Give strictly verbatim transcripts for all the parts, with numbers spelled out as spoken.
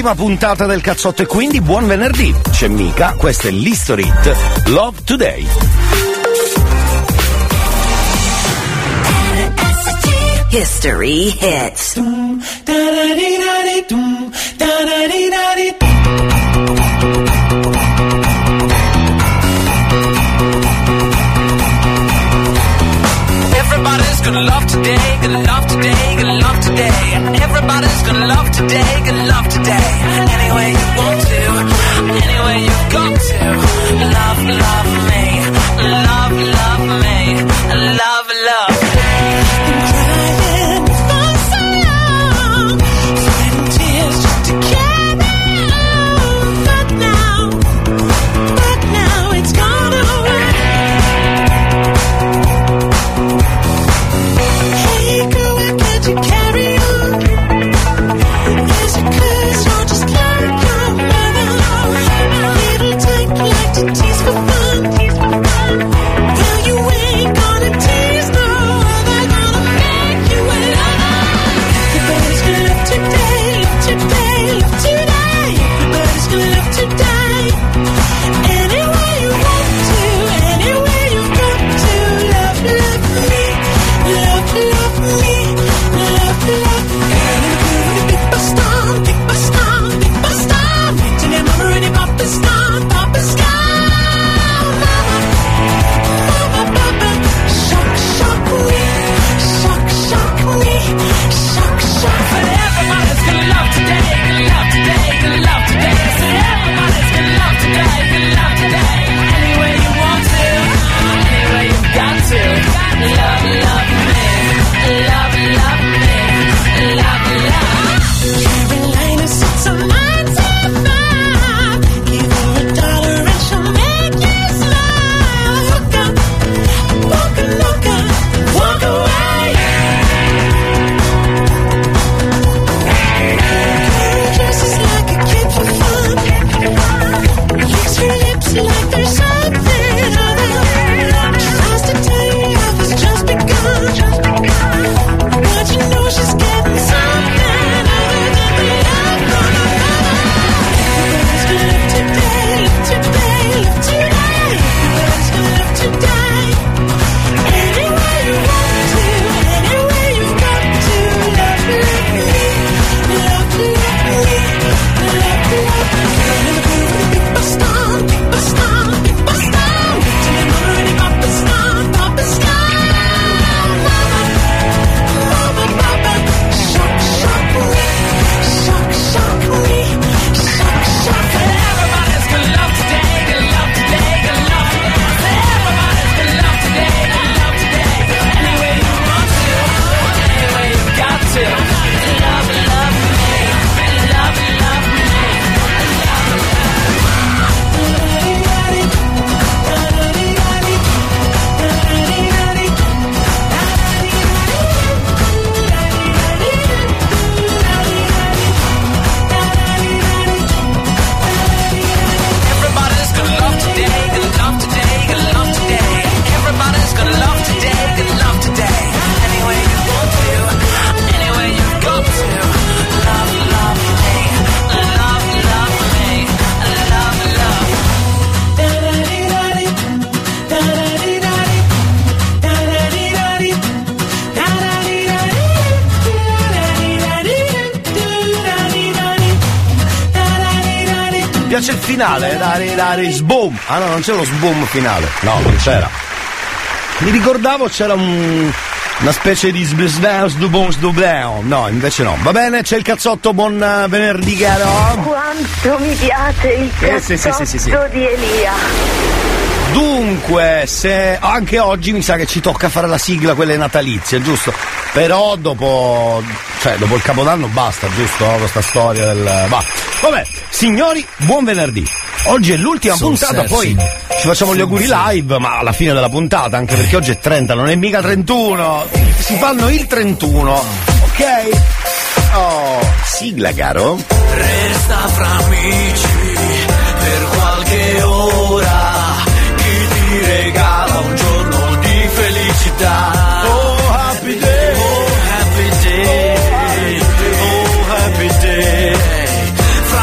l'ultima puntata del cazzotto e quindi buon venerdì. C'è Mika, questo è l'History Hit Love Today. History Hits. Everybody's gonna love today, gonna love today, gonna love today. Everybody's gonna love today, gonna love today. Any way you want to, any way you've got to. Love, love me, love, love me, love, love me. Crying for so long, sweating tears just to carry on. But now, but now it's gone away. Hey girl, why can't you carry on? Is it 'cause you're just like your mother? Little tank like to tease for fun. Well, you ain't gonna tease no other, gonna make you a lover. Everybody's gonna love today, love today, love today. Everybody's gonna love today. Any way you want to, any way you've got to. Love, love me, love, love me, love, love me. Big bus storm, big bus storm, big bus storm. Till your mama and your papa's gone, papa's gone. Mama, mama, papa, shock, shock me, shock, shock me, shock, shock. But everybody's gonna love today, gonna love today, gonna love today. So everybody's gonna love today, gonna love today. Any way you want to, any way you've got to. Love, love me, love, love me, love, love. Carolina sits on nine to five. Give her a dollar and she'll make you smile. Hook up, walk a look up, walk away. Girl dresses like a kid for fun. Licks her lips like there's something other. Tries to tell you love has just begun. But you know she's getting something other than the love from her mother. Everybody's gonna love today, love today, love today. Everybody's gonna love today. Any way you want to, any way you've got to. Love, love me, love, love me, love, love me. Girl in the groove with a big bus storm, big bus storm, big bus storm. Till your mama and your papa's gone, papa's gone. Mama, mama, papa, shock, shock me, shock, shock me, shock, shock. Everybody's gonna love today, gonna love today, gonna love today. Everybody's gonna love today, gonna love today. Any way you want to, any way you've got to. Love, love me, love, love me, Everybody's gonna love today, gonna love today, gonna love today. Everybody's gonna love today, gonna love today. Any way you want to, any way you've got to. Love, love me, love, love me, love, love. Da-da-dee-da-dee, da-da-dee-da-dee, da-da-dee-da-dee, da-da-dee-da-dee, Mi piace il finale, dare, dare, sboom. Ah no, non c'è lo sboom finale. No, non c'era. Mi ricordavo c'era un, una specie di sbsbam, sdubon, sdubleon. No, invece no. Va bene, c'è il cazzotto, buon eh, venerdì, caro. Quanto mi piace il Eh, cazzotto sì, sì, sì, sì, sì. di Elia. Dunque, se anche oggi mi sa che ci tocca fare la sigla, quelle natalizie, giusto? Però dopo, cioè dopo il Capodanno basta, giusto? No? Questa storia del... Va. Vabbè, signori, buon venerdì. Oggi è l'ultima Sul puntata, searching. poi ci facciamo gli auguri live, ma alla fine della puntata, anche perché oggi è trenta, non è mica trentuno. Si fanno il trentuno, ok? Oh, sigla, caro. Resta fra amici per qualche ora. Chi ti regala un giorno di felicità. Oh happy day, oh happy day, oh happy day. Fra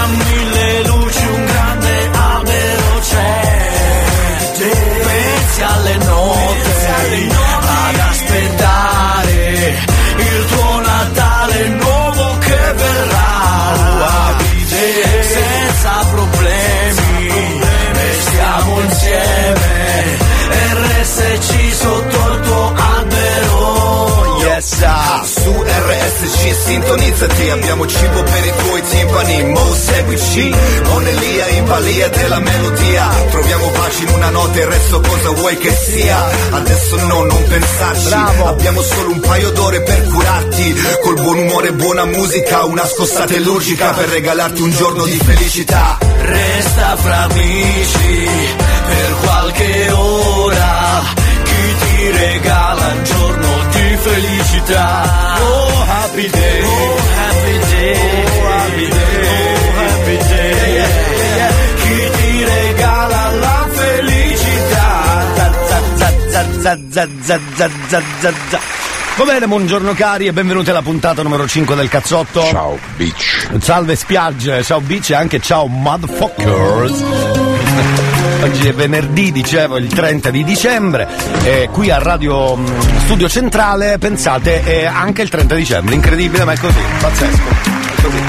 sintonizzati, abbiamo cibo per i tuoi timpani, mo seguici, con Elia in balia della melodia, troviamo pace in una notte, il resto cosa vuoi che sia, adesso no, non pensarci, bravo. Abbiamo solo un paio d'ore per curarti, col buon umore e buona musica, una scossata illogica per regalarti un giorno di felicità. Resta fra amici per qualche ora, chi ti regala un giorno di felicità. Oh happy day, oh happy day, oh happy day, oh happy day, yeah, yeah. Chi ti regala la felicità. Za, za, za, za, za, za, za, za, za, za. Va bene, buongiorno cari e benvenuti alla puntata numero cinque del Cazzotto. Ciao bitch. Salve spiagge, ciao bitch e anche ciao motherfuckers. Oggi è venerdì, dicevo, il trenta di dicembre e qui a Radio Studio Centrale, pensate, è anche il trenta dicembre, incredibile ma è così, pazzesco, è così.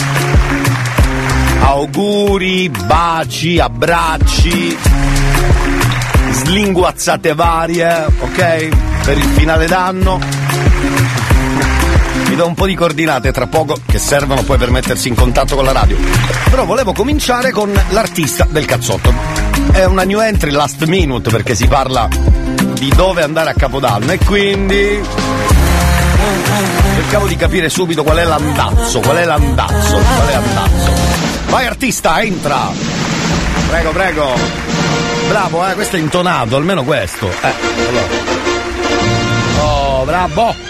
Auguri, baci, abbracci, slinguazzate varie, ok? Per il finale d'anno. Vi do un po' di coordinate tra poco che servono poi per mettersi in contatto con la radio. Però volevo cominciare con l'artista del Cazzotto. È una new entry last minute perché si parla di dove andare a Capodanno e quindi cercavo di capire subito qual è l'andazzo, qual è l'andazzo, qual è l'andazzo. Vai artista, entra! Prego, prego. Bravo, eh, questo è intonato, almeno questo. Eh, allora. Oh, bravo!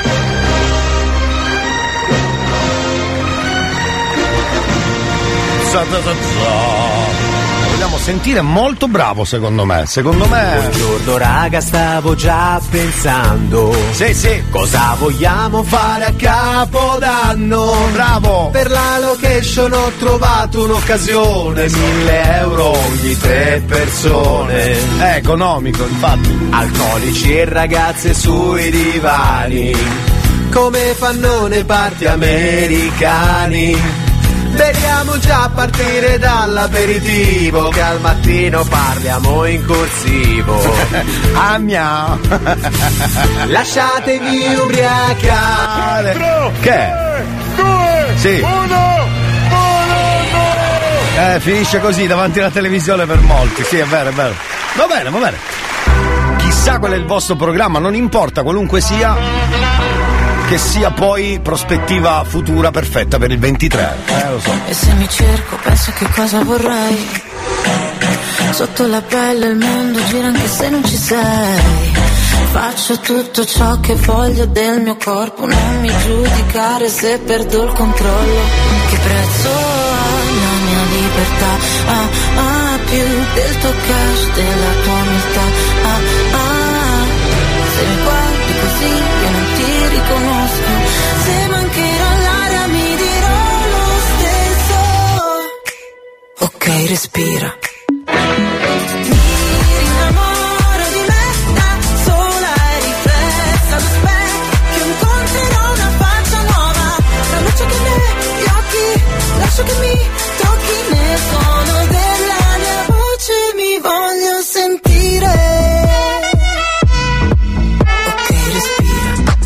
Vogliamo sentire molto bravo secondo me, secondo me. Buongiorno raga, stavo già pensando. Sì, sì. Cosa vogliamo fare a Capodanno? Bravo. Per la location ho trovato un'occasione, mille euro ogni tre persone. È economico, infatti. Alcolici e ragazze sui divani, come fanno nei party americani. Speriamo già a partire dall'aperitivo, che al mattino parliamo in corsivo. Ah mia. Lasciatemi ubriacare. Tre, che? due, sì. uno, uno, Eh, finisce così davanti alla televisione per molti, sì, è vero, è vero. Va bene, va bene. Chissà qual è il vostro programma, non importa, qualunque sia. Che sia poi prospettiva futura perfetta per il ventitré, eh lo so. E se mi cerco penso che cosa vorrei. Sotto la pelle il mondo gira anche se non ci sei. Faccio tutto ciò che voglio del mio corpo, non mi giudicare se perdo il controllo. Che prezzo ha la mia libertà? Ah, ah, più del tuo cash, della tua umiltà. Ah, ah, se mi guardi così io non ti riconosco. Se mancherò l'aria mi dirò lo stesso. Ok, respira. Lascio che mi tocchi nel suono della mia voce, mi voglio sentire. Ok, respira.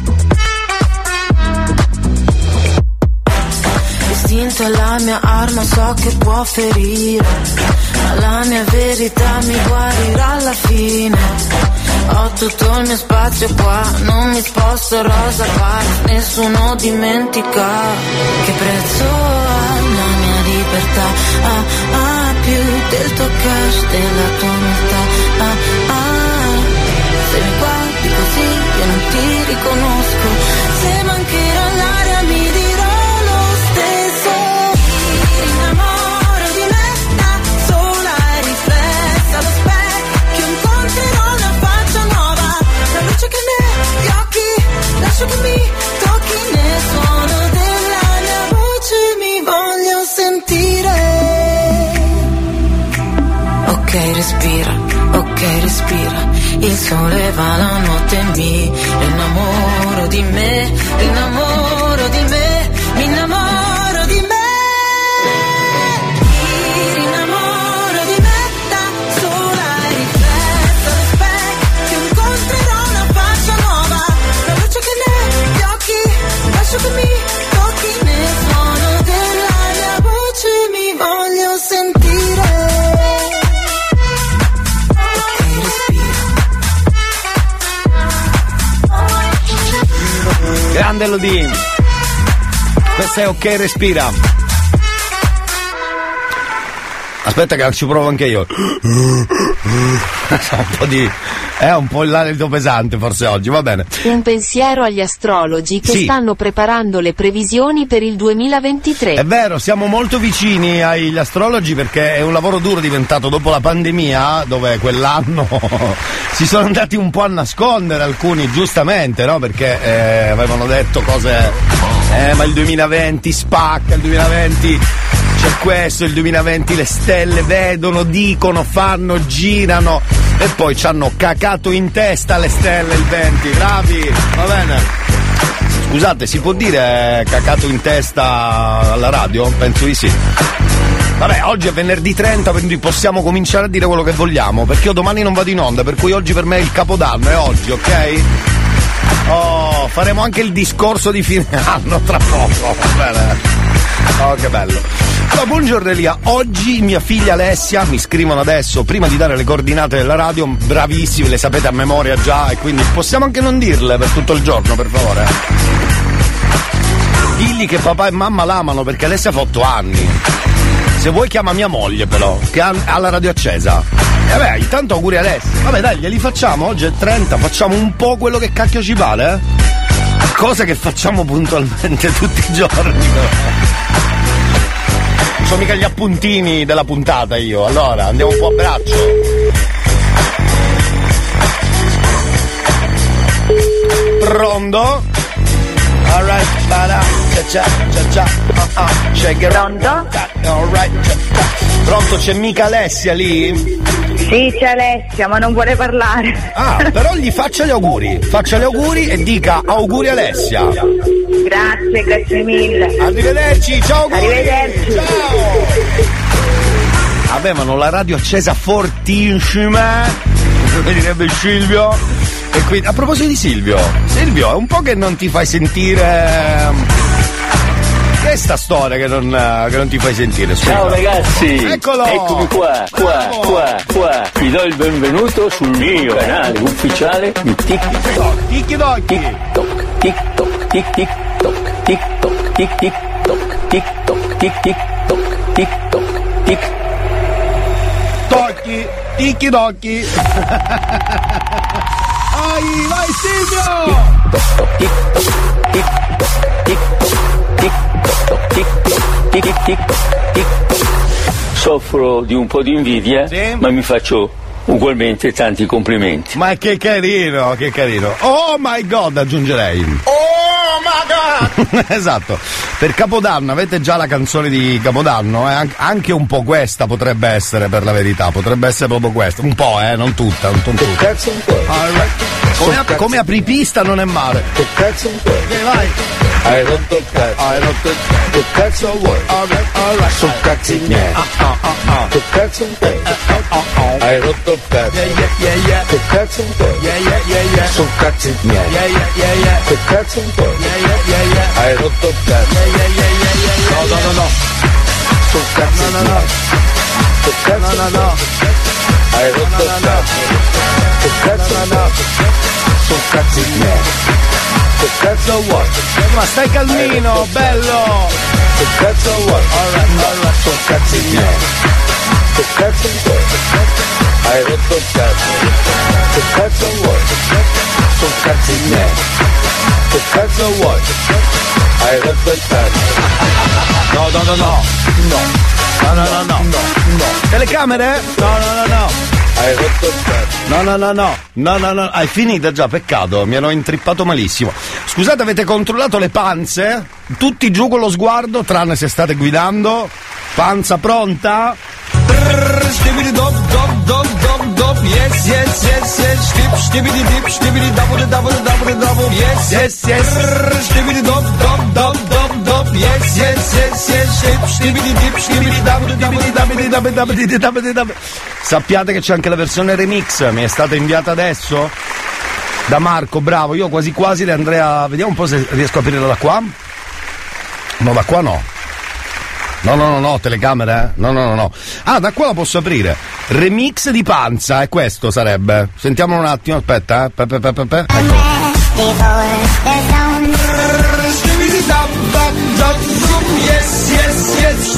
L'istinto è la mia arma, so che può ferire, ma la mia verità mi guarirà alla fine. Ho tutto il mio spazio qua, non mi sposto rosa qua, nessuno dimentica che prezzo ha la mia libertà. Ah, ah, più del tuo cash, della tua umiltà. Ah, ah, se mi guardi così io non ti riconosco. Se mancherà l'aria mi dirò lo stesso. Mi innamoro di me da sola e riflessa allo specchio, incontrerò una faccia nuova, la luce che negli occhi, lascio che mi tocchi nel suono della mia voce, mi voglio sentire. Ok, respira, ok, respira. Il sole va la notte, mi innamoro di me, innamoro di me, mi innamoro di me. Mi innamoro di me da sola e riflessa allo specchio, incontrerò una faccia nuova, la luce che negli occhi, lascio che mi tocchi Elodie. Questa è Ok Respira. Aspetta che ci provo anche io. un po' di è un po' l'alito pesante forse oggi, va bene. Un pensiero agli astrologi che sì. stanno preparando le previsioni per il duemilaventitré. È vero, siamo molto vicini agli astrologi perché è un lavoro duro diventato dopo la pandemia, dove quell'anno si sono andati un po' a nascondere alcuni, giustamente, no? Perché eh, avevano detto cose eh ma il duemilaventi spacca, il duemilaventi c'è questo, il duemilaventi le stelle vedono, dicono, fanno, girano e poi ci hanno cacato in testa le stelle il venti, bravi, va bene. Scusate, si può dire cacato in testa alla radio? Penso di sì. Vabbè, oggi è venerdì trenta, quindi possiamo cominciare a dire quello che vogliamo, perché io domani non vado in onda, per cui oggi per me è il capodanno, è oggi, ok? Oh, faremo anche il discorso di fine anno tra poco, va bene. Oh, che bello. Allora, buongiorno Elia, oggi mia figlia Alessia, mi scrivono adesso, prima di dare le coordinate della radio, bravissime, le sapete a memoria già, e quindi possiamo anche non dirle per tutto il giorno, per favore. Digli che papà e mamma l'amano perché Alessia ha fatto anni. Se vuoi chiama mia moglie però, che ha, ha la radio accesa. E vabbè, intanto auguri a Alessia. Vabbè dai, glieli facciamo, oggi è trenta, facciamo un po' quello che cacchio ci pare, eh? Cosa che facciamo puntualmente tutti i giorni. Non so mica gli appuntini della puntata io, allora andiamo un po' a braccio. Pronto? Alright, bada, cia cia cia cia, uh uh, shake it. Pronto? Alright, cia cia. Pronto, c'è mica Alessia lì? Sì, c'è Alessia, ma non vuole parlare. Ah, però gli faccia gli auguri, faccia gli auguri e dica auguri Alessia. Grazie, grazie mille. Arrivederci, ciao auguri. Arrivederci. Ciao. Avevano la radio accesa fortissima, come direbbe Silvio. E quindi, a proposito di Silvio, Silvio, è un po' che non ti fai sentire. Che è sta storia che non, che non ti fai sentire? Scusa. Ciao ragazzi! Eccolo! Eccomi qua, qua, qua, qua. Vi do il benvenuto sul mio canale ufficiale di TikTok. TikTok, TikTok, TikTok, TikTok, TikTok, TikTok, TikTok, TikTok, TikTok, TikTok. Tocchi, ticchi docchi. Vai, vai Silvio! TikTok, TikTok, TikTok, TikTok, TikTok, TikTok, TikTok, TikTok. Soffro di un po' di invidia, sì? Ma mi faccio ugualmente tanti complimenti. Ma che carino, che carino. Oh my god, aggiungerei. Oh my god! Esatto. Per Capodanno avete già la canzone di Capodanno? Eh? Anche un po' questa potrebbe essere, per la verità. Potrebbe essere proprio questa. Un po', eh, non tutta, non tutta. Cazzo un po'. Come, ap- come apripista non è male. Che cazzo un po'. Okay, vai. Hai rotto il cazzo. Hai rotto il cazzo. Che cazzo vuoi? Alright, alright. Sono cazzi miei. Ah, ah, ah, ah. Che cazzo un po'. Hai rotto il cazzo. Yeah, yeah, yeah, yeah. Che cazzo un po'. Yeah, yeah, yeah, yeah. Sono cazzi miei. Yeah, yeah, yeah, yeah. Che cazzo un po'. Yeah, yeah, yeah, yeah. Hai rotto il cazzo. Yeah, yeah, yeah, yeah, yeah, yeah. No, no, no, no. Sono cazzi No, no, no. miei. Che cazzo No, no, no. Hai rotto il cazzo. Che cazzo No, no, no. Sono cazzi miei. Che cazzo vuoi? Ma stai calmino, bello. Che cazzo vuoi? Alright, alright. Sono cazzi miei. Che cazzo vuoi? Hai rotto il cazzo. Che cazzo vuoi? Sono cazzi miei. Che cazzo vuoi? Hai rotto il cazzo. No, no, no, no. No. No, no, no, no. No. Telecamere? No, no, no, no. Hai rotto il cazzo. No, no, no, no. No, no, no. Hai finito già, peccato. Mi hanno intrippato malissimo. Scusate, avete controllato le panze? Tutti giù con lo sguardo, tranne se state guidando. Panza pronta? Stibidi dop dop dop dop dop, yes yes yes yes, stip stibidi dip stibidi double double double double, yes yes yes, stibidi dop dop dop dop dop, yes yes yes yes, stip stibidi dip stibidi double double double double double double double. Sappiate che c'è anche la versione remix, mi è stata inviata adesso da Marco, bravo. Io quasi quasi le andrei a, vediamo un po' se riesco a aprirla da qua. No, da qua no. No, no, no, no, telecamera, eh? No, no, no, no. Ah, da qua la posso aprire. Remix di Panza, e questo sarebbe. Sentiamo un attimo, aspetta, eh. Pe, pe, pe, pe, pe. Ecco. Yes, yes, yes.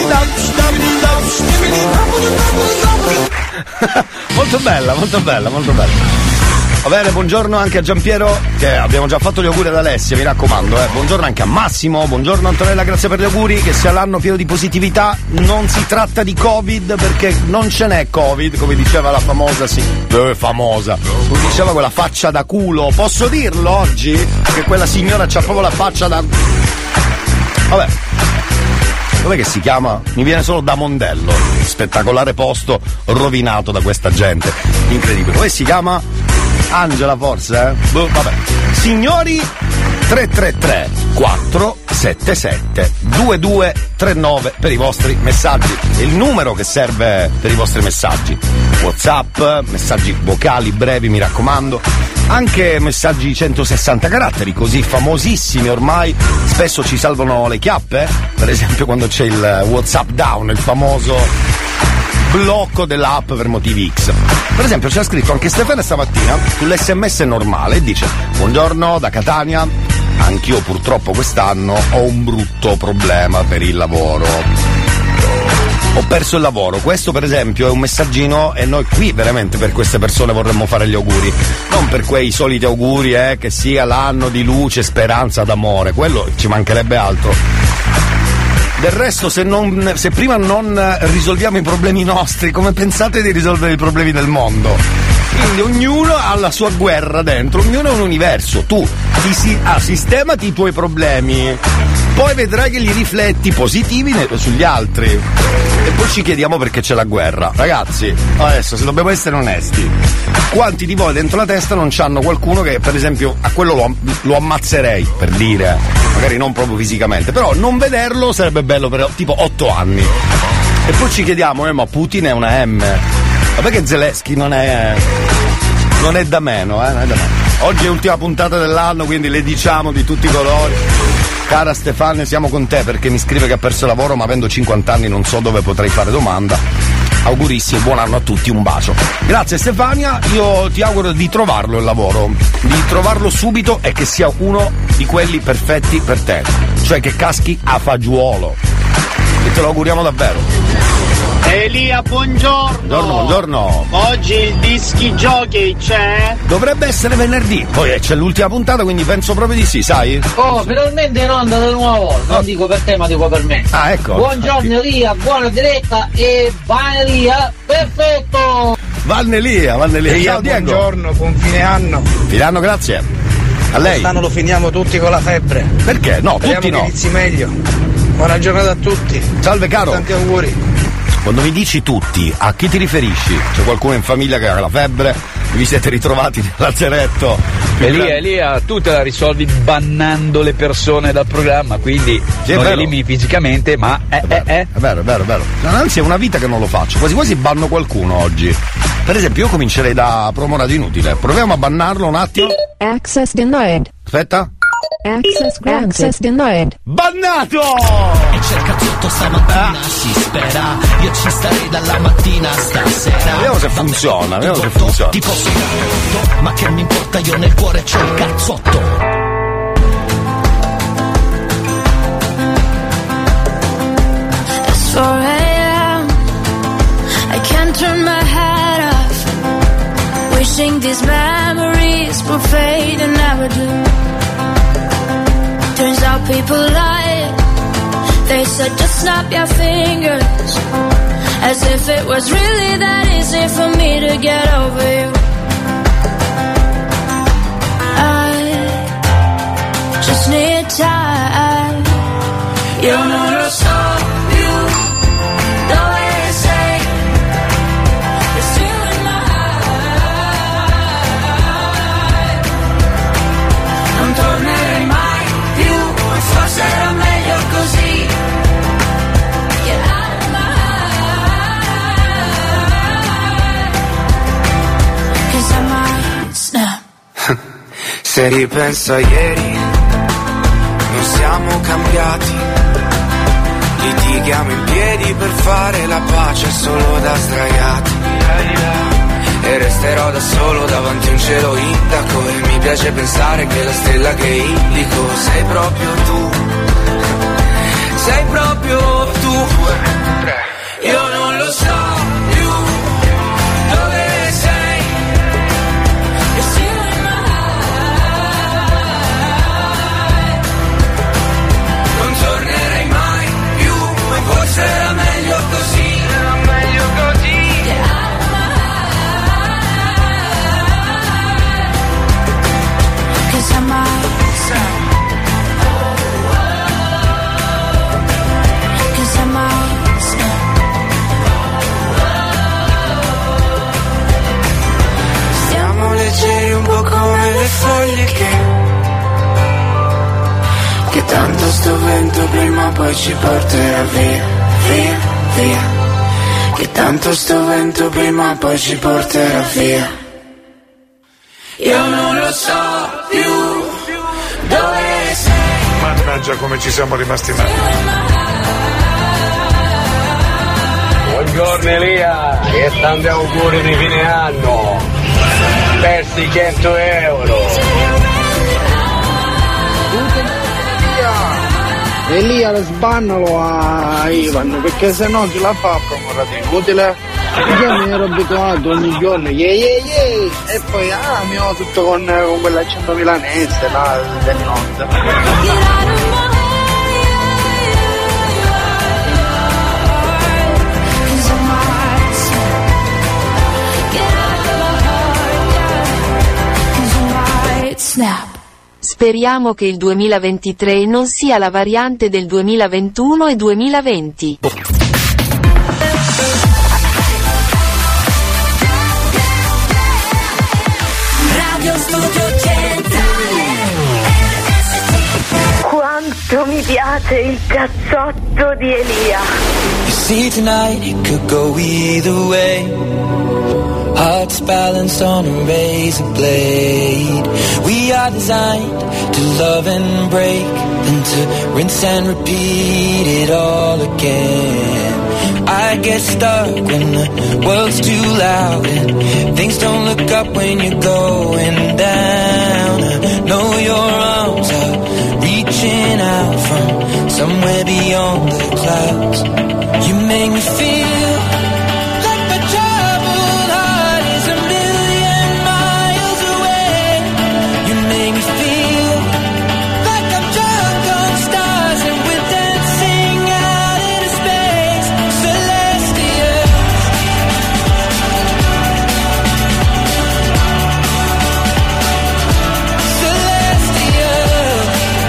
Molto bella, molto bella, molto bella. Va bene, buongiorno anche a Giampiero, che abbiamo già fatto gli auguri ad Alessia, mi raccomando, eh. Buongiorno anche a Massimo, buongiorno Antonella, grazie per gli auguri, che sia l'anno pieno di positività. Non si tratta di Covid, perché non ce n'è Covid, come diceva la famosa, sì, eh, famosa, come diceva quella faccia da culo. Posso dirlo oggi? Che quella signora c'ha proprio la faccia da... Vabbè. Com'è che si chiama? Mi viene solo da Mondello. Spettacolare posto rovinato da questa gente. Incredibile. Come si chiama? Angela forse, eh? Boh, vabbè. Signori, tre tre tre quattro sette sette due due tre nove per i vostri messaggi. È il numero che serve per i vostri messaggi. WhatsApp, messaggi vocali brevi, mi raccomando. Anche messaggi centosessanta caratteri, così famosissimi ormai, spesso ci salvano le chiappe, per esempio quando c'è il WhatsApp down, il famoso blocco dell'app per motivi X. Per esempio c'è scritto anche Stefano stamattina sull'esse emme esse normale e dice: buongiorno da Catania, anch'io purtroppo quest'anno ho un brutto problema per il lavoro. Ho perso il lavoro. Questo per esempio è un messaggino e noi qui veramente per queste persone vorremmo fare gli auguri, non per quei soliti auguri eh, che sia l'anno di luce, speranza, d'amore, quello ci mancherebbe altro. Del resto se, non, se prima non risolviamo i problemi nostri, come pensate di risolvere i problemi del mondo? Quindi ognuno ha la sua guerra dentro, ognuno è un universo. Tu ti si, ah, sistemati i tuoi problemi, poi vedrai che li rifletti positivi ne, sugli altri. E poi ci chiediamo perché c'è la guerra. Ragazzi, adesso se dobbiamo essere onesti, quanti di voi dentro la testa non c'hanno qualcuno che per esempio a quello lo, lo ammazzerei, per dire, magari non proprio fisicamente, però non vederlo sarebbe bello per tipo otto anni. E poi ci chiediamo, eh ma Putin è una M. Vabbè che Zelensky non è non è da meno, eh, non è da meno. Oggi è l'ultima puntata dell'anno, quindi le diciamo di tutti i colori. Cara Stefania, siamo con te, perché mi scrive che ha perso il lavoro, ma avendo cinquanta anni non so dove potrei fare domanda. Augurissimi, buon anno a tutti, un bacio. Grazie Stefania, io ti auguro di trovarlo il lavoro, di trovarlo subito e che sia uno di quelli perfetti per te, cioè che caschi a fagiolo. E te lo auguriamo davvero. Elia, buongiorno. Buongiorno, buongiorno. Oggi il dischi jockey c'è? Dovrebbe essere venerdì, poi c'è l'ultima puntata, quindi penso proprio di sì, sai? Oh, finalmente in onda di nuovo, non oh. dico per te ma dico per me. Ah, ecco. Buongiorno Elia, buona diretta e vai Elia, perfetto. Vanne Elia, vanne Elia. Elia, buongiorno, buon fine anno. Fine anno, grazie. A lei. Quest'anno lo finiamo tutti con la febbre. Perché? No, speriamo tutti no. Che inizi meglio. Buona giornata a tutti. Salve caro. Tanti auguri. Quando mi dici tutti, a chi ti riferisci? C'è qualcuno in famiglia che ha la febbre? Vi siete ritrovati nel lazzeretto? Elia, Elia, tu te la risolvi bannando le persone dal programma, quindi sì, non elimini fisicamente, ma è, è, vero, è, è. è vero, è vero, è vero. Anzi, è una vita che non lo faccio, quasi quasi banno qualcuno oggi. Per esempio, io comincerei da Promo Radio Inutile. Proviamo a bannarlo un attimo. Access denied. Aspetta. Access granted. Access denied. Bannato! E cerca tutto stamattina, ah. si spera. Io ci starei dalla mattina stasera. Vediamo se funziona, vediamo se funziona. Ti posso dare tutto, ma che mi importa, io nel cuore c'ho il cazzotto. It's four a.m. I can't turn my head off. Wishing these memories would fade and never do. Turns out people lie. They said just snap your fingers, as if it was really that easy for me to get over you. I just need time. Io non lo so più dove sei. It's you in my eyes. Non tornerei mai. Forse era meglio così. Get out of my eyes. 'Cause I might snap. Se ripenso a ieri, non siamo cambiati. Litighiamo in piedi per fare la pace solo da sdraiati. E resterò da solo davanti a un cielo indaco. E mi piace pensare che la stella che indico sei proprio tu. sei proprio tu. Io non lo so più dove sei. It's you in my heart. Non tornerei mai più, ma forse era meglio così. Era meglio così. Cause I might snap. Cause I might snap. Stiamo leggeri un po' come le foglie che Che tanto sto vento prima o poi ci porterà via, via, via. Che tanto sto vento prima o poi ci porterà via. Io non lo so più dove sei. Mannaggia come ci siamo rimasti male. Buongiorno Elia, e tanti auguri di fine anno. Persi cento euro. Elia lo sbannalo a Ivan perché se no ce la fa proprio inutile. Io mi ero abituato ogni giorno yeah, yeah, yeah. E poi ah mi ho tutto con, con quell'accento milanese là del nord. Snap. Speriamo che il duemilaventitré non sia la variante del duemilaventuno e duemilaventi. Radio Studio Centrale. Quanto mi piace il cazzotto di Elia. You see tonight it could go either way. Hearts balanced on a razor blade. We are designed to love and break, then to rinse and repeat it all again. I get stuck when the world's too loud and things don't look up when you're going down. I know your arms are reaching out from somewhere beyond the clouds. You make me feel like my troubled heart is a million miles away. You make me feel like I'm drunk on stars and we're dancing out into space. Celestial. Celestial.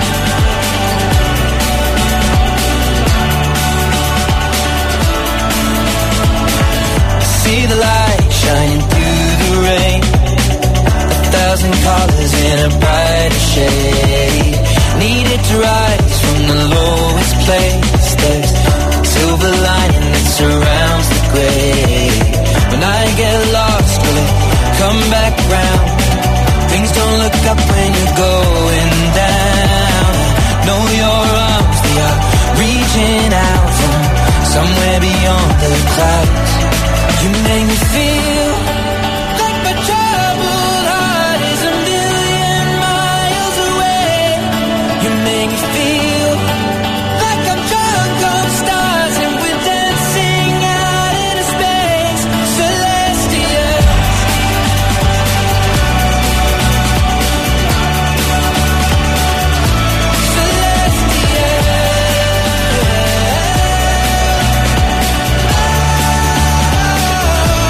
See the light shining through the rain. A thousand colors in a brighter shade. Needed to rise from the lowest place. There's a silver lining that surrounds the gray. When I get lost, will it come back round? Things don't look up when you're going down. I know your arms, they are reaching out from somewhere beyond the clouds. You make me feel like my troubled heart is a million miles away. You make me feel like I'm drunk on stars and we're dancing out into space. Celestial. Celestial.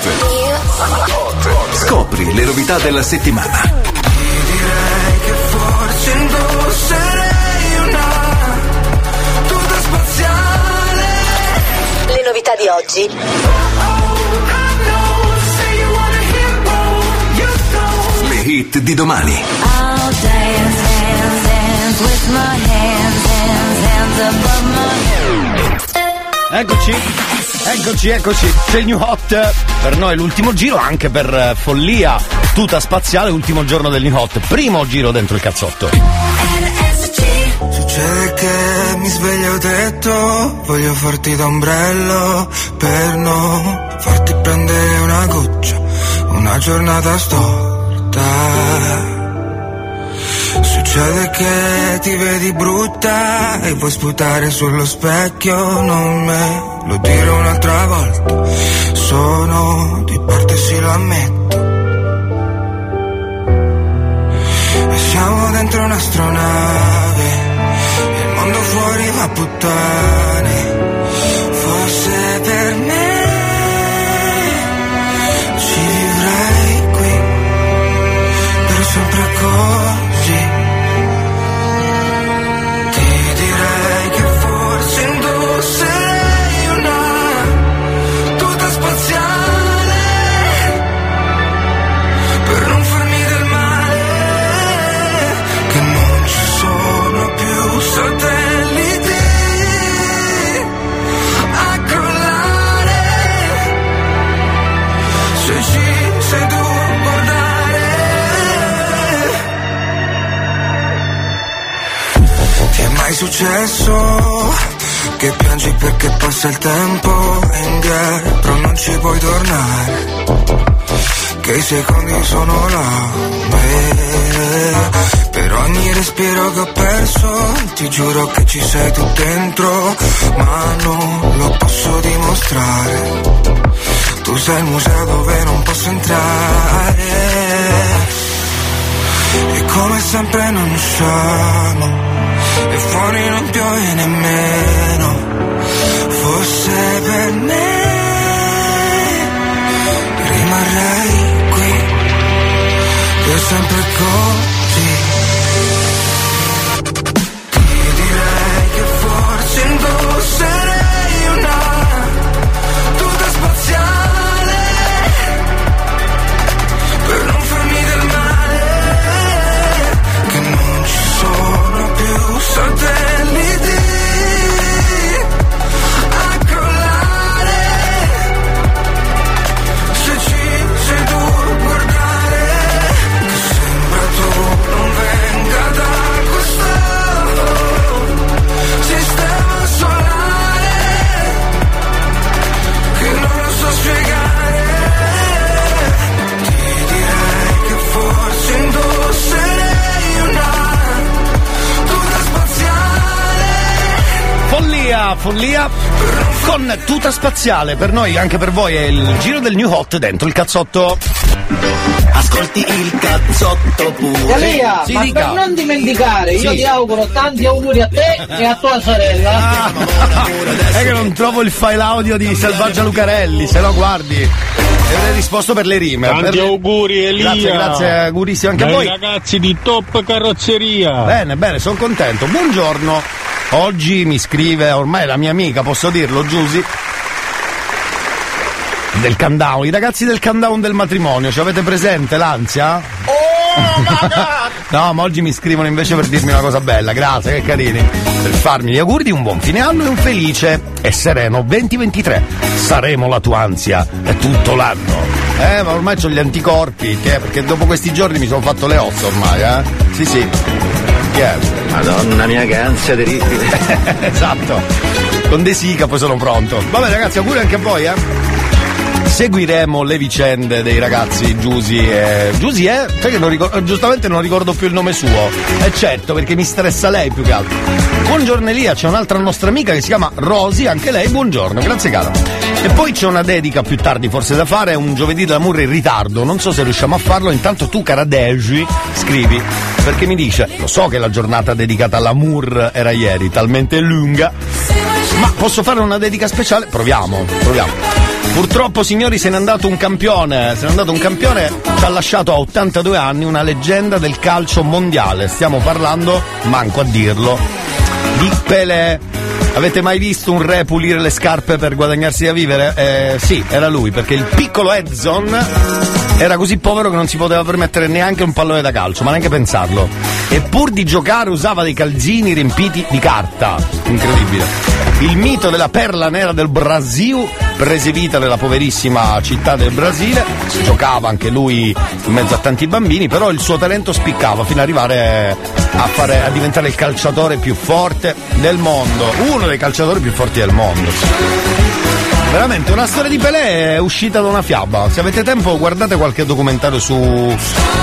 Scopri le novità della settimana. Direi che forse indosserei una tuta spaziale. Le novità di oggi. Le hit di domani. I'll dance, dance, dance with my hands, hands, hands above my head. Eccoci, eccoci, eccoci. C'è il New Hot. Per noi l'ultimo giro, anche per eh, Follia, tuta spaziale, ultimo giorno del New Hot. Primo giro dentro il cazzotto. Succede che mi sveglio ho detto voglio farti d'ombrello per non farti prendere una goccia, una giornata storta. Succede che ti vedi brutta e vuoi sputare sullo specchio, non me lo dire un'altra volta, sono di parte sì lo ammetto. E siamo dentro un'astronave, il mondo fuori va a puttane, forse per me ci vivrei qui, per sempre così. Ti direi che forse indosserei una tuta spaziale per non farmi del male, che non ci sono più satelliti a crollare, se ci sei tu a guardare. Ti è mai successo che piangi perché passa il tempo e indietro non ci puoi tornare, che i secondi sono là, beh, per ogni respiro che ho perso ti giuro che ci sei tu dentro, ma non lo posso dimostrare, tu sei il museo dove non posso entrare, e come sempre non usciamo e fuori non piove nemmeno, forse per me rimarrei qui per sempre così. Ti direi che forse indosserei una tuta spaziale per non farmi del male, che non ci sono più satelliti a crollare, se ci sei tu a guardare, che sembra tu non venga da questo sistema solare, che non lo so spiegare. Ti direi che forse indosserei una tuta spaziale. Follia, follia con tuta spaziale. Per noi, anche per voi, è il giro del New Hot dentro il cazzotto. Ascolti il cazzotto pure. Elia, Sì, ma dica. per non dimenticare, io Sì. ti auguro tanti auguri a te e a tua sorella. Ah, è che non trovo il file audio di Selvaggia Lucarelli, se no guardi. E avrei risposto per le rime. Tanti per le- auguri Elia. Grazie, grazie, augurissimo anche a Dai voi. ragazzi di Top Carrozzeria. Bene, bene, sono contento. Buongiorno. Oggi mi scrive, ormai è la mia amica, posso dirlo, Giusy, del countdown, i ragazzi del countdown del matrimonio, ci avete presente l'ansia? Oh my God! No, ma oggi mi scrivono invece per dirmi una cosa bella, grazie, che carini, per farmi gli auguri di un buon fine anno e un felice e sereno duemilaventitré. Saremo la tua ansia, è tutto l'anno. Eh, ma ormai c'ho gli anticorpi, che, perché dopo questi giorni mi sono fatto le ossa ormai, eh? Sì, sì. Chi è? Madonna mia, che ansia terribile. Esatto. Con De Sica poi sono pronto. Vabbè ragazzi, auguri anche a voi, eh. Seguiremo le vicende dei ragazzi Giusy e... Giusy è? Sai che non ricordo, giustamente non ricordo più il nome suo. E certo, perché mi stressa lei più che altro. Buongiorno Elia, c'è un'altra nostra amica che si chiama Rosy, anche lei, buongiorno, grazie cara. E poi c'è una dedica più tardi forse da fare, un giovedì d'amore in ritardo, non so se riusciamo a farlo, intanto tu cara Deji scrivi, perché mi dice, lo so che la giornata dedicata all'amour era ieri, talmente lunga, ma posso fare una dedica speciale? Proviamo, proviamo. Purtroppo, signori, se n'è andato un campione, se n'è andato un campione, ci ha lasciato a ottantadue anni una leggenda del calcio mondiale. Stiamo parlando, manco a dirlo, di Pelé. Avete mai visto un re pulire le scarpe per guadagnarsi da vivere? Eh, sì, era lui, perché il piccolo Edson era così povero che non si poteva permettere neanche un pallone da calcio, ma neanche pensarlo. E pur di giocare usava dei calzini riempiti di carta. Incredibile. Il mito della perla nera del Brasil prese vita nella poverissima città del Brasile. Giocava anche lui in mezzo a tanti bambini, però il suo talento spiccava fino ad arrivare a, fare, a diventare il calciatore più forte del mondo. Uno dei calciatori più forti del mondo. Veramente una storia di Pelé è uscita da una fiaba. Se avete tempo guardate qualche documentario su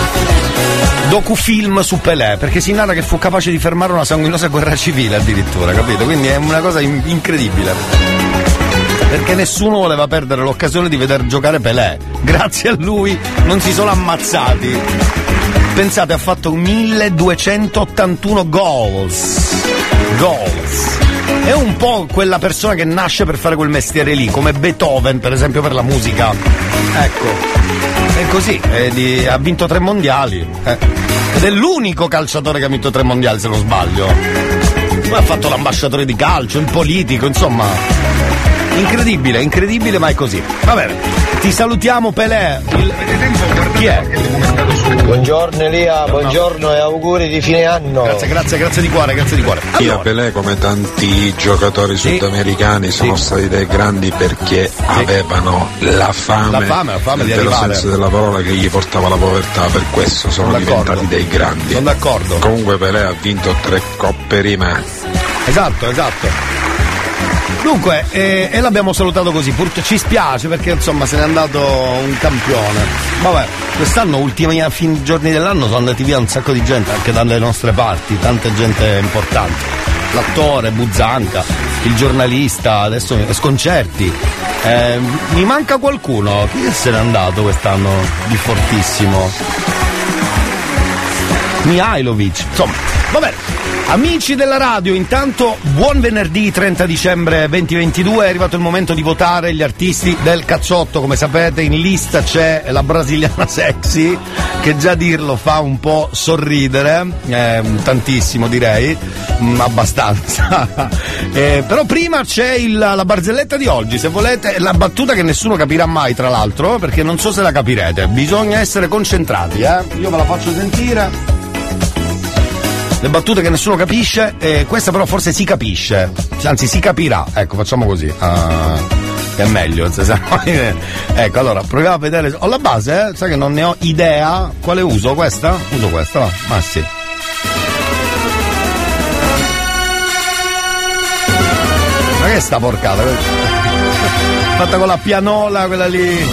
docufilm su Pelé, perché si narra che fu capace di fermare una sanguinosa guerra civile addirittura, capito? Quindi è una cosa in- incredibile. Perché nessuno voleva perdere l'occasione di veder giocare Pelé. Grazie a lui non si sono ammazzati. Pensate, ha fatto milleduecentottantuno goals. Goals. È un po' quella persona che nasce per fare quel mestiere lì, come Beethoven per esempio per la musica. Ecco, è così, è di, ha vinto tre mondiali. Eh. Ed è l'unico calciatore che ha vinto tre mondiali, se non sbaglio. Poi ha fatto l'ambasciatore di calcio, il politico, insomma. Incredibile, incredibile, ma è così. Va bene, ti salutiamo Pelé. Il... Chi è? Buongiorno Elia, buongiorno e auguri di fine anno. Grazie, grazie, grazie di cuore, grazie di cuore. Allora. Pelé, come tanti giocatori sì. sudamericani, sono sì. stati dei grandi perché sì. avevano la fame, la fame, la fame nel di vero arrivare. senso della parola, che gli portava la povertà, per questo sono, sono diventati dei grandi. Sono d'accordo. Comunque Pelé ha vinto tre coppe rima. Esatto, esatto. Dunque, eh, e l'abbiamo salutato così, pur ci spiace perché insomma se n'è andato un campione. Vabbè, quest'anno, ultimi fin giorni dell'anno, sono andati via un sacco di gente, anche dalle nostre parti, tanta gente importante. L'attore, Buzzanca, il giornalista, adesso sconcerti. Eh, mi manca qualcuno, chi se n'è andato quest'anno di fortissimo? Mihailovic, insomma, va bene. Amici della radio, intanto buon venerdì trenta dicembre duemilaventidue, è arrivato il momento di votare gli artisti del cazzotto. Come sapete in lista c'è la brasiliana sexy, che già dirlo fa un po' sorridere, eh, tantissimo direi, mm, abbastanza. eh, però prima c'è il, la barzelletta di oggi, se volete, la battuta che nessuno capirà mai tra l'altro, perché non so se la capirete, bisogna essere concentrati, eh? Io ve la faccio sentire. Le battute che nessuno capisce, eh, questa però forse si capisce, anzi si capirà, ecco, facciamo così, uh, che è meglio, se no, ecco, allora proviamo a vedere, ho la base, eh? Sai che non ne ho idea, quale uso? Questa? Uso questa, va? Ma sì. Ma che è sta porcata? Fatta con la pianola, quella lì.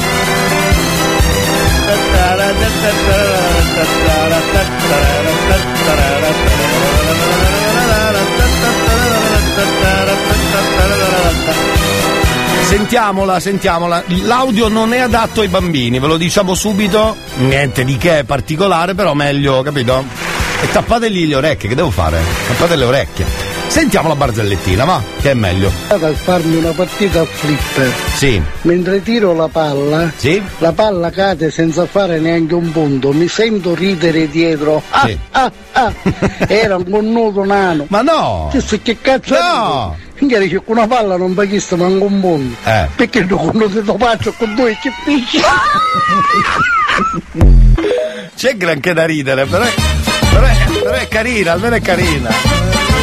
Sentiamola, sentiamola. L'audio non è adatto ai bambini, ve lo diciamo subito. Niente di che particolare, però meglio, capito? E tappategli le orecchie, che devo fare? Tappate le orecchie. Sentiamo la barzellettina, va? Che è meglio. Vado a farmi una partita a flipper. Sì. Mentre tiro la palla, sì. La palla cade senza fare neanche un punto. Mi sento ridere dietro. Ah, sì. ah, ah. Era un connuto nano. Ma no! Che, che cazzo no! Ride? Che con una palla non va chiesto manco un punto. Eh. Perché non conosco lo faccio con due che picchi. C'è granché da ridere, però è, però è, però è carina, almeno è carina.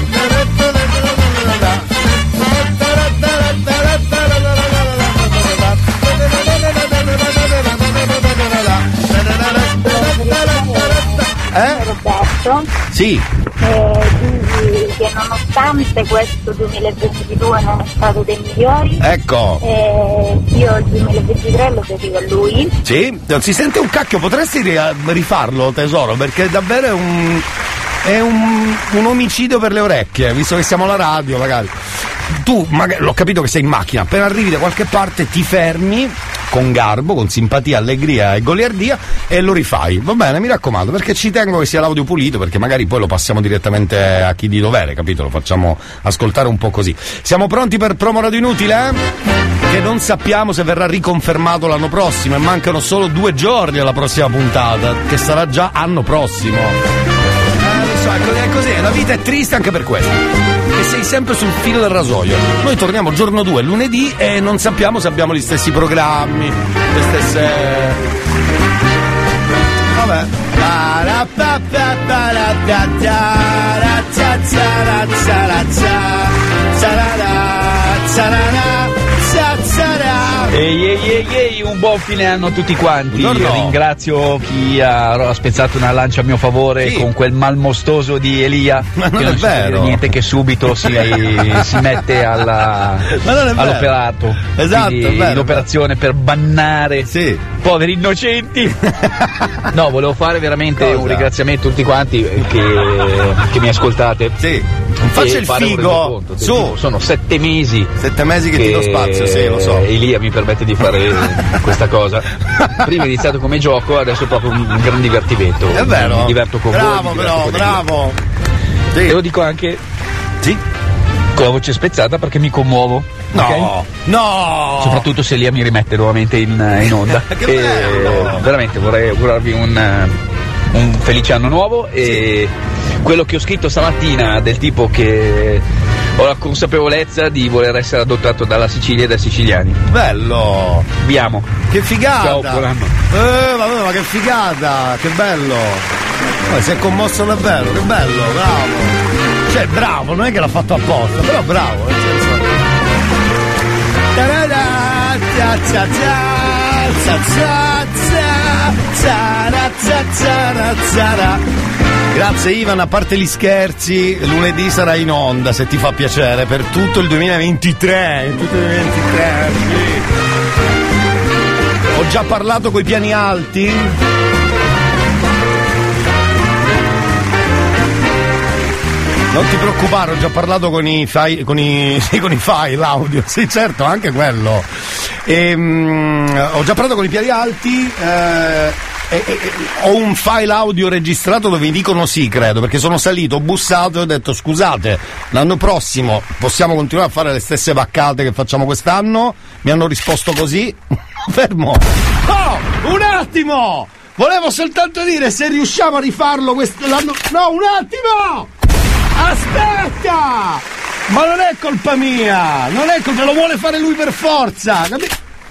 Eh? Roberto, sì. eh, dici che nonostante questo duemilaventidue non è stato dei migliori, ecco, eh, io il duemilaventitré lo dedico a lui. Sì, non si sente un cacchio, potresti rifarlo tesoro, perché davvero è un è un, un omicidio per le orecchie, visto che siamo alla radio magari. Tu, magari, l'ho capito che sei in macchina, appena arrivi da qualche parte ti fermi con garbo, con simpatia, allegria e goliardia, e lo rifai, va bene, mi raccomando, perché ci tengo che sia l'audio pulito, perché magari poi lo passiamo direttamente a chi di dovere, capito? Lo facciamo ascoltare un po' così. Siamo pronti per Promo Radio Inutile? Che non sappiamo se verrà riconfermato l'anno prossimo e mancano solo due giorni alla prossima puntata, che sarà già anno prossimo. Eh, lo so, è così, la vita è triste anche per questo, che sei sempre sul filo del rasoio. Noi torniamo giorno due, lunedì, e non sappiamo se abbiamo gli stessi programmi, le stesse... Vabbè. Ehi ehi ehi ehi, un buon fine anno a tutti quanti. Buongiorno. Ringrazio chi ha spezzato una lancia a mio favore, sì, con quel malmostoso di Elia. Ma non che è non vero, niente, che subito si, si mette alla, Ma non è vero. all'operato. Esatto, Quindi, è vero. in operazione per bannare, sì, poveri innocenti. No, volevo fare veramente Cosa? un ringraziamento a tutti quanti che, che mi ascoltate. Sì. Non faccia il figo, su. Sono sette mesi. Sette mesi che, che ti do spazio, sì, lo so. Elia mi permette di fare questa cosa. Prima è iniziato come gioco, adesso è proprio un, un gran divertimento. È vero. Mi diverto con bravo, voi. Bravo, bravo. Sì. E lo dico anche, sì, con la voce spezzata, perché mi commuovo. No, okay? No. Soprattutto se Elia mi rimette nuovamente in, in onda. Che e bello. Veramente vorrei augurarvi un, un felice anno nuovo. E sì, quello che ho scritto stamattina, del tipo che ho la consapevolezza di voler essere adottato dalla Sicilia e dai siciliani. Bello. Vi amo. Che figata. Ciao, buon anno. Eh, vabbè, ma che figata, che bello. Ma si è commosso davvero, che bello, bravo. Cioè, bravo, non è che l'ha fatto apposta, però bravo, nel senso. Grazie Ivan, a parte gli scherzi, lunedì sarà in onda, se ti fa piacere, per tutto il duemilaventitré, tutto il duemilaventitré, sì. Ho già parlato coi piani alti. Non ti preoccupare, ho già parlato con i file, con i, sì, con i file audio, sì certo, anche quello. E, um, ho già parlato con i piani alti, eh, e, e, ho un file audio registrato dove mi dicono sì, credo, perché sono salito, ho bussato e ho detto scusate, l'anno prossimo possiamo continuare a fare le stesse vaccate che facciamo quest'anno? Mi hanno risposto così, fermo. Oh, un attimo! Volevo soltanto dire se riusciamo a rifarlo quest'anno. No, un attimo! Aspetta! Ma non è colpa mia! Non è colpa, lo vuole fare lui per forza! Capi-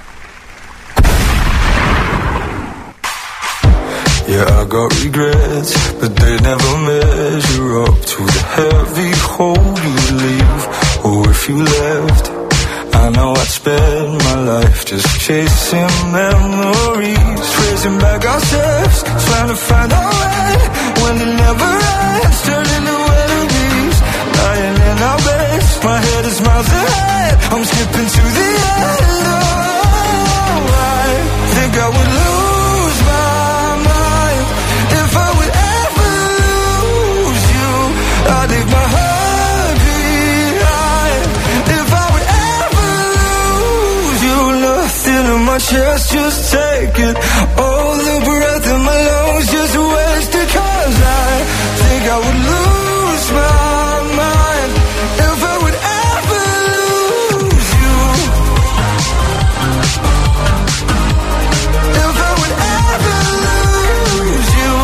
Yeah, I got regrets, but they never measure up to the heavy hole you leave. Or if you left, I know I'd spend my life just chasing memories, tracing back our steps, trying to find our way when it never ends, turning to enemies, lying in our beds. My head is miles ahead, I'm skipping to the end. Oh, I think I would lose my mind if I would ever lose you. I'd leave my heart behind if I would ever lose you. Nothing in my chest, just take it. All the breath in my lungs, just waste it. Cause I think I would lose my mind if I would ever lose you. If I would ever lose you.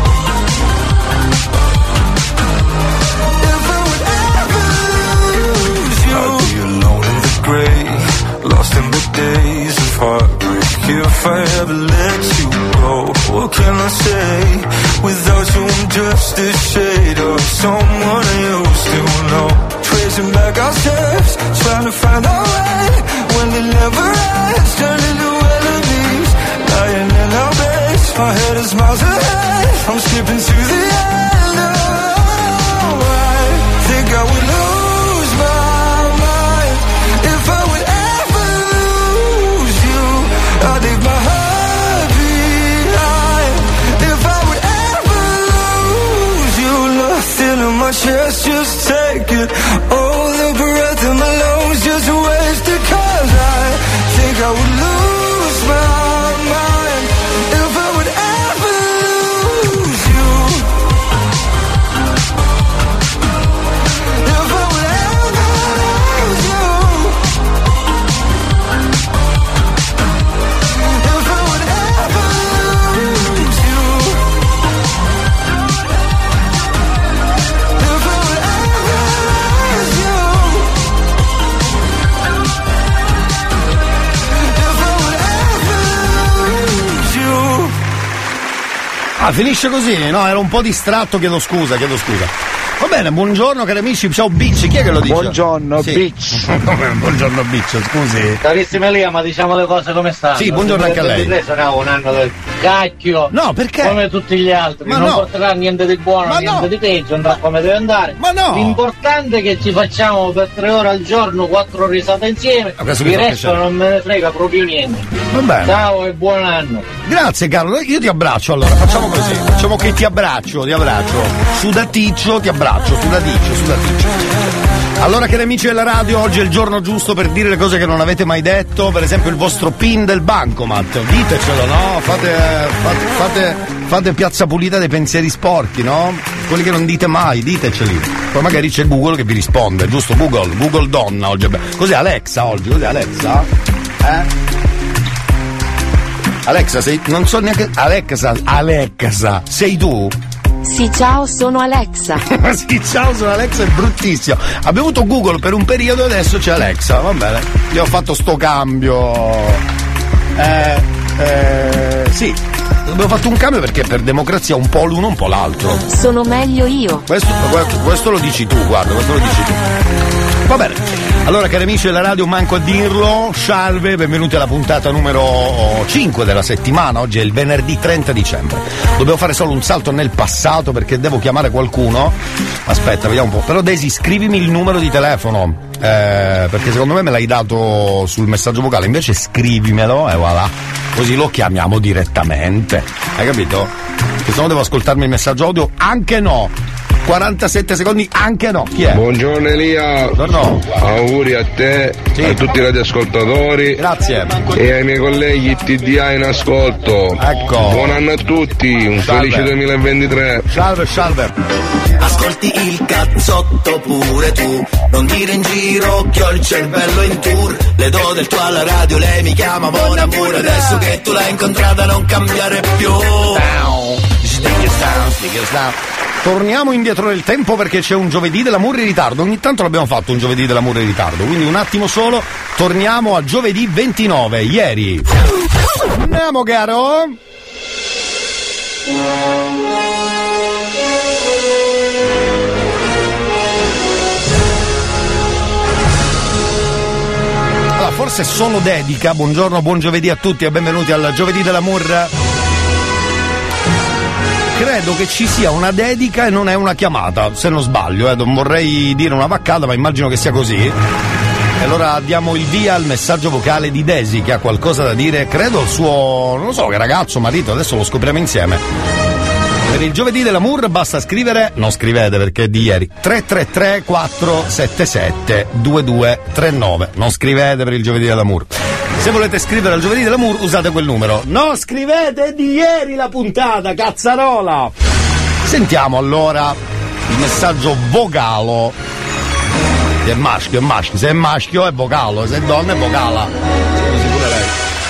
If I would ever lose you. I'd be alone in the grey, lost in the days of heartbreak. If I ever let you go, what can I say? Without you I'm just a shade of someone I used to know. Tracing back our steps, trying to find our way when it never ends, turning to enemies, lying in our beds. My head is miles ahead, I'm skipping to the end. Oh, I think I would lose my mind if I would ever lose you. I'd leave my heart behind if I would ever lose you. Nothing in my chest, just take it. All the breath in my lungs, just waste it. Cause I think I would lose Ah, finisce così? No, ero un po' distratto, chiedo scusa, chiedo scusa. Va bene, buongiorno cari amici, ciao Bitch, chi è che lo dice? Buongiorno sì. Bitch. Buongiorno Bitch, scusi. Carissima Elia, ma diciamo le cose come stanno. Sì, buongiorno anche a lei. Sarà un anno del cacchio. No, perché? Come tutti gli altri, ma non no. porterà niente di buono, ma niente no. di peggio, andrà come deve andare. Ma no. L'importante è che ci facciamo per tre ore al giorno, quattro risate insieme. Il resto piacere. Non me ne frega proprio niente. Va bene. Ciao e buon anno. Grazie Carlo, io ti abbraccio allora, facciamo così, facciamo che ti abbraccio, ti abbraccio, sudaticcio, ti abbraccio, sudaticcio, sudaticcio. Allora cari amici della radio, oggi è il giorno giusto per dire le cose che non avete mai detto, per esempio il vostro pin del bancomat, ditecelo, no? Fate, fate, fate, fate piazza pulita dei pensieri sporchi, no? Quelli che non dite mai, diteceli. Poi magari c'è Google che vi risponde, giusto? Google, Google donna oggi. Cos'è Alexa oggi? Cos'è Alexa? Eh? Alexa, sei. Non so neanche. Alexa, Alexa, sei tu? Sì, ciao, sono Alexa. Sì, ciao, sono Alexa, è bruttissimo. Abbiamo avuto Google per un periodo e adesso c'è Alexa, va bene. Io ho fatto sto cambio. Eh, eh, sì. Abbiamo fatto un cambio perché per democrazia un po' l'uno, un po' l'altro. Sono meglio io. Questo, questo, questo lo dici tu, guarda, questo lo dici tu. Va bene. Allora, cari amici della radio, manco a dirlo, salve, benvenuti alla puntata numero cinque della settimana. Oggi è il venerdì trenta dicembre. Dobbiamo fare solo un salto nel passato perché devo chiamare qualcuno. Aspetta, vediamo un po'. Però Daisy, scrivimi il numero di telefono. Eh, perché secondo me me l'hai dato sul messaggio vocale, invece scrivimelo e voilà. Così lo chiamiamo direttamente. Hai capito? Che se no devo ascoltarmi il messaggio audio, anche no. quarantasette secondi, anche no. Chi è? Buongiorno Elia. Buongiorno. Auguri a te, sì. A tutti i radioascoltatori. Grazie. E ai miei colleghi T D A in ascolto. Ecco. Buon anno a tutti, un salve. Felice duemilaventitré. Salve, salve. Ascolti il cazzotto pure tu, non dire in giro che ho il cervello in tour. Le do del tuo alla radio, lei mi chiama buon amore. Adesso che tu l'hai incontrata non cambiare più. Torniamo indietro nel tempo perché c'è un giovedì dell'amore in ritardo. Ogni tanto l'abbiamo fatto un giovedì dell'amore in ritardo, quindi un attimo solo. Torniamo a giovedì ventinove, ieri. Andiamo caro. Allora, forse solo dedica. Buongiorno, buon giovedì a tutti e benvenuti al giovedì dell'amore. Credo che ci sia una dedica e non è una chiamata, se non sbaglio, eh. Non vorrei dire una vaccata, ma immagino che sia così. E allora diamo il via al messaggio vocale di Daisy, che ha qualcosa da dire, credo al suo, non lo so, che ragazzo, marito, adesso lo scopriamo insieme. Per il giovedì dell'amour basta scrivere, non scrivete perché è di ieri, tre tre tre quattro sette sette due due tre nove, non scrivete per il giovedì dell'amour. Se volete scrivere al giovedì dell'amour usate quel numero. No, scrivete di ieri la puntata, cazzarola! Sentiamo allora il messaggio vocalo. Se è maschio è maschio, se è maschio è vocalo, se è donna è vocala. Così pure lei.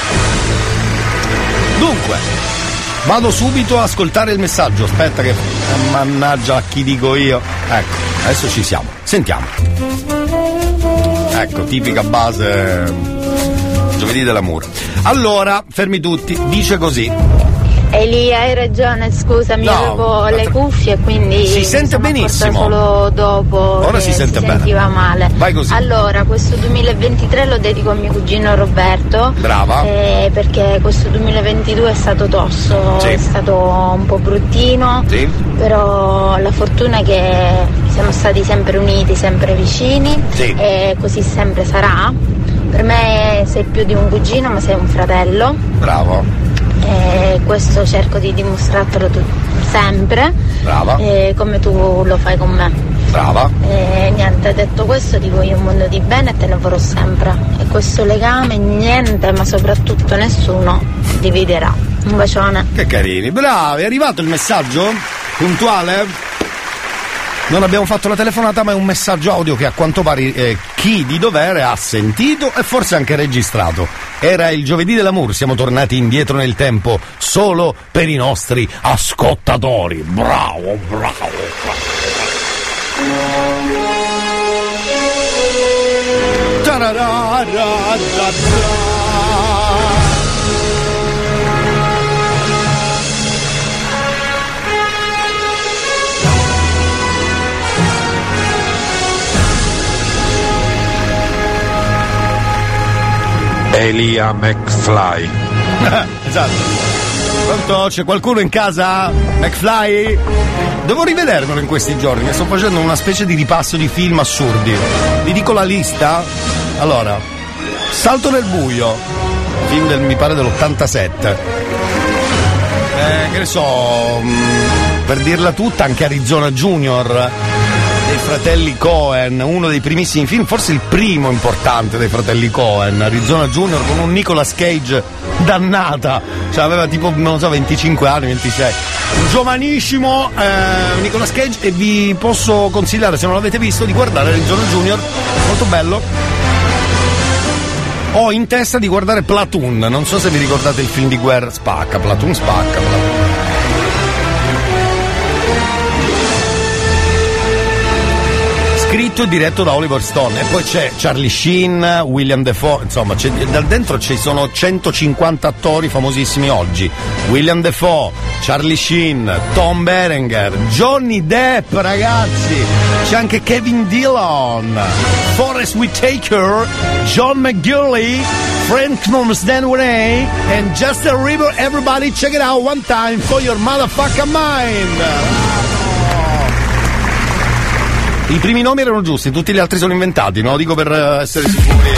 Dunque, vado subito a ascoltare il messaggio. Aspetta che... mannaggia a chi dico io. Ecco, adesso ci siamo. Sentiamo. Ecco, tipica base... giovedì dell'amore. Allora, fermi tutti, dice così. Elia, hai ragione, scusami, no, avevo le cuffie, quindi si sente benissimo. Solo dopo ora si sente si bene. sentiva male. Vai così. Allora, questo duemilaventitré lo dedico a mio cugino Roberto. Brava. Eh, perché questo duemilaventidue è stato tosto, sì. È stato un po' bruttino. Sì. Però la fortuna è che siamo stati sempre uniti, sempre vicini. Sì. E così sempre sarà. Per me sei più di un cugino, ma sei un fratello. Bravo. E questo cerco di dimostrartelo tu sempre. Brava. E come tu lo fai con me. Brava. E niente, detto questo, ti voglio un mondo di bene e te ne vorrò sempre. E questo legame niente, ma soprattutto nessuno dividerà. Un bacione. Che carini, bravi, è arrivato il messaggio? Puntuale? Non abbiamo fatto la telefonata, ma è un messaggio audio che a quanto pare eh, chi di dovere ha sentito e forse anche registrato. Era il giovedì dell'amour, siamo tornati indietro nel tempo solo per i nostri ascoltatori. Bravo, bravo. Elia McFly. Esatto. Pronto? C'è qualcuno in casa? McFly? Devo rivedermelo in questi giorni, mi sto facendo una specie di ripasso di film assurdi. Vi dico la lista? Allora, Salto nel buio, film del, mi pare dell'ottantasette. Eh, che ne so, mh, per dirla tutta, anche Arizona Junior dei fratelli Coen, uno dei primissimi film, forse il primo importante dei fratelli Coen, Arizona Junior, con un Nicolas Cage dannata, cioè aveva tipo, non so, venticinque anni, ventisei, un giovanissimo eh, Nicolas Cage, e vi posso consigliare, se non l'avete visto, di guardare Arizona Junior, molto bello. Ho in testa di guardare Platoon, non so se vi ricordate il film di guerra, spacca, Platoon spacca, Platoon. Scritto e diretto da Oliver Stone, e poi c'è Charlie Sheen, William Dafoe, insomma c'è, dal dentro ci sono centocinquanta attori famosissimi oggi. William Dafoe, Charlie Sheen, Tom Berenger, Johnny Depp, ragazzi, c'è anche Kevin Dillon, Forest Whitaker, John McGinley, Frank Marsden and Just a River. Everybody check it out one time for your motherfucking mind. I primi nomi erano giusti, tutti gli altri sono inventati, no? Dico per essere sicuri.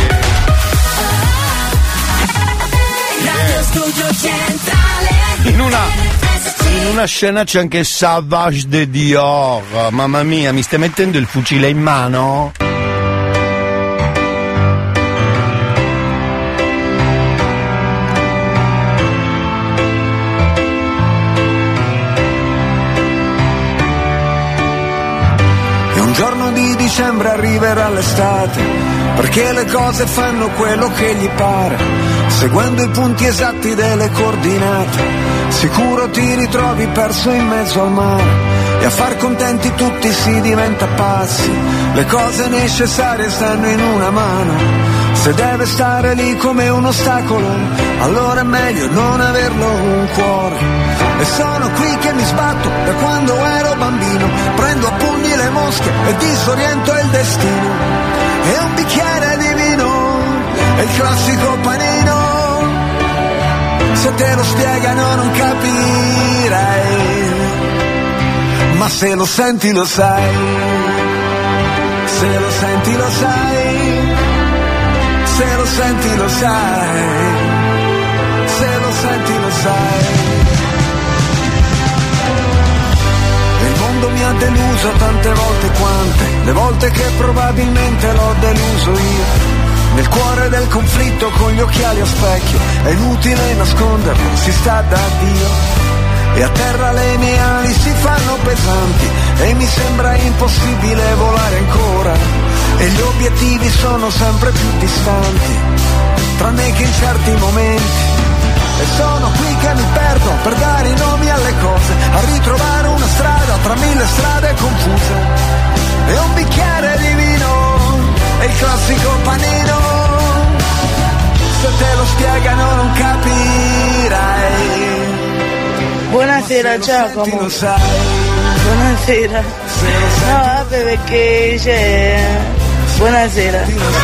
In una, in una scena c'è anche Savage de Dior. Mamma mia, mi stai mettendo il fucile in mano? Un giorno di dicembre arriverà l'estate, perché le cose fanno quello che gli pare, seguendo i punti esatti delle coordinate. Sicuro ti ritrovi perso in mezzo al mare, e a far contenti tutti si diventa pazzi. Le cose necessarie stanno in una mano, se deve stare lì come un ostacolo, allora è meglio non averlo un cuore. E sono qui che mi sbatto da quando ero bambino, prendo a pugni le mosche e disoriento il destino. E un bicchiere di vino è il classico panino, se te lo spiegano non capirai, ma se lo senti lo sai, se lo senti lo sai, se lo senti lo sai, se lo senti lo sai. Il mondo mi ha deluso tante volte quante, le volte che probabilmente l'ho deluso io. Nel cuore del conflitto con gli occhiali a specchio, è inutile nasconderlo, si sta da Dio. E a terra le mie ali si fanno pesanti, e mi sembra impossibile volare ancora. E gli obiettivi sono sempre più distanti, tranne che in certi momenti. E sono qui che mi perdo per dare i nomi alle cose, a ritrovare una strada tra mille strade confuse. E un bicchiere di vino è il classico panino, se te lo spiegano non capirai. Buonasera Giacomo. Lo sai. Buonasera. No, vabbè, perché c'è. Buonasera.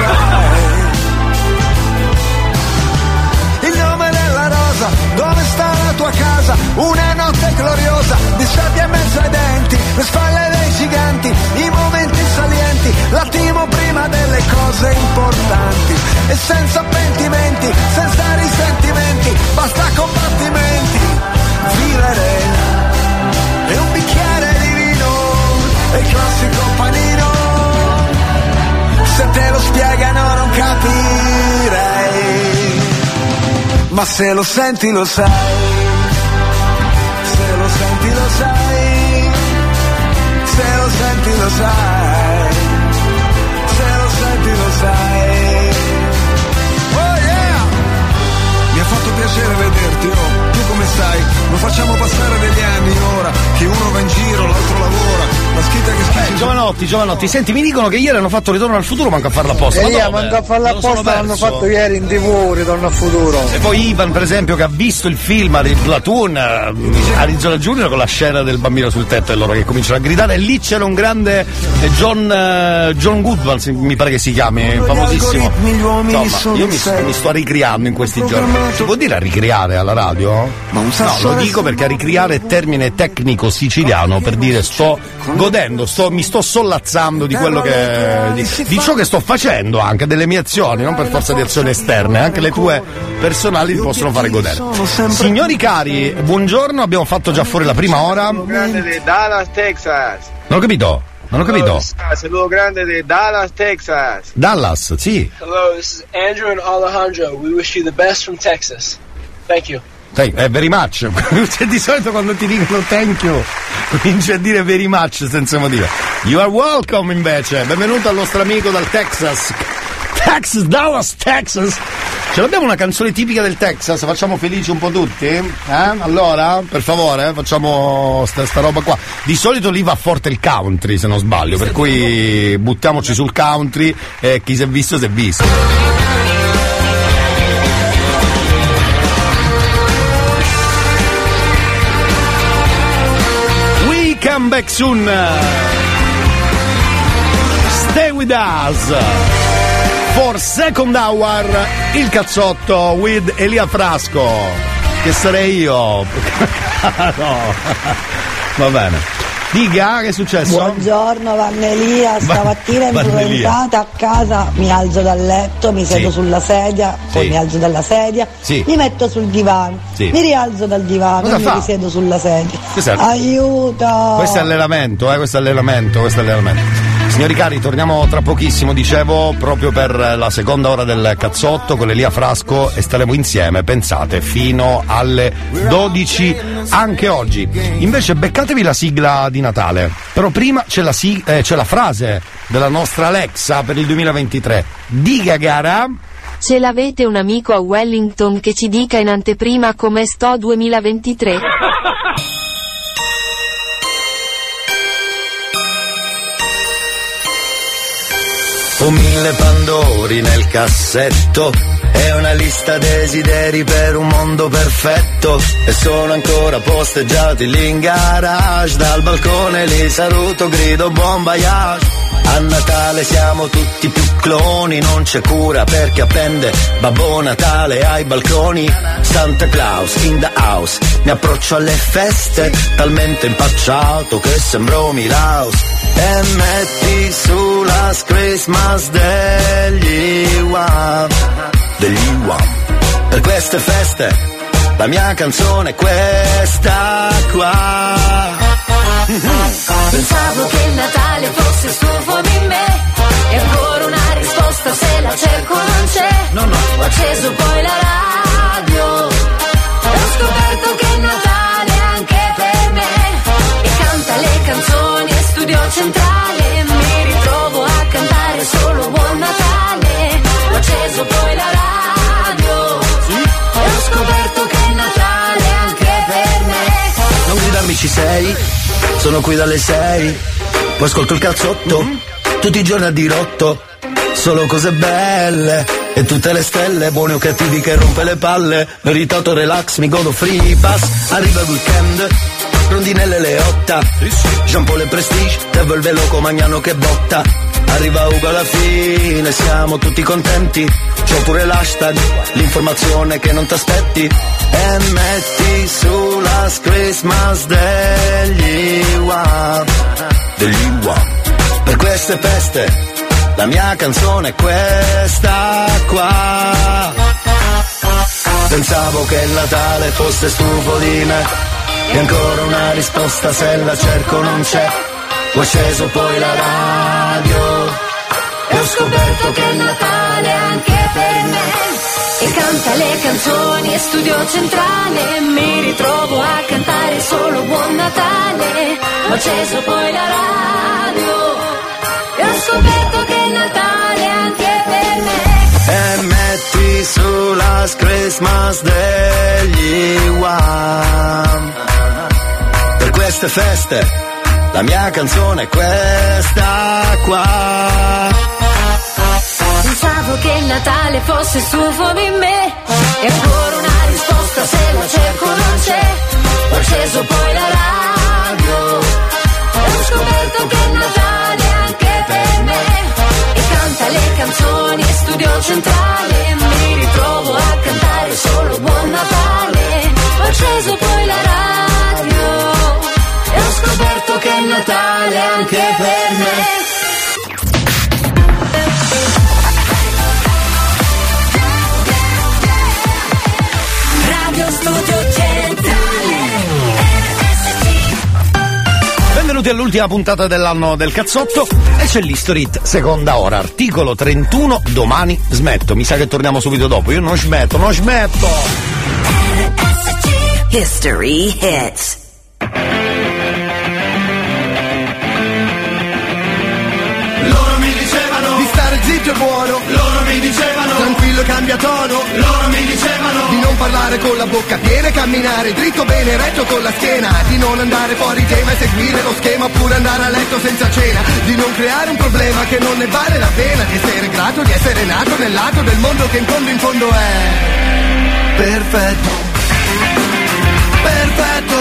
Il nome della rosa, dove sta la tua casa? Una notte gloriosa, di sabbia in mezzo ai denti, le spalle dei giganti, i momenti salienti, l'attimo prima delle cose importanti. E senza pentimenti, senza risentimenti, basta combattimenti, vivere. E un bicchiere di vino è il classico panino, se te lo spiegano non capirei, ma se lo senti lo sai, se lo senti lo sai, se lo senti lo sai, se lo senti lo sai. Oh yeah! Mi ha fatto piacere vederti, oh, tu come stai? Lo facciamo passare degli anni ora, che uno va in giro, l'altro lavora, la scritta che scrive. Eh, come no, Giovanotti, Giovanotti, senti, mi dicono che ieri hanno fatto Ritorno al futuro, manca a farla apposta. E io manca a farla apposta, l'hanno fatto ieri in tv Ritorno al futuro. E poi Ivan, per esempio, che ha visto il film di Platoon, eh, Arizona Junior, con la scena del bambino sul tetto e loro che cominciano a gridare, e lì c'era un grande eh, John, eh, John Goodman, mi pare che si chiami, famosissimo. Insomma, io mi, mi sto ricreando in questi giorni. Si può dire a ricreare alla radio? No, lo dico perché a ricreare è termine tecnico siciliano per dire sto godendo, sto, mi sto sollazzando di quello che di, di ciò che sto facendo, anche delle mie azioni, non per forza di azioni esterne, anche le tue personali ti possono fare godere. Signori cari, buongiorno, abbiamo fatto già fuori la prima ora. Grande di Dallas, Texas. Non ho capito. Non ho capito. Saluto grande di Dallas, Texas. Dallas, sì. Hello, this is Andrew and Alejandro. We wish you the best from Texas. Thank you. Thank, eh, very much. Cioè, di solito quando ti dicono thank you cominci a dire very much senza motivo. You are welcome invece. Benvenuto al nostro amico dal Texas. Texas, Dallas, Texas. Ce l'abbiamo una canzone tipica del Texas, facciamo felici un po' tutti? Eh? Allora, per favore, facciamo sta, sta roba qua. Di solito lì va forte il country, se non sbaglio, per cui buttiamoci sul country e chi si è visto si è visto. We come back soon. Stay with us. For second hour, il cazzotto with Elia Frasco, che sarei io. No. Va bene. Diga, che è successo? Buongiorno Vannelia, stamattina mi sono entrata a casa, mi alzo dal letto, mi siedo sì. sulla sedia, poi sì. mi alzo dalla sedia, sì. mi metto sul divano, sì. mi rialzo dal divano Cosa e fa? mi risiedo sulla sedia. Cos'è? Aiuto! Questo è allenamento, eh, questo è allenamento, questo è allenamento. Signori cari, torniamo tra pochissimo, dicevo, proprio per la seconda ora del cazzotto con Elia Frasco e staremo insieme, pensate, fino alle dodici anche oggi. Invece beccatevi la sigla di Natale, però prima c'è la, sig- eh, c'è la frase della nostra Alexa per il duemilaventitré. Dica gara. Ce l'avete un amico a Wellington che ci dica in anteprima come sto duemilaventitré? Ho mille pandori nel cassetto, è una lista desideri per un mondo perfetto, e sono ancora posteggiati lì in garage, dal balcone li saluto, grido buon voyage. A Natale siamo tutti più cloni, non c'è cura perché appende Babbo Natale ai balconi. Santa Claus in the house, mi approccio alle feste, talmente impacciato che sembro Milaus. E metti su la Christmas degli Wham, degli Wham. Per queste feste la mia canzone è questa qua. Pensavo che il Natale fosse stufo di me, e ancora una risposta se la cerco non c'è. No, no. Ho acceso poi la radio e ho scoperto che è Natale anche per me, e canta le canzoni e studio centrale, mi ritrovo a cantare solo Buon Natale. Ho acceso poi la radio e ho scoperto che è Natale anche per me. Non gridarmi ci sei, sono qui dalle sei, poi ascolto il cazzotto, mm-hmm. tutti i giorni a dirotto, solo cose belle, e tutte le stelle, buoni o cattivi che rompe le palle, meritato relax, mi godo free pass, arriva il weekend, rondinelle le otta, Jean Paul e Prestige, Devo il veloco Magnano che botta, arriva Ugo alla fine, siamo tutti contenti, c'ho pure l'hashtag, l'informazione che non t'aspetti, e metti su la Christmas degli Wham, degli Wham. Per queste feste la mia canzone è questa qua. Pensavo che il Natale fosse stufo di me, e ancora una risposta se la cerco non c'è. Ho acceso poi la radio e ho scoperto che è Natale anche per me, e canta le canzoni e studio centrale, mi ritrovo a cantare solo Buon Natale. Ho acceso poi la radio e ho scoperto che è Natale anche per me. E metti su la Christmas degli Wham. Per queste feste La mia canzone è questa qua. Pensavo che il Natale fosse stufo di me, e ancora una risposta se la cerco non c'è. Ho acceso poi la radio e ho scoperto che il Natale è anche per me. E canta le canzoni e Studio Centrale, mi ritrovo a cantare solo Buon Natale. Ho acceso poi la radio e ho scoperto che il Natale è anche per me. Studio Centrale. Benvenuti all'ultima puntata dell'anno del cazzotto e c'è l'History Hit, seconda ora, articolo trentuno, domani smetto. Mi sa che torniamo subito dopo, io non smetto, non smetto. History Hits. Loro mi dicevano di stare zitto e buono, loro mi dicevano tranquillo e cambia tono, loro mi dicevano di non parlare con la bocca piena e camminare dritto bene retto con la schiena, di non andare fuori tema e seguire lo schema, oppure andare a letto senza cena, di non creare un problema che non ne vale la pena, di essere grato di essere nato nel lato del mondo che in fondo in fondo è perfetto, perfetto,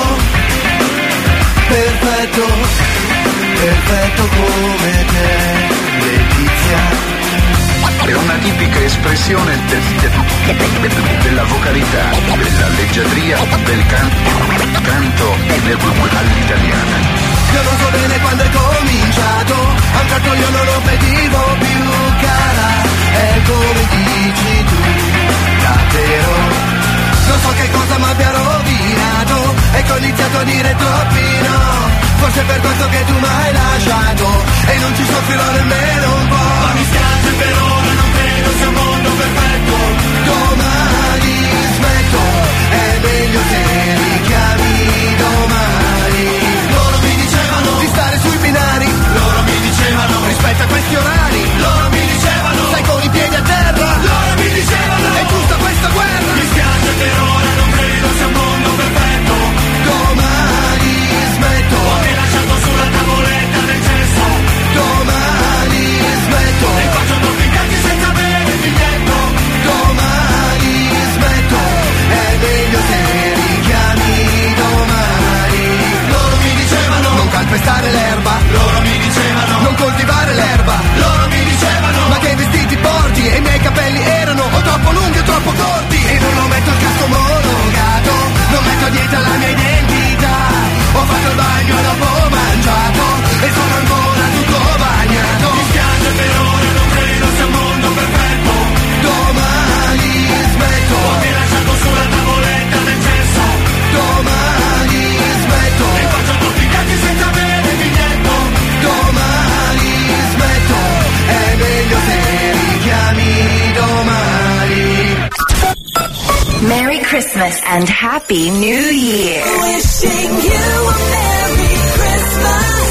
perfetto, perfetto come te, Letizia. È una tipica espressione de- de- de- della vocalità, della leggiadria, del can- canto all'italiana. Io non so bene quando è cominciato, a un tratto io non lo vedivo più, cara, è come dici tu, davvero. Non so che cosa mi abbia rovinato, e che ho iniziato a dire troppi no, forse per questo che tu mi hai lasciato, e non ci soffrirò nemmeno un po'. Ma mi spiace per ora, non credo sia un mondo perfetto. Domani smetto, è meglio se richiami domani. Loro mi dicevano di stare sui binari, loro mi dicevano rispetta questi orari, loro mi dicevano stai con i piedi a terra, loro mi dicevano è giusta questa guerra. Mi spiace per ora, non credo sia un mondo perfetto. Domani smetto, mi hai lasciato sulla tavoletta del cesso. domani smetto, e faccio troppi incazzi senza avere il biglietto. domani smetto, è meglio se richiami domani. Loro mi dicevano Non calpestare l'erba, loro mi dicevano non coltivare l'erba, loro mi dicevano ma che vestiti porti, e i miei capelli erano o troppo lunghi o troppo corti, e non lo metto il casco omologato, non metto dietro la mia identità, ho fatto il bagno e dopo ho mangiato, e sono ancora tutto bagnato. Mi spiace per ora, non credo sia un mondo perfetto. Domani smetto, Mi hai lasciato sulla tavoletta del cesso. domani smetto, E faccio troppi incazzi senza avere il biglietto. domani smetto, è meglio se richiami domani. Merry Christmas and Happy New Year. Wishing you a Merry Christmas.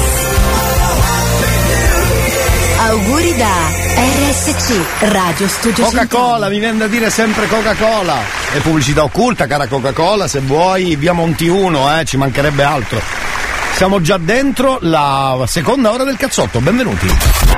Auguri da R S C Radio Studio Coca-Cola, mi viene da dire sempre Coca-Cola. È pubblicità occulta, cara Coca-Cola, se vuoi via Monti uno, eh, ci mancherebbe altro. Siamo già dentro la seconda ora del cazzotto, benvenuti.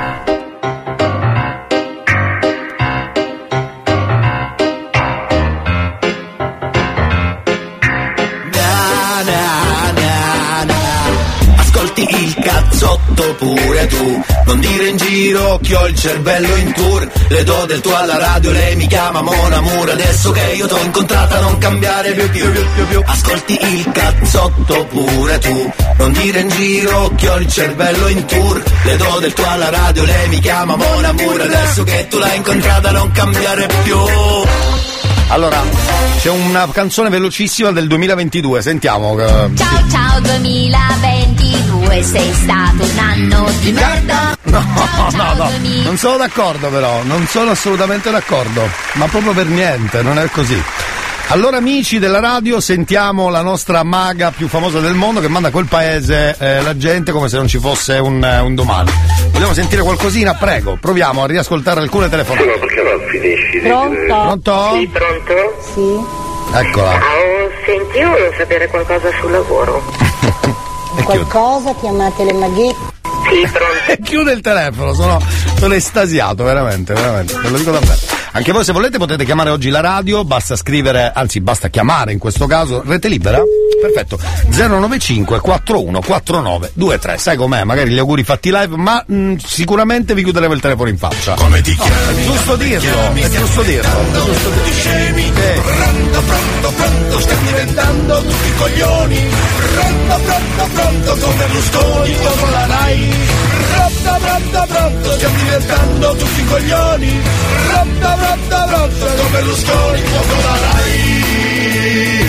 Ascolti il cazzotto pure tu, non dire in giro che ho il cervello in tour. Le do del tuo alla radio, lei mi chiama Mon Amour. Adesso che io t'ho incontrata non cambiare più più più più più. Ascolti il cazzotto pure tu, non dire in giro che ho il cervello in tour. Le do del tuo alla radio, lei mi chiama Mon Amour. Adesso che tu l'hai incontrata non cambiare più. Allora, c'è una canzone velocissima del duemilaventidue, sentiamo. Uh, Ciao ciao duemilaventidue, sei stato un anno di merda. No, no, no, non sono d'accordo però, non sono assolutamente d'accordo, ma proprio per niente, non è così. Allora amici della radio, sentiamo la nostra maga più famosa del mondo che manda a quel paese eh, la gente come se non ci fosse un, un domani. Vogliamo sentire qualcosina? Prego, proviamo a riascoltare alcune telefonate. Sì, ma perché non finisci? Pronto? Pronto? Sì, pronto? Sì. Eccola. Ciao, senti, io volevo sapere qualcosa sul lavoro. E qualcosa, chiamate le maghette. E chiude il telefono, sono, sono estasiato, veramente, veramente, ve lo dico davvero. Anche voi se volete potete chiamare oggi la radio, basta scrivere, anzi basta chiamare in questo caso, rete libera? Perfetto, zero nove cinque quattro uno quattro nove due tre, sai com'è, magari gli auguri fatti live, ma mh, sicuramente vi chiuderemo il telefono in faccia. Come ti chiami? No, è giusto dirlo, è giusto dirlo, è giusto dirlo. Scemi, pronto, pronto, pronto, stiamo diventando tutti coglioni. Pronto, pronto, pronto, come Berlusconi o con la Rai. Pronto, pronto, pronto, stiamo diventando tutti coglioni. Pronto, pronto, pronto, come Berlusconi o con la Rai.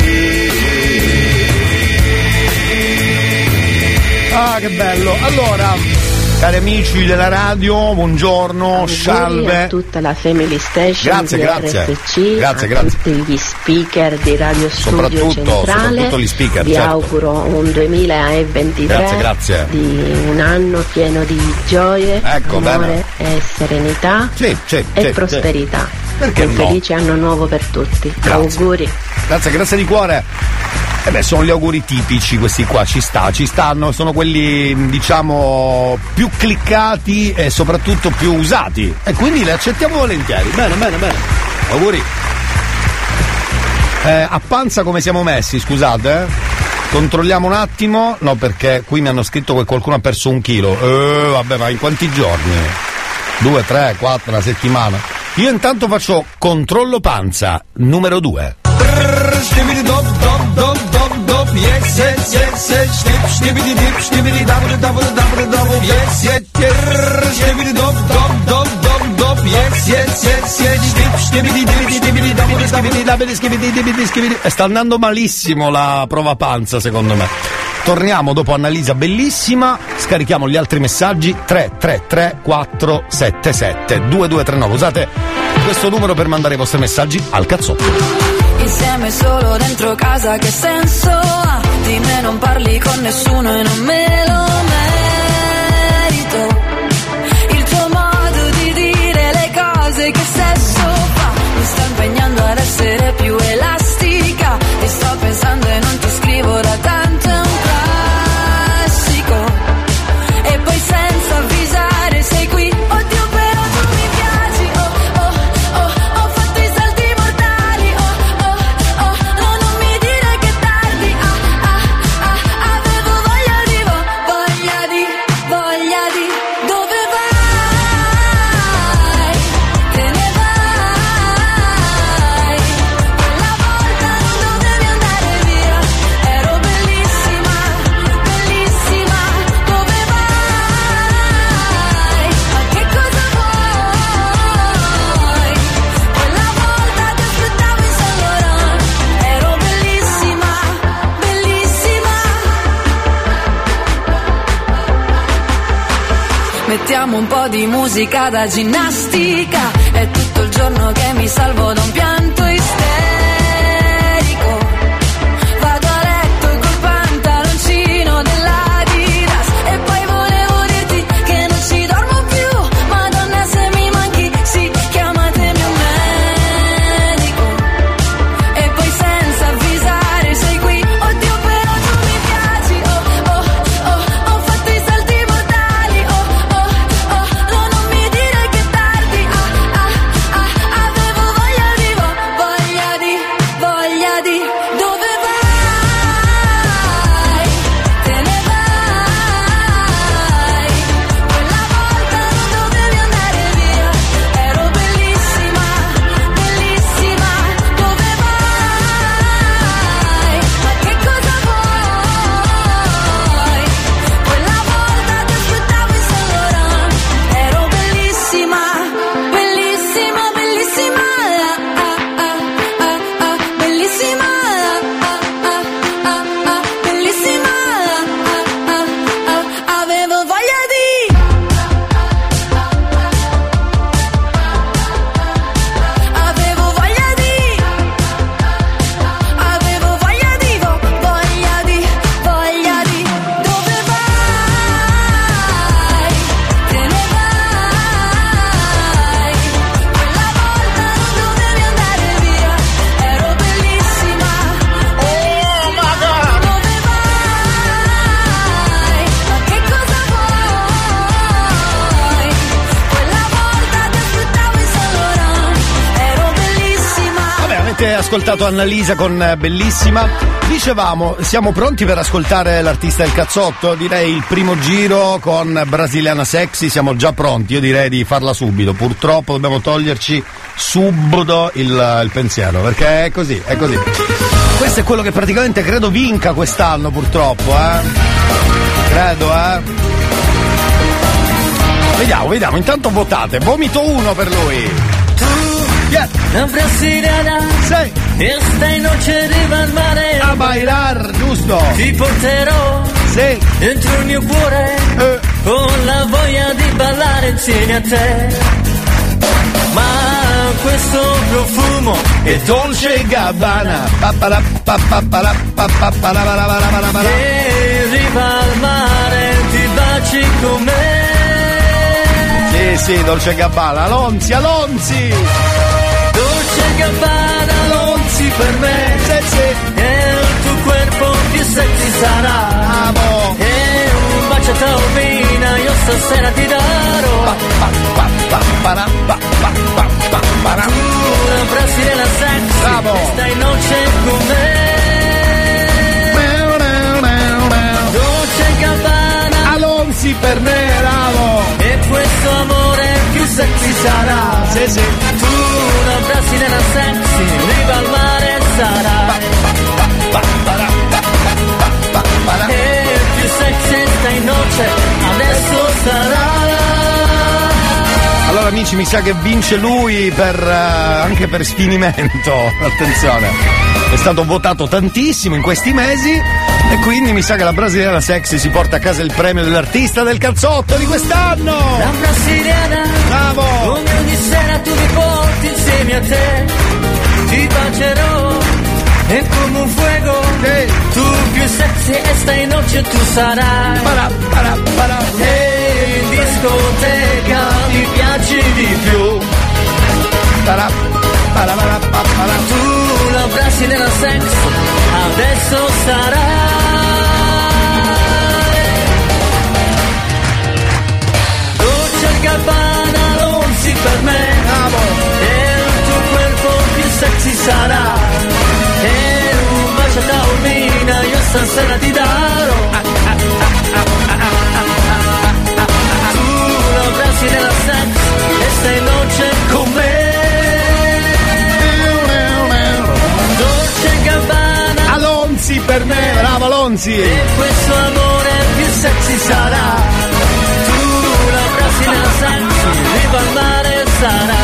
Ah, che bello. Allora, cari amici della radio, buongiorno, salve a tutta la Family Station. Grazie, di grazie. R F C, Grazie, a grazie. tutti gli speaker di Radio Studio Soprattutto, Centrale. soprattutto gli speaker, Vi certo. auguro un duemilaventitré Grazie, grazie. di un anno pieno di gioie, Ecco, amore bene. e serenità Sì, sì, e sì, prosperità. Perché un no? felice anno nuovo per tutti. Grazie. Auguri. Grazie, grazie di cuore. Eh beh, sono gli auguri tipici questi qua, ci sta, ci stanno, sono quelli diciamo più cliccati e soprattutto più usati e quindi li accettiamo volentieri. Bene, bene, bene. Auguri. Eh, a panza come siamo messi, scusate, eh? Controlliamo un attimo, no perché qui mi hanno scritto che qualcuno ha perso un chilo. Eh, vabbè, ma in quanti giorni? Due, tre, quattro, una settimana. Io intanto faccio controllo panza, numero due. Yes, yes, yes, yes, snip, snippity dip, snippity double, double, double, double, yes, yes, yes, snippity dop, dop, dop, dop, dop, yes, yes, yes, yes, snip, snippity dip, snippity double, double, double, skippity, dippity, skippity. E sta andando malissimo la prova panza, secondo me. Torniamo dopo Annalisa bellissima, scarichiamo gli altri messaggi tre tre tre quattro sette sette due due tre nove. Usate questo numero per mandare i vostri messaggi al cazzotto. Insieme solo dentro casa, che senso ha? Di me non parli con nessuno e non me lo merito. Il tuo modo di dire le cose, che sesso fa? Mi sto impegnando ad essere più elastica. Ti sto pensando e non ti scrivo da tanto, è un classico. E poi senza avvisare sei qui. Oddio però tu mi piaci, oh oh oh, ho fatto i salti mortali, oh oh oh, no non mi dire che tardi, ah ah ah, avevo voglia di, vo- voglia di, voglia di, dove vai? Te ne vai, quella volta non dovevi andare via, ero bellissima, bellissima, dove vai? Ma che cosa vuoi? Quella volta ti aspettavo in Saint Laurent, ero bellissima, bellissima. Mettiamo un po' di musica da ginnastica, è tutto il giorno che mi salvo da un pianto isterico. Vado a letto col pantaloncino dell'Adidas e poi volevo dirti che non ci dormo più. Madonna se mi manchi, sì, chiamatemi un medico. E poi senza avvisare sei qui. Oddio però tu mi piaci, oh oh oh, ho fatto i salti mortali, oh oh oh, no non mi dire che tardi, ah ah ah, avevo voglia di, vo- voglia Avete ascoltato Annalisa con Bellissima. Dicevamo, siamo pronti per ascoltare l'artista del cazzotto? Direi il primo giro con Brasiliana Sexy, siamo già pronti, io direi di farla subito. Purtroppo dobbiamo toglierci subito il, il pensiero, perché è così, è così. Questo è quello che praticamente credo vinca quest'anno, purtroppo, eh. Credo, eh. Vediamo, vediamo, intanto votate. Vomito uno per lui. Yeah. La brasiliana sì. E stai noche arriva al mare a bailar, giusto. Ti porterò sì. dentro il mio cuore eh. con la voglia di ballare insieme a te. Ma questo profumo è Dolce e Gabbana che arriva al mare, ti baci con me. Sì, sì, Dolce e Gabbana, Alonzi, Alonzi. Dolce e Gabbana, Alonzi per me. Sì, sì. E il tuo corpo più sexy sarà. Amo. E un bacio a Taormina io stasera ti darò. Pa, pa, pa, pa, para, pa, pa, pa, pa, para. Tu la brasiliana sexy. Bravo. Stai noce con me. Dolce e Gabbana, Alonzi per me, bravo. E questo amore più sexy sarà. Sì, sì. Tu una brasiliana sexy, riva al mare sarà. Pa, pa, pa, para, pa, pa, pa, para. E più sexy stai noce, adesso sarà. Allora amici, mi sa che vince lui per uh, anche per sfinimento. Attenzione, è stato votato tantissimo in questi mesi e quindi mi sa che la brasiliana sexy si porta a casa il premio dell'artista del cazzotto di quest'anno. La brasiliana, bravo, come ogni sera tu mi porti insieme a te. Ti bacerò e come un fuego hey. Tu più sexy e stai noce tu sarai. Para, para, para. E in discoteca mi piaci di più. Para, para, para, para, para. Tu la brasiliana sexy adesso sarai. Dolce e Gabbana, Alonzi per me. Bravo. E il tuo corpo più sexy sarà. E un bacio a Taormina io stasera ti darò. Ah, ah, ah, ah, ah, ah, ah, ah. Tu la brasiliana sexy e stai noce con me. Dolce e Gabbana, Alonzi per me, bravo Alonzi. E questo amore più sexy sarà. Tu la brasiliana sexy, riva al mare sarà.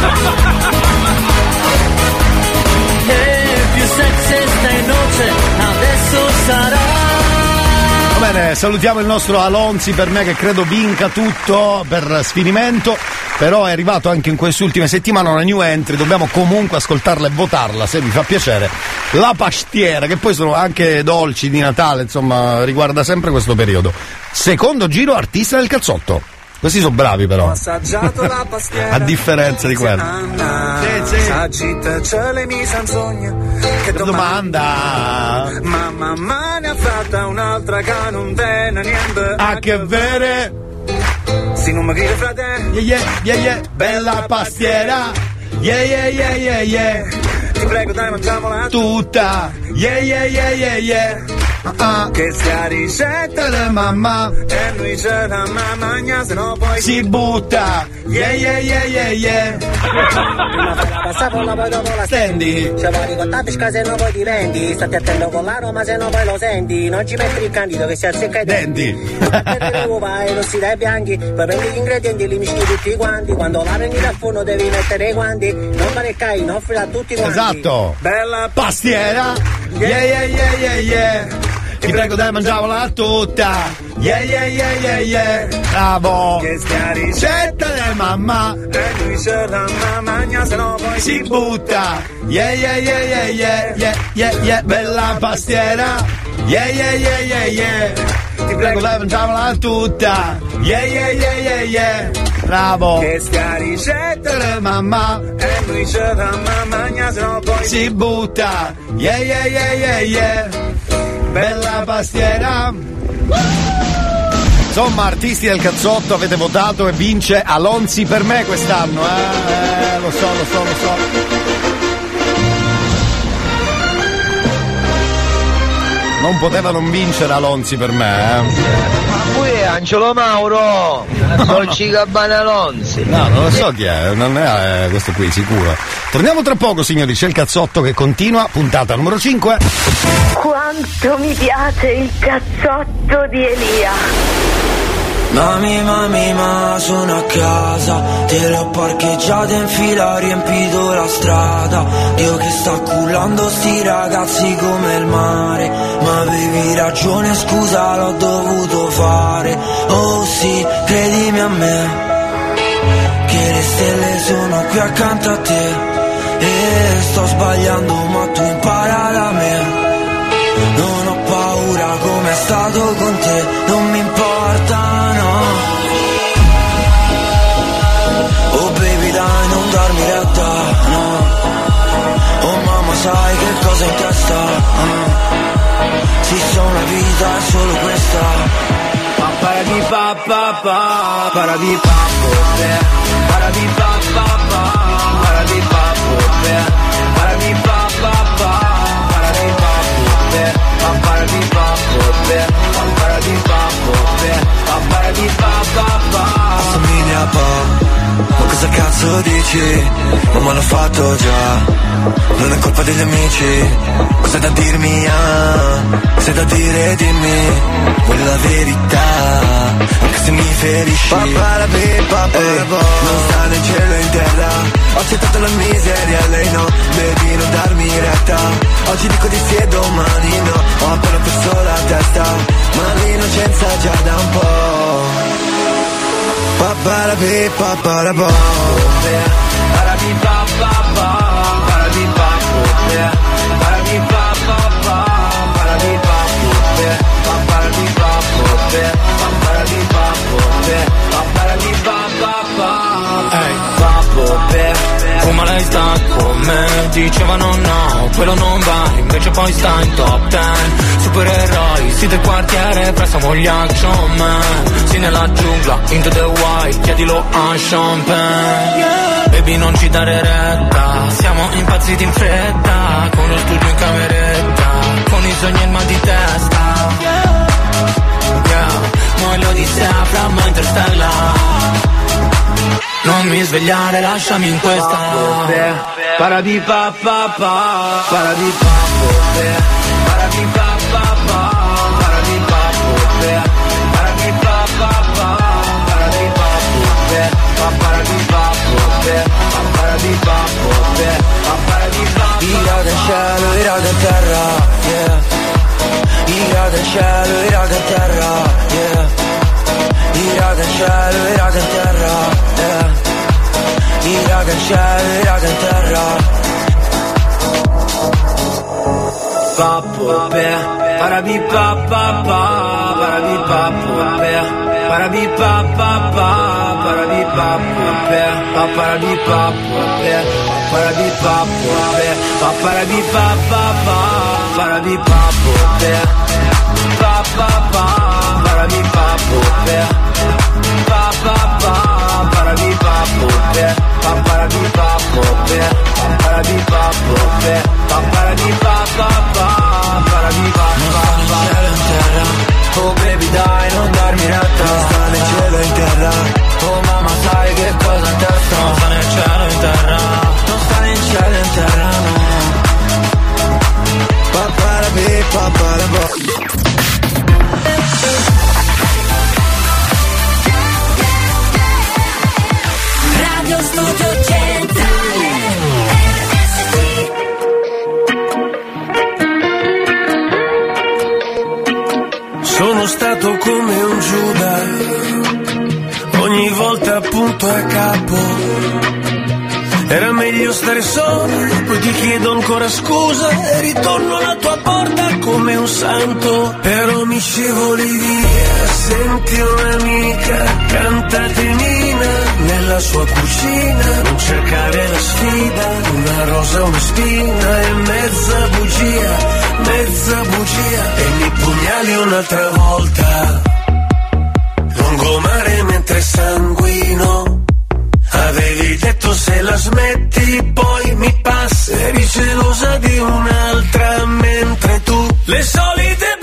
E più sexy stai noce, adesso sarà. Va bene, salutiamo il nostro Alonzi per me che credo vinca tutto per sfinimento. Però è arrivato anche in queste ultime settimane una new entry, dobbiamo comunque ascoltarla e votarla, se vi fa piacere. La pastiera, che poi sono anche dolci di Natale, insomma, riguarda sempre questo periodo. Secondo giro artista del cazzotto. Questi sono bravi però. Ho assaggiato la pastiera. A differenza di quello. Sì, sì. Agita c'è le mie sanzogna. Che domanda. Ma mamma ne ha fatta un'altra che non te ne niente. A che vere. Se non mi grida frate. Yeah, yeah, yeah, yeah. Bella pastiera. Yeah, yeah, yeah, yeah, yeah. Ti prego dai mangiamola tutta. Yeah, yeah, yeah, yeah, yeah. Uh-uh. Che sia ricetta della mamma e lui ce la mamma se no poi si butta. Yeah, yeah, yeah, yeah, yeah. Prima fai la pasta folla, poi dopo la stendi. Ce vuoi ricotta pesca se no poi ti vendi. Stai attento con l'aroma se no poi lo senti. Non ci metti il candido che si azzecca i denti. Prendi uova e rossi dai bianchi. Poi prendi gli ingredienti e li mischi tutti quanti. Quando la prendi dal forno devi mettere i guanti. Non fare cai, non offrila a tutti quanti. Esatto. Bella pastiera. Yeah, yeah, yeah, yeah, yeah. Ti prego dai mangiamola tutta. Yeah, yeah, yeah, yeah, yeah. Bravo. Che stia ricetta della mamma e lui ce la mamma se no poi si butta. Yeah, yeah, yeah, yeah, yeah, yeah, yeah, yeah. Bella pastiera. Yeah, yeah, yeah, yeah, yeah. Ti prego dai mangiamola tutta. Yeah, yeah, yeah, yeah, yeah. Bravo. Che stia ricetta della mamma e lui ce la mamma se no poi si butta. Yeah, yeah, yeah, yeah, yeah. Bella pastiera. Insomma, artisti del cazzotto, avete votato e vince Alonzi per me quest'anno, eh? eh lo so, lo so, lo so. non poteva non vincere Alonzi per me, eh. Ma qui è Angelo Mauro, Dolce Gabbana Alonzi. No, non lo so chi è, non è eh, questo qui, sicuro. Torniamo tra poco, signori, c'è il cazzotto che continua, puntata numero cinque. Quanto mi piace il cazzotto di Elia. Mami, mami, ma sono a casa, te l'ho parcheggiata in fila, riempito la strada. Dio che sta cullando sti ragazzi come il mare. Ma avevi ragione, scusa, l'ho dovuto fare. Oh sì, credimi a me, che le stelle sono qui accanto a te. E sto sbagliando, ma tu impara da me. Non ho paura come è stato con te, non mi importa, no. Oh baby dai, non darmi retta, no. Oh mamma sai che cosa in testa, no. Sì, so una vita è solo questa. Paradi pa pa pa, paradi pa pa, paradi pa pa pa, paradi pa pa, paradi pa pa pa, paradi pa pa. Pampara di papope, pampara di papope, pampara di papà. Assomiglia a po', ma cosa cazzo dici? Ma me l'ho fatto già, non è colpa degli amici. Cosa da dirmi, ah? Se da dire dimmi, voglio la verità, anche se mi ferisci. Pampara di papope, non sta né in cielo né in terra. Ho accettato la miseria, lei no, devi non darmi retta. Oggi dico di sì e domani no, ho appena perso la testa, ma l'innocenza già da un po'. Paparabi, paparabo, parabi papapa, parabi papope, parabi papapa, parabi papope, paparabi papope, paparabi papope, paparabi papapa. Ehi, papope, come lei sta con me? Dicevano no, quello non va, invece poi sta in top ten. Supereroi, sì del quartiere, prestiamo gli action man. Sì nella giungla, into the wild, chiedilo a champagne. Baby non ci dare retta, siamo impazziti in fretta. Con lo studio in cameretta, con i sogni e il mal di testa. Yeah, mo' l'odissea fra me interstellar. Non mi svegliare, lasciami in questa. Paradi pa pa pa, paradi pa pa, paradi pa pa pa, paradi pa pa, paradi pa pa pa, paradi pa pa, paradi pa pa, paradi pa pa, paradi pa pa. Ira del cielo, ira del terra, yeah. Ira del cielo, ira del terra, yeah. Ira del cielo, ira del terra, yeah. Ira del cielo, ira del terra. Papope, parabi pa pa pa, parabi papope, parabi pa pa pa, parabi papope, parabi papope, parabi papope, parabi pa pa pa, parabi papope, pa pa pa, parabi papope, pa pa pa, parabi papope, parabi papope, parabi papope, parabi pa pa pa, parabi pa pa pa. Oh baby dai, non darmi retta, non sta né cielo in terra. Oh mamma sai che cosa in testa, non sta né cielo in terra, non sta né cielo in terra, no. Paparabi, paparabo. Studio Centrale R S C. Sono stato come un Giuda, ogni volta appunto a capo. Era meglio stare solo, poi ti chiedo ancora scusa e ritorno alla tua porta come un santo. Però mi scivoli via, senti un'amica, cantatenina nella sua cucina. Non cercare la sfida, una rosa, una spina e mezza bugia, mezza bugia. E mi pugnali un'altra volta, lungomare mentre sanguino. Avevi detto se la smetti poi mi passi, eri gelosa di un'altra mentre tu le solite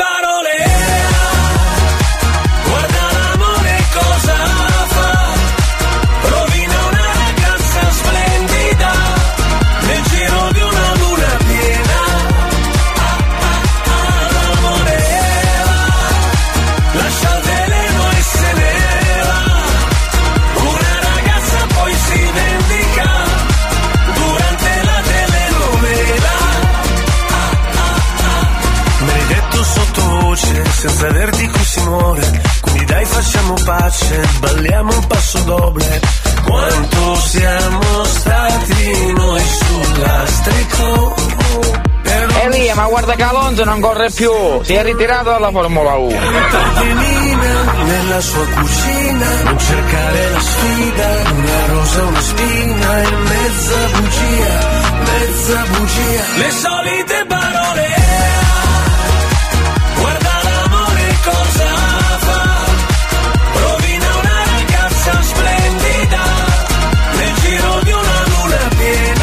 senza averti qui si muore. Quindi dai facciamo pace, balliamo un passo doble. Quanto siamo stati noi sul lastrico. Elia, ma guarda che Alonso non corre più, si è ritirato dalla Formula uno. Nella sua cucina, non cercare la sfida, una rosa, una spina e mezza bugia, mezza bugia. Le solite parole, guarda l'amore cosa fa, rovina una ragazza splendida, nel giro di una luna piena.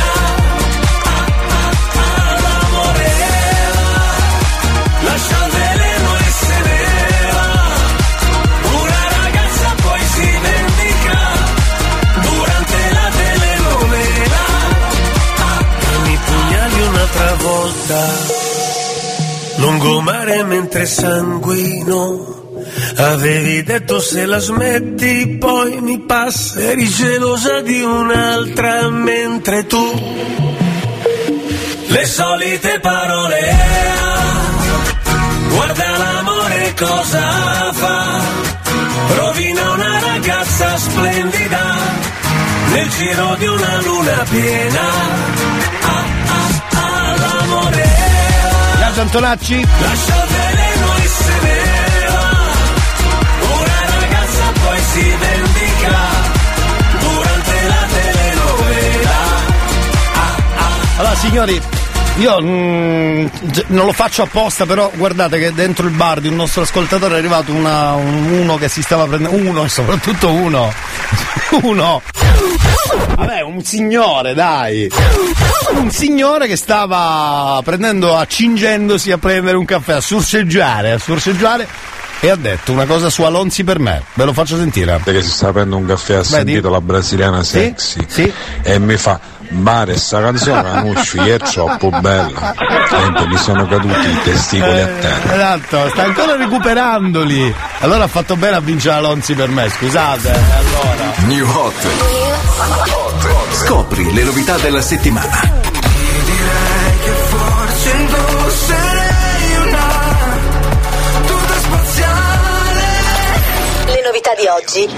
Lascia il veleno e se ne va. Una ragazza poi si vendica durante la telenovela. E mi pugnali un'altra volta. Lungomare mentre sanguino. Avevi detto se la smetti poi mi passa. Eri gelosa di un'altra mentre tu. Le solite parole. Guarda l'amore cosa fa, rovina una ragazza splendida, nel giro di una luna piena. Ah, ah, ah, l'amore. Biagio Antonacci. Lascia il veleno e se ne va. Una ragazza poi si vendica durante la telenovela. Ah, ah. Allora signori, io mm, non lo faccio apposta, però guardate che dentro il bar di un nostro ascoltatore è arrivato una, un, uno che si stava prendendo, uno e soprattutto uno, uno, vabbè un signore dai, un signore che stava prendendo, accingendosi a prendere un caffè, a sorseggiare, a sorseggiare e ha detto una cosa su Alonzi per me, ve lo faccio sentire. Che si sta prendendo un caffè, ha Vedi? sentito la brasiliana sexy, sì? Sì? E mi fa: Bare, sta canzone la conosci, è troppo bella. Niente, mi sono caduti i testicoli eh, a terra. Esatto, sta ancora recuperandoli. Allora ha fatto bene a vincere Alonzi per me, scusate. Allora. New Hot. Scopri le novità della settimana. Direi che forse indosserei una tuta spaziale. Le novità di oggi.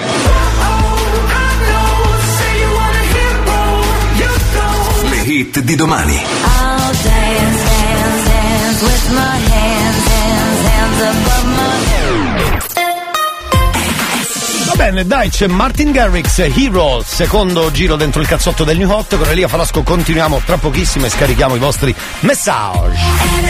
Le hit di domani. I'll dance, dance, dance with my hands, hands, hands above my head. Va bene, dai, c'è Martin Garrix, Hero, secondo giro dentro il cazzotto del New Hot. Con Elia Falasco continuiamo tra pochissimo e scarichiamo i vostri messaggi.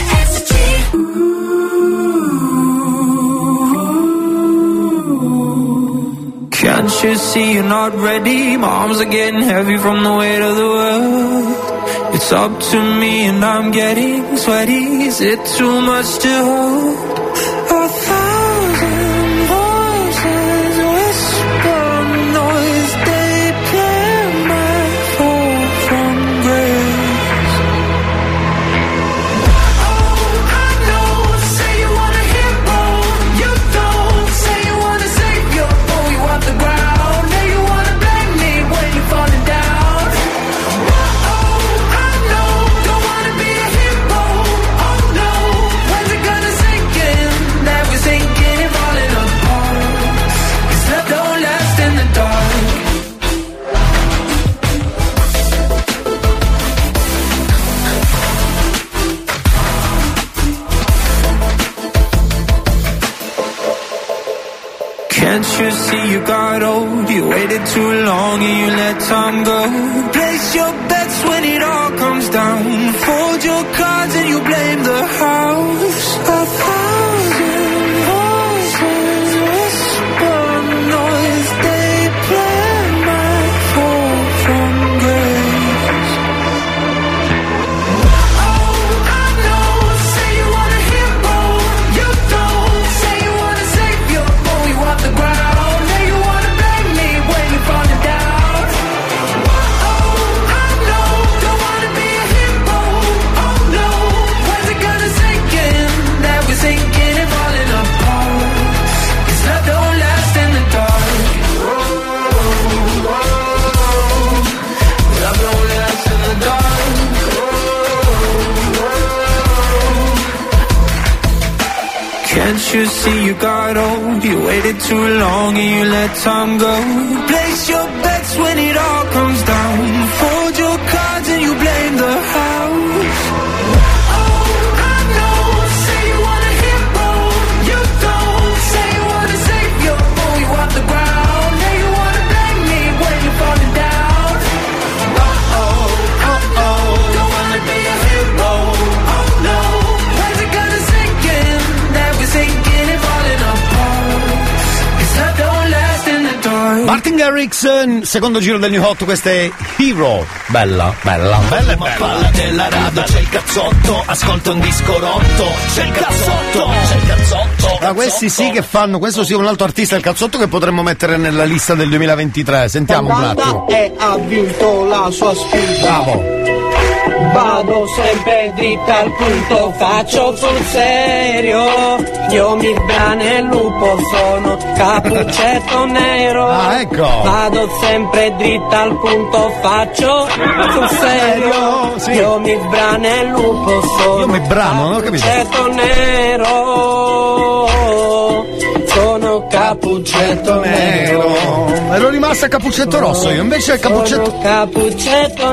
Can't you see you're not ready? My arms are getting heavy from the weight of the world. It's up to me and I'm getting sweaty. Is it too much to hold? A thousand voices whisper noise. They play my fall from grace. Oh, I know. Say you want a hero. You don't. Say you want to save your boy. You off the ground. Now you want to blame me when you're falling down. Can't you see you got old? You waited too long and you let time go. Place your bets when it all comes down. Fold your cards and you blame the house. A thousand voices whisper noise. They play my fall from grace. Oh, I know. Say you want a hero. You don't. Say you want to save your boy. You off the ground. Now you want to blame me when you're falling down. Oh, I know. Don't want to be a hero. Oh no. When's it gonna sink you see you got old. You waited too long and you let time go. Place your bets when it all comes down. Fold your cards and you blame the house. Oh, I know, say you want a hero. You don't, say you wanna save your boy, you off the ground. Now you wanna blame me when you're falling down. Oh, oh, oh, oh, don't wanna be a hero. Oh no, when's it gonna sink in? That we're sinking and falling apart. It's not don't last in the dark. Martin Garrix, secondo giro del New Hot, questa è Hero. Bella, bella, bella e bella. Palla della radio, c'è il cazzotto, ascolta un disco rotto, c'è il cazzotto, c'è il cazzotto. Da questi sì che fanno, questo sì è un altro artista, il cazzotto, che potremmo mettere nella lista del duemilaventitré. Sentiamo un attimo. E ha vinto la sua sfida. Bravo. Vado sempre dritta al punto, faccio sul serio. Io mi brane il lupo, sono Capuccetto Nero. Ah, ecco. Vado sempre dritta al punto, faccio sul serio. Sì. Io mi brane il lupo, sono Io mi brano, non ho capito. Capuccetto Nero. Sono Capuccetto Nero. Ero rimasto a Capuccetto Rosso, io invece il Capuccetto. Sono Capuccetto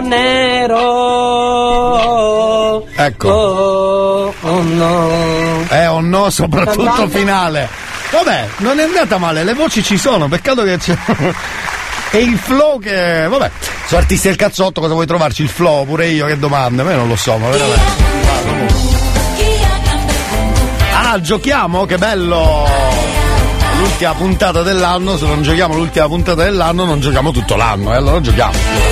Nero. Ecco. Oh, oh no. Eh, oh no, soprattutto finale. Vabbè, non è andata male, le voci ci sono, peccato che c'è. E il flow che. Vabbè, su artisti del cazzotto cosa vuoi trovarci? Il flow, pure io che domande, ma io non lo so, ma veramente. Ah, giochiamo? Che bello! L'ultima puntata dell'anno, se non giochiamo l'ultima puntata dell'anno non giochiamo tutto l'anno, e eh? Allora giochiamo.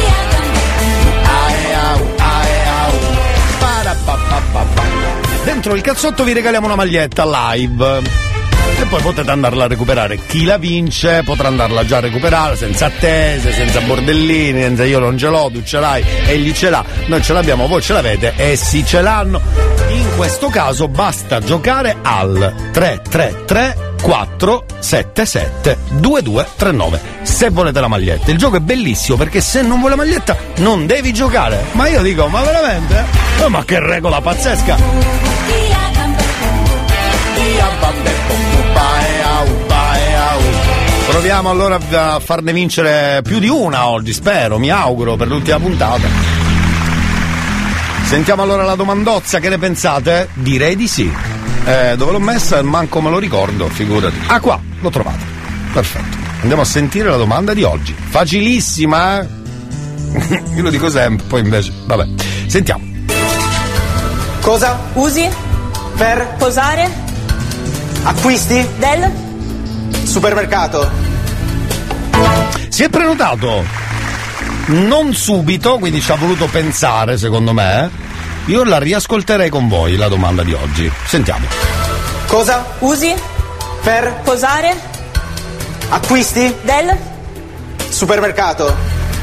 Dentro il cazzotto vi regaliamo una maglietta live e poi potete andarla a recuperare. Chi la vince potrà andarla già a recuperare senza attese, senza bordellini, senza io non ce l'ho, tu ce l'hai, egli ce l'ha, noi ce l'abbiamo, voi ce l'avete, essi ce l'hanno. In questo caso basta giocare al tre tre tre quattro sette sette due due tre nove se volete la maglietta. Il gioco è bellissimo perché se non vuoi la maglietta non devi giocare. Ma io dico, ma veramente? Oh, ma che regola pazzesca! Proviamo allora a farne vincere più di una oggi, spero, mi auguro, per l'ultima puntata. Sentiamo allora la domandozza, che ne pensate? Direi di sì. Eh, dove l'ho messa? Manco me lo ricordo, figurati. Ah, qua, l'ho trovata. Perfetto. Andiamo a sentire la domanda di oggi. Facilissima, eh? Io lo dico sempre, poi invece, vabbè. Sentiamo. Cosa usi per posare? Acquisti del supermercato. Si è prenotato non subito, quindi ci ha voluto pensare, secondo me. Io la riascolterei con voi, la domanda di oggi. Sentiamo. Cosa usi per posare? Acquisti del supermercato.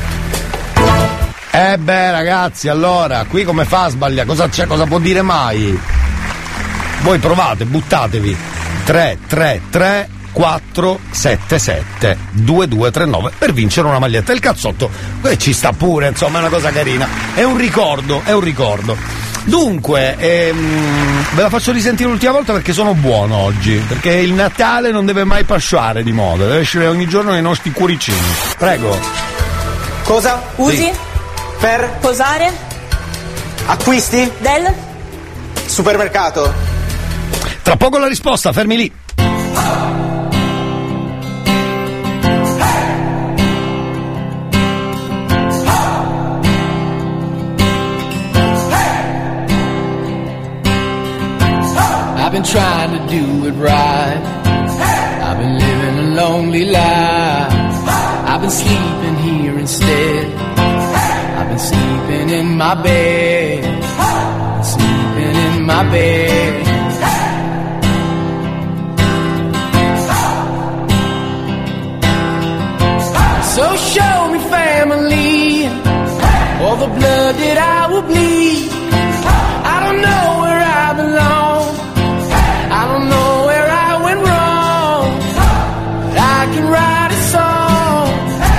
Eh beh, ragazzi, allora, qui come fa a sbagliare? Cosa c'è? Cosa può dire mai? Voi provate, buttatevi. tre tre tre quattro sette sette due due tre nove per vincere una maglietta. Il cazzotto, eh, ci sta pure, insomma, è una cosa carina. È un ricordo, è un ricordo. Dunque, ehm, ve la faccio risentire l'ultima volta perché sono buono oggi. Perché il Natale non deve mai passare di moda, deve essere ogni giorno nei nostri cuoricini. Prego. Cosa usi sì. per posare? Acquisti del supermercato. Tra poco la risposta, fermi lì. I've been trying to do it right. I've been living a lonely life. I've been sleeping here instead. I've been sleeping in my bed. Sleeping in my bed. So show me family, all the blood that I will bleed. I don't know where I belong. I don't know where I went wrong. I can write a song.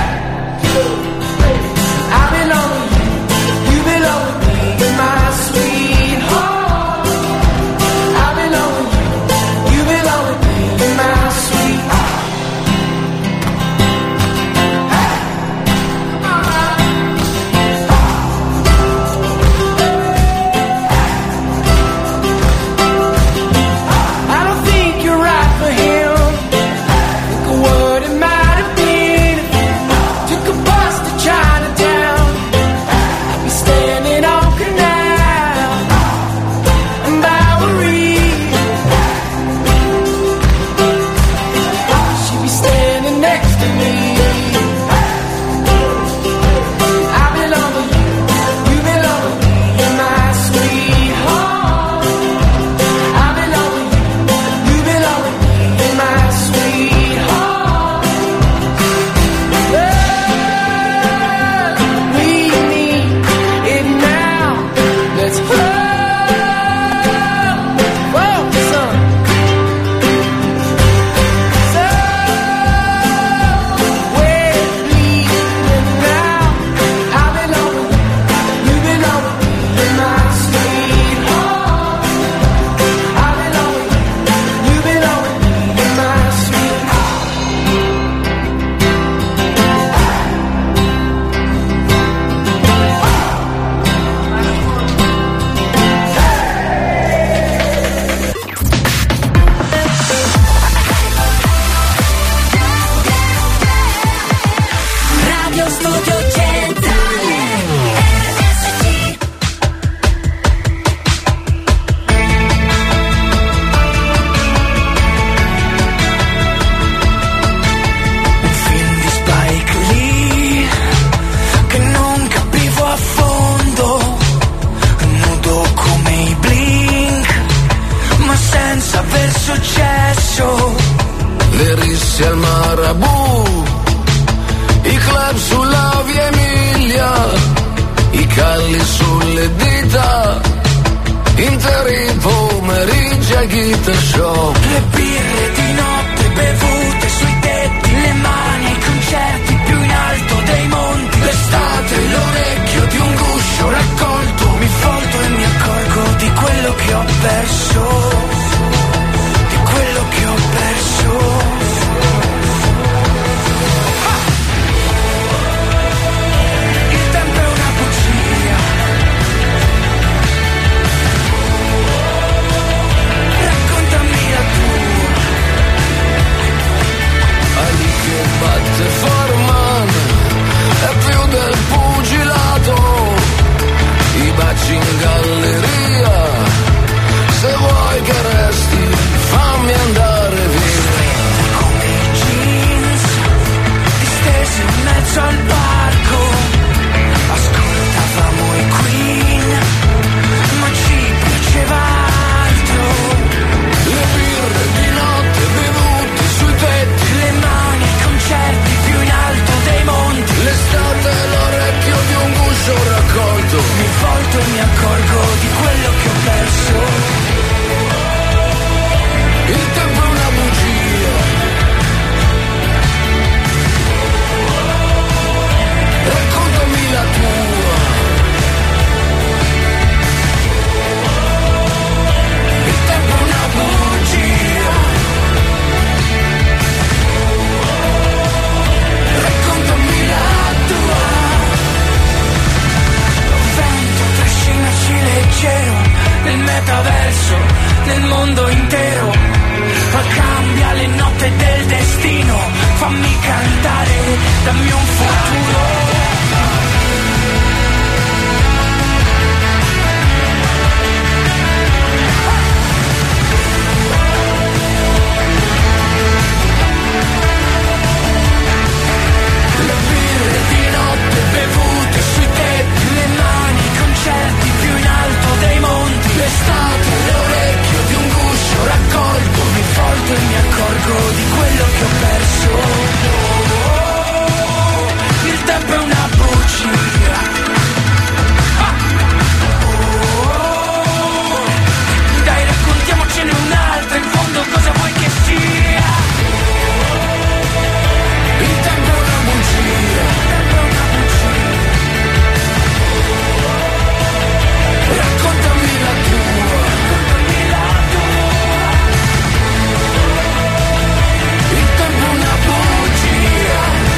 I belong with you, you belong with me, my sweetheart. I belong with you, you belong with me. interi pomeriggi al guitar show. Le birre di notte bevute sui tetti, le mani ai concerti più in alto dei monti. L'estate, l'orecchio di un guscio raccolto, Mi volto e mi accorgo di quello che ho perso, di quello che ho perso. Il tempo è una bugia, raccontami la tua. Ali che batte Foreman è più del pugilato, i baci in galleria, se vuoi che resti fammi andare via. Come i jeans distesi in mezzo al parco, ascoltavamo i Queen, ma ci piaceva altro. Le birre di notte bevute sui tetti, Le mani ai concerti più in alto dei monti. l'estate è l'orecchio di un guscio raccolto. Mi volto e mi accorgo di quello che ho perso. Il tempo è una bugia, raccontami la tua. Il tempo è una bugia, raccontami la tua. Vento trascinaci leggero nel metaverso, nel mondo intero. Ma cambia le note del destino, fammi cantare, dammi un futuro. Le birre di notte bevute sui tetti, Le mani ai concerti più in alto dei monti. l'estate è l'orecchio di un guscio raccolto. Mi volto e mi accorgo di quello che ho perso. Il tempo è una bugia. Ah! Oh! Dai, raccontiamocene un'altra, in fondo cosa vuoi che sia? Il tempo è una bugia, raccontami la tua. Il tempo è una bugia,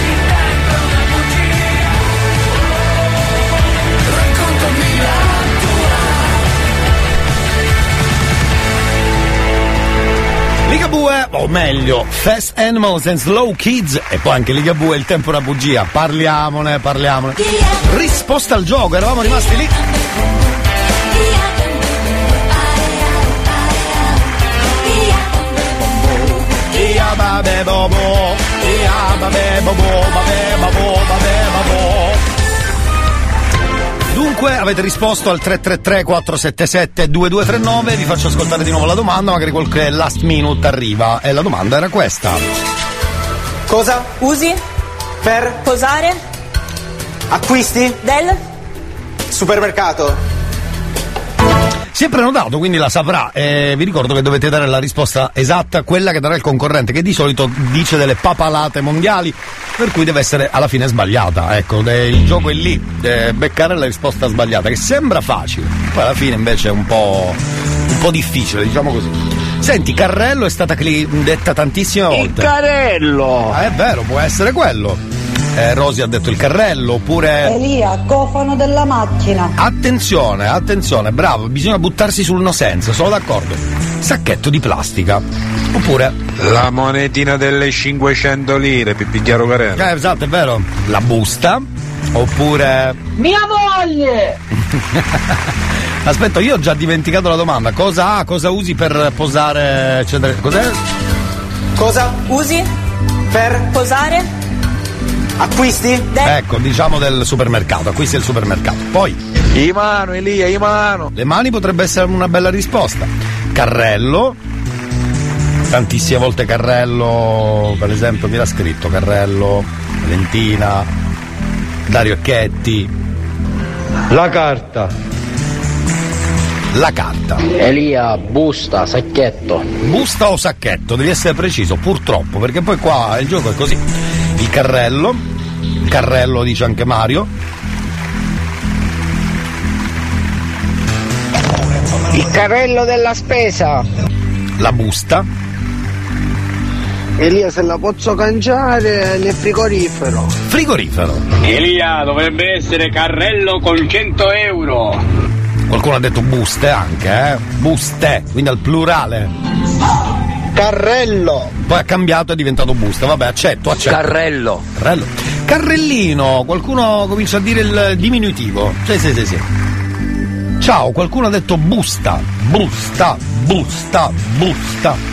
raccontami la tua. Ligabue, o meglio, Fast Animals and Slow Kids, e poi anche Ligabue, il tempo è una bugia. Parliamone, parliamone. Risposta al gioco, eravamo rimasti lì. Ia babe bobo, ia babe bobo, babe bobo, babe bobo. Dunque avete risposto al tre tre tre quattro sette sette due due tre nove, vi faccio ascoltare di nuovo la domanda, magari qualche last minute arriva, e la domanda era questa. Cosa usi per posare? Acquisti? Del? Supermercato. Si è prenotato, quindi la saprà. Eh, vi ricordo che dovete dare la risposta esatta, quella che darà il concorrente, che di solito dice delle papalate mondiali, per cui deve essere alla fine sbagliata. Ecco, de- il gioco è lì, de- beccare la risposta sbagliata, che sembra facile, poi alla fine invece è un po', un po' difficile, diciamo così. Senti, carrello è stata cli- detta tantissime volte. Il carrello! Ah, è vero, può essere quello. Eh, Rosy ha detto il carrello, oppure... Elia, cofano della macchina. Attenzione, attenzione, bravo, bisogna buttarsi sul no senso, sono d'accordo. Sacchetto di plastica. Oppure... La monetina delle cinquecento lire, Pippigliaro Carello. Eh, esatto, è vero. La busta. Oppure... Mia moglie! Aspetta, io ho già dimenticato la domanda. Cosa ha, cosa usi per posare, eccetera? Cos'è? Cosa usi per posare? Acquisti? Ecco, diciamo del supermercato, acquisti del supermercato. Poi I mano, Elia, i mano. Le mani potrebbe essere una bella risposta. Carrello. Tantissime volte carrello, per esempio, mi era scritto carrello, Valentina, Dario Ecchetti. La carta. la carta. Elia, busta, sacchetto. Busta o sacchetto? Devi essere preciso, purtroppo, perché poi qua il gioco è così. Il carrello, il carrello dice anche Mario. Il carrello della spesa. La busta. Elia, se la posso cangiare nel frigorifero. Frigorifero. Elia, dovrebbe essere carrello con cento euro. Qualcuno ha detto buste anche, eh? Buste, quindi al plurale. Carrello. Poi ha cambiato e è diventato busta. Vabbè, accetto, accetto. Carrello. Carrello. Carrellino, qualcuno comincia a dire il diminutivo. Sì, sì, sì, sì. Ciao, qualcuno ha detto busta. Busta, busta, busta.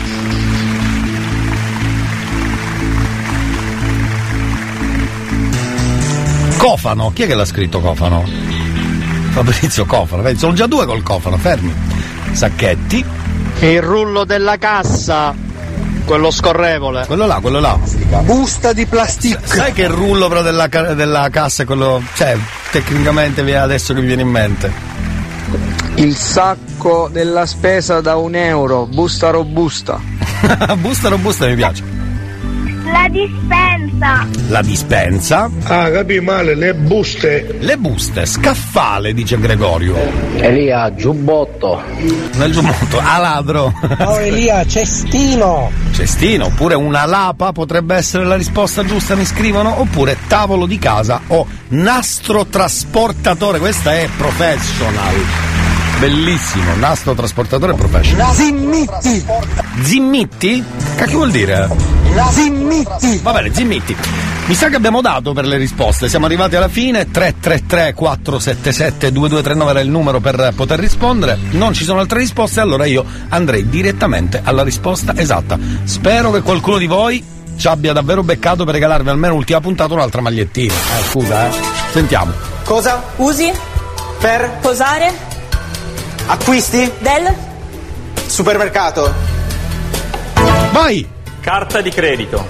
Cofano, chi è che l'ha scritto Cofano? Fabrizio Cofano, vedi, sono già due col Cofano, fermi. Sacchetti. Il rullo della cassa, quello scorrevole. Quello là, quello là. Busta di plastica. Sai che il rullo però della, della cassa è quello, cioè, tecnicamente adesso che mi viene in mente. Il sacco della spesa da un euro, busta robusta. Busta robusta mi piace. La dispensa. La dispensa. Ah, capì male, le buste. Le buste, scaffale, dice Gregorio. Elia, giubbotto. Nel giubbotto, a ladro. Oh Elia, cestino. Cestino, oppure una lapa potrebbe essere la risposta giusta, mi scrivono, oppure tavolo di casa o nastro trasportatore, questa è professional. Bellissimo, nastro trasportatore professional. Zimmitti. Zimmitti? Che vuol dire? Zimmitti. Va bene, zimmitti. Mi sa che abbiamo dato per le risposte, siamo arrivati alla fine. Tre tre tre quattro sette sette due due tre nove era il numero per poter rispondere. Non ci sono altre risposte, allora io andrei direttamente alla risposta esatta. Spero che qualcuno di voi ci abbia davvero beccato per regalarvi almeno l'ultima puntata un'altra magliettina. Eh, scusa, eh. Sentiamo. Cosa usi per posare? Acquisti? Del? Supermercato. Vai! Carta di credito.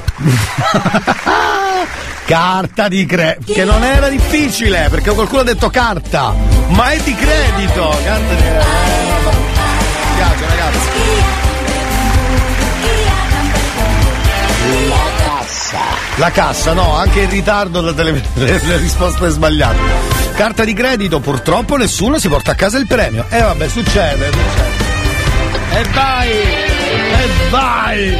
Carta di credito, che non era difficile perché qualcuno ha detto carta, ma è di credito. Carta di credito. Mi piace, ragazzi. La cassa. La cassa, no, anche in ritardo le, tele- le, le risposte sbagliate. Carta di credito, purtroppo nessuno si porta a casa il premio. E eh, vabbè, succede, succede. E vai! E vai!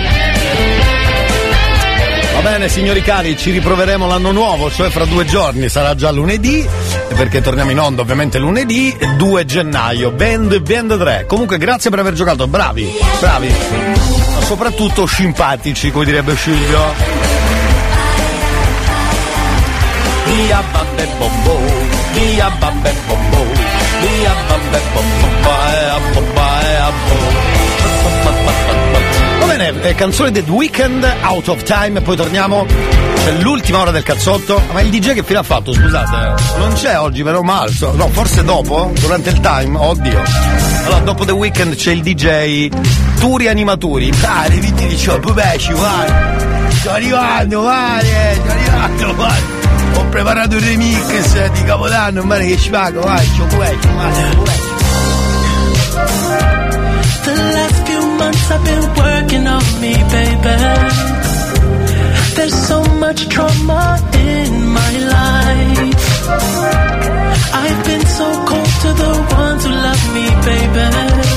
Va bene, signori cari, ci riproveremo l'anno nuovo, cioè fra due giorni, sarà già lunedì, perché torniamo in onda ovviamente lunedì, due gennaio, vende tre. Comunque grazie per aver giocato, bravi, bravi, ma soprattutto simpatici, come direbbe Silvio. Via babbe bombo, via babbe bombo, via babbe bombo, bae bae bae. Va bene, eh, canzone The Weeknd, Out of Time, e poi torniamo. C'è l'ultima ora del cazzotto. Ma il D J che fine ha fatto, scusate? Non c'è oggi, vero Marzo? No, forse dopo? Durante il time? Oddio. Allora, dopo The Weeknd c'è il D J Turi Animaturi. Ah, le viti di ciò, vabbè, ci vai. Sto arrivando, vai, sto arrivando, vai. Ho preparato un remix di Capodanno, bene che ci pago, vai, ci vai, ci vai. The last few months I've been working on me, baby. There's so much trauma in my life. I've been so cold to the ones who love me, baby.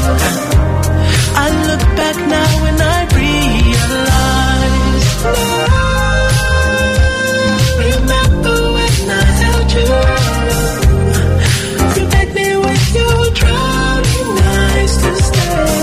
I look back now and I realize. Remember when I held you? You begged me with your drowning eyes to stay.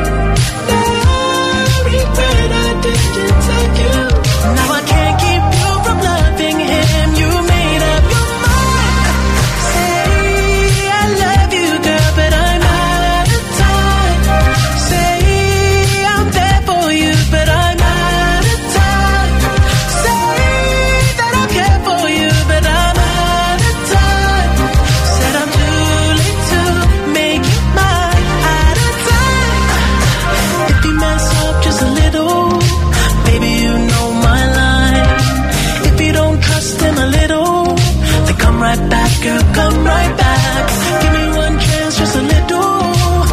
Now I can't keep you from loving him. You made up your mind. Say I love you, girl, but I'm out of time. Say I'm there for you, but I'm out of time. Say that I care for you, but I'm out of time. Said I'm too late to make you mine. Out of time. If you mess up just a little, baby, you know my line. If you don't trust them a little, then come right back, girl, come right back. Give me one chance, just a little.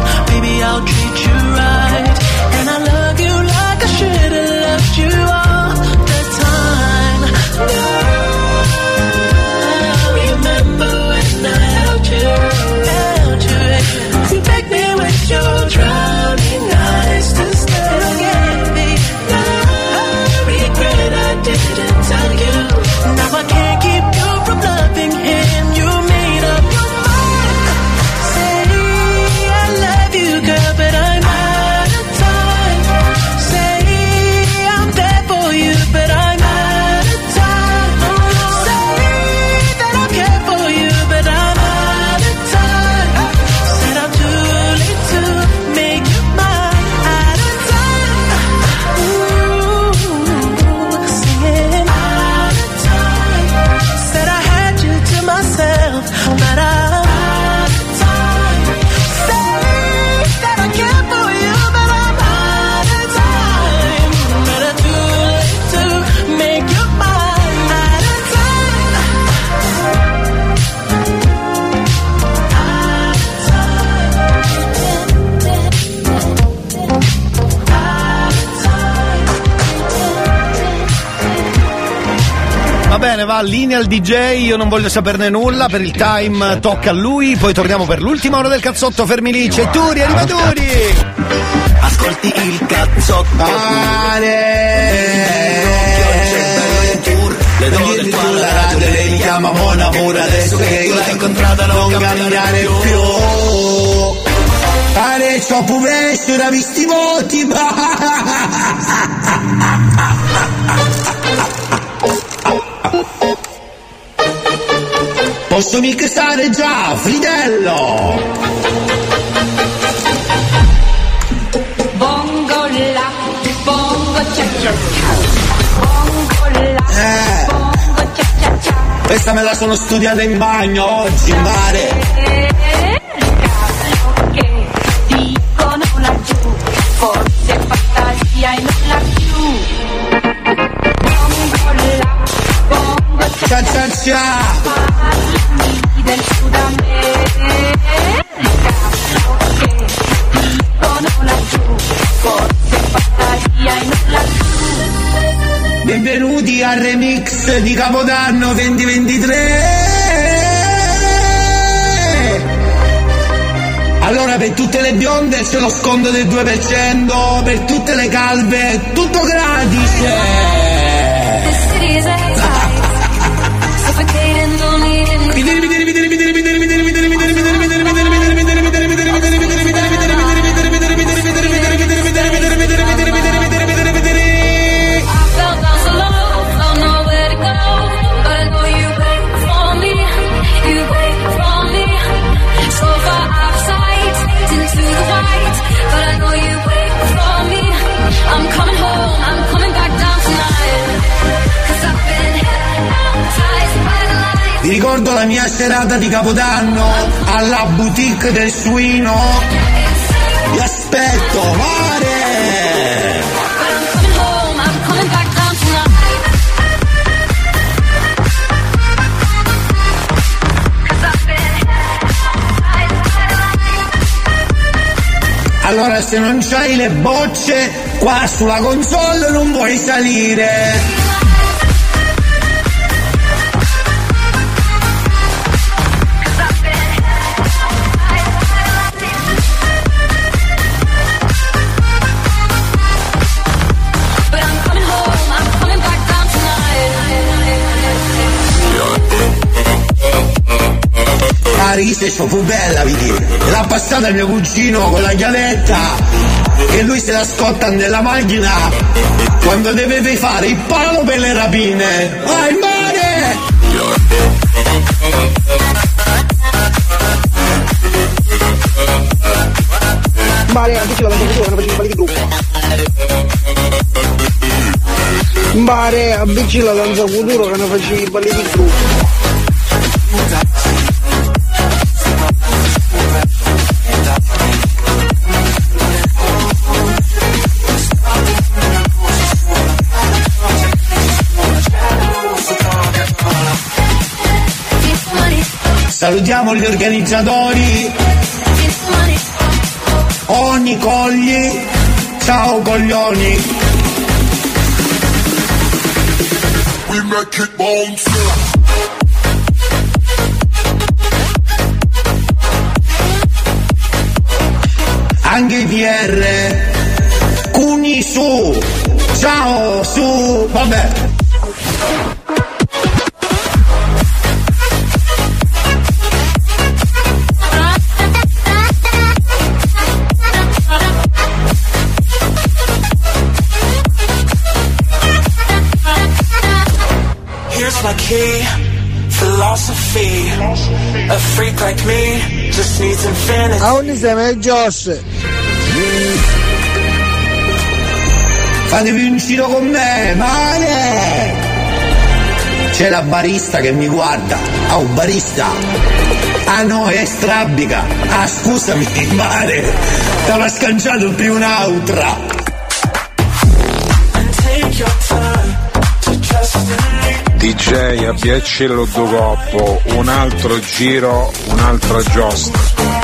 bene, va, linea al D J, io non voglio saperne nulla, per il time tocca a lui, poi torniamo per l'ultima ora del cazzotto, fermi lì, c'è Turi, arriva Turi! Ascolti il cazzotto. Le do del tuo alla radio, lei mi chiama buon amore, adesso che io l'ho incontrata non cambiare più. Adesso pure essere visti voti. Posso mixare già, Fridello. Bongo la, bongo cia cia cia. Bongo la, Eh. bongo cia cia cia. Questa me la sono studiata in bagno oggi, in mare. Che dicono laggiù, forse fantasia e non la più. Bongo la, bongo cia cia cia. Parlami del Sud America. Che dicono laggiù, forse fantasia e non la più. Benvenuti al remix di Capodanno duemilaventitré. Allora, per tutte le bionde c'è lo sconto del due per cento, per tutte le calve tutto gratis. Vi ricordo la mia serata di Capodanno alla boutique del suino. Vi aspetto, mare! Allora, se non c'hai le bocce, qua sulla console non puoi salire. Parise sto fu bella, vedi? L'ha passata il mio cugino con la chiavetta e lui se la scotta nella macchina quando deve fare il palo per le rapine. Vai, mare! Mare, dici la canzone che non facevi balli di gruppo. Mare, avvicini la danza futuro che non facevi balli di gruppo. Salutiamo gli organizzatori. Oni Cogli. Ciao coglioni. We make it bounce. Anche i P R. Cuni su. Ciao su. Vabbè. My key, philosophy. A freak like me just needs infinity. A ogni seme Josh. Fatevi un giro con me, male! C'è la barista che mi guarda. Ah, un barista! Ah no, è strabica! Ah, scusami, male! T'avrà scanciato il più un'altra! D J abbiacci lo coppo, un altro giro, un'altra giostra.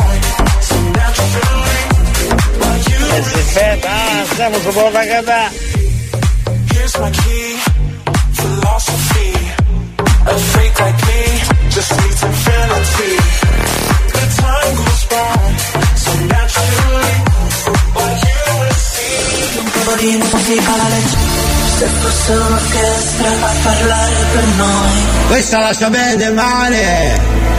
E si aspetta, ah, stiamo su porta catà. A freak like me just needs infinity. The time goes by so naturally. What you will see. Un po' di musica alla leggera. Se fosse un'orchestra a parlare per noi. Questa la sapete male.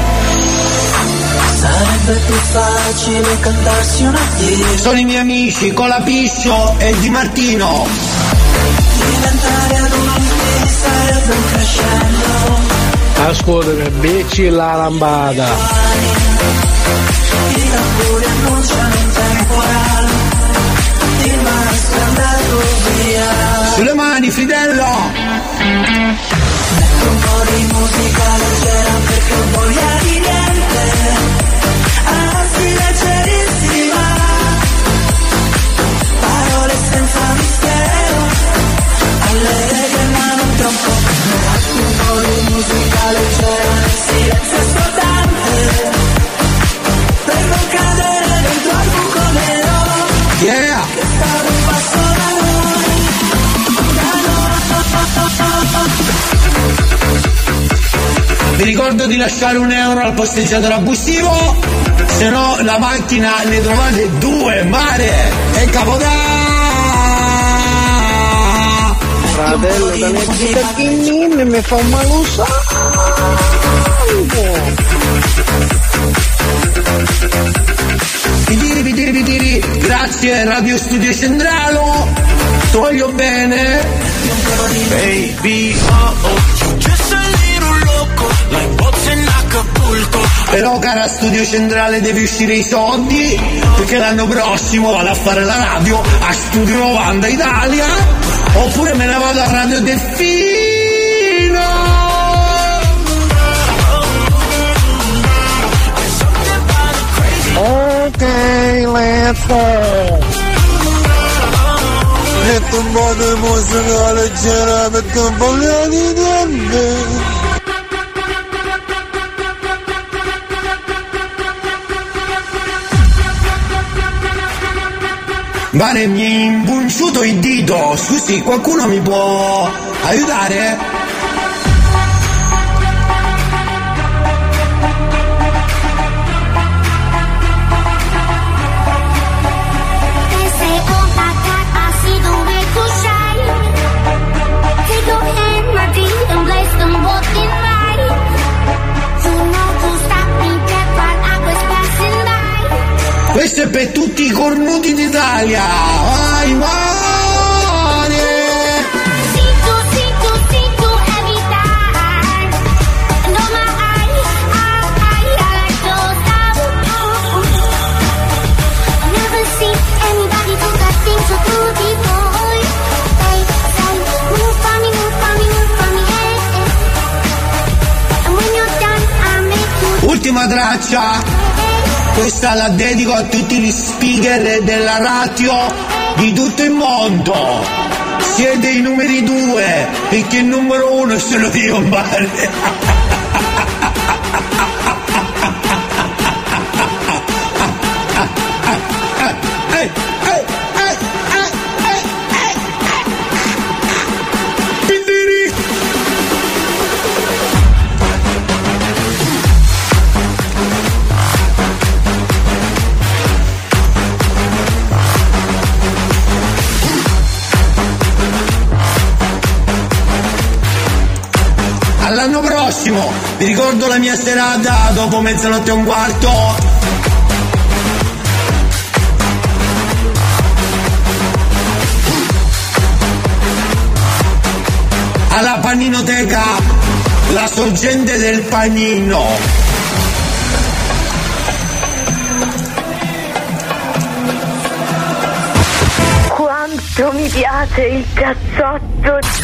Sarebbe più facile cantarsi un addio. Sono i miei amici Colapiscio e Di Martino. Diventare adulti sarebbe un crescendo. Ascoltami, becci la lambada. I tamburi annunciano un temporale. Il maestro è andato via. Sulle mani, Fridello. Metto un po' di musica leggera perché ho voglia di niente. Anzi leggerissima. Parole senza mistero. Allegre ma non troppo. Metto un po' di musica leggera nel silenzio ascoltante. Per non cadere dentro al buco nero. Yeah. Che stava un passo da noi. Vi ricordo di lasciare un euro al posteggiatore abusivo, se no la macchina ne trovate due, mare e Capodanno. Fratello, da musica che mi fa un malo Pitiri, pitiri, pitiri. Grazie Radio Studio Centralo. Toglio bene. Baby, oh oh, just a little loco, like boats in Acapulco. Però cara Studio Centrale devi uscire i soldi, perché l'anno prossimo vado a fare la radio a Studio novanta Italia, oppure me ne vado a Radio Delfino. Ok, let's go. Metto un po' di musica leggera perché ho voglia di niente. Vale, mi è imbunciuto il dito, scusi, qualcuno mi può aiutare? Questo è per tutti i cornuti d'Italia. Vai, vai! Ultima traccia. Questa la dedico a tutti gli speaker della radio di tutto il mondo. Siete i numeri due, perché il numero uno sono io, male. All'anno prossimo, vi ricordo la mia serata dopo mezzanotte e un quarto. Alla Paninoteca, la sorgente del panino. Quanto mi piace il cazzotto.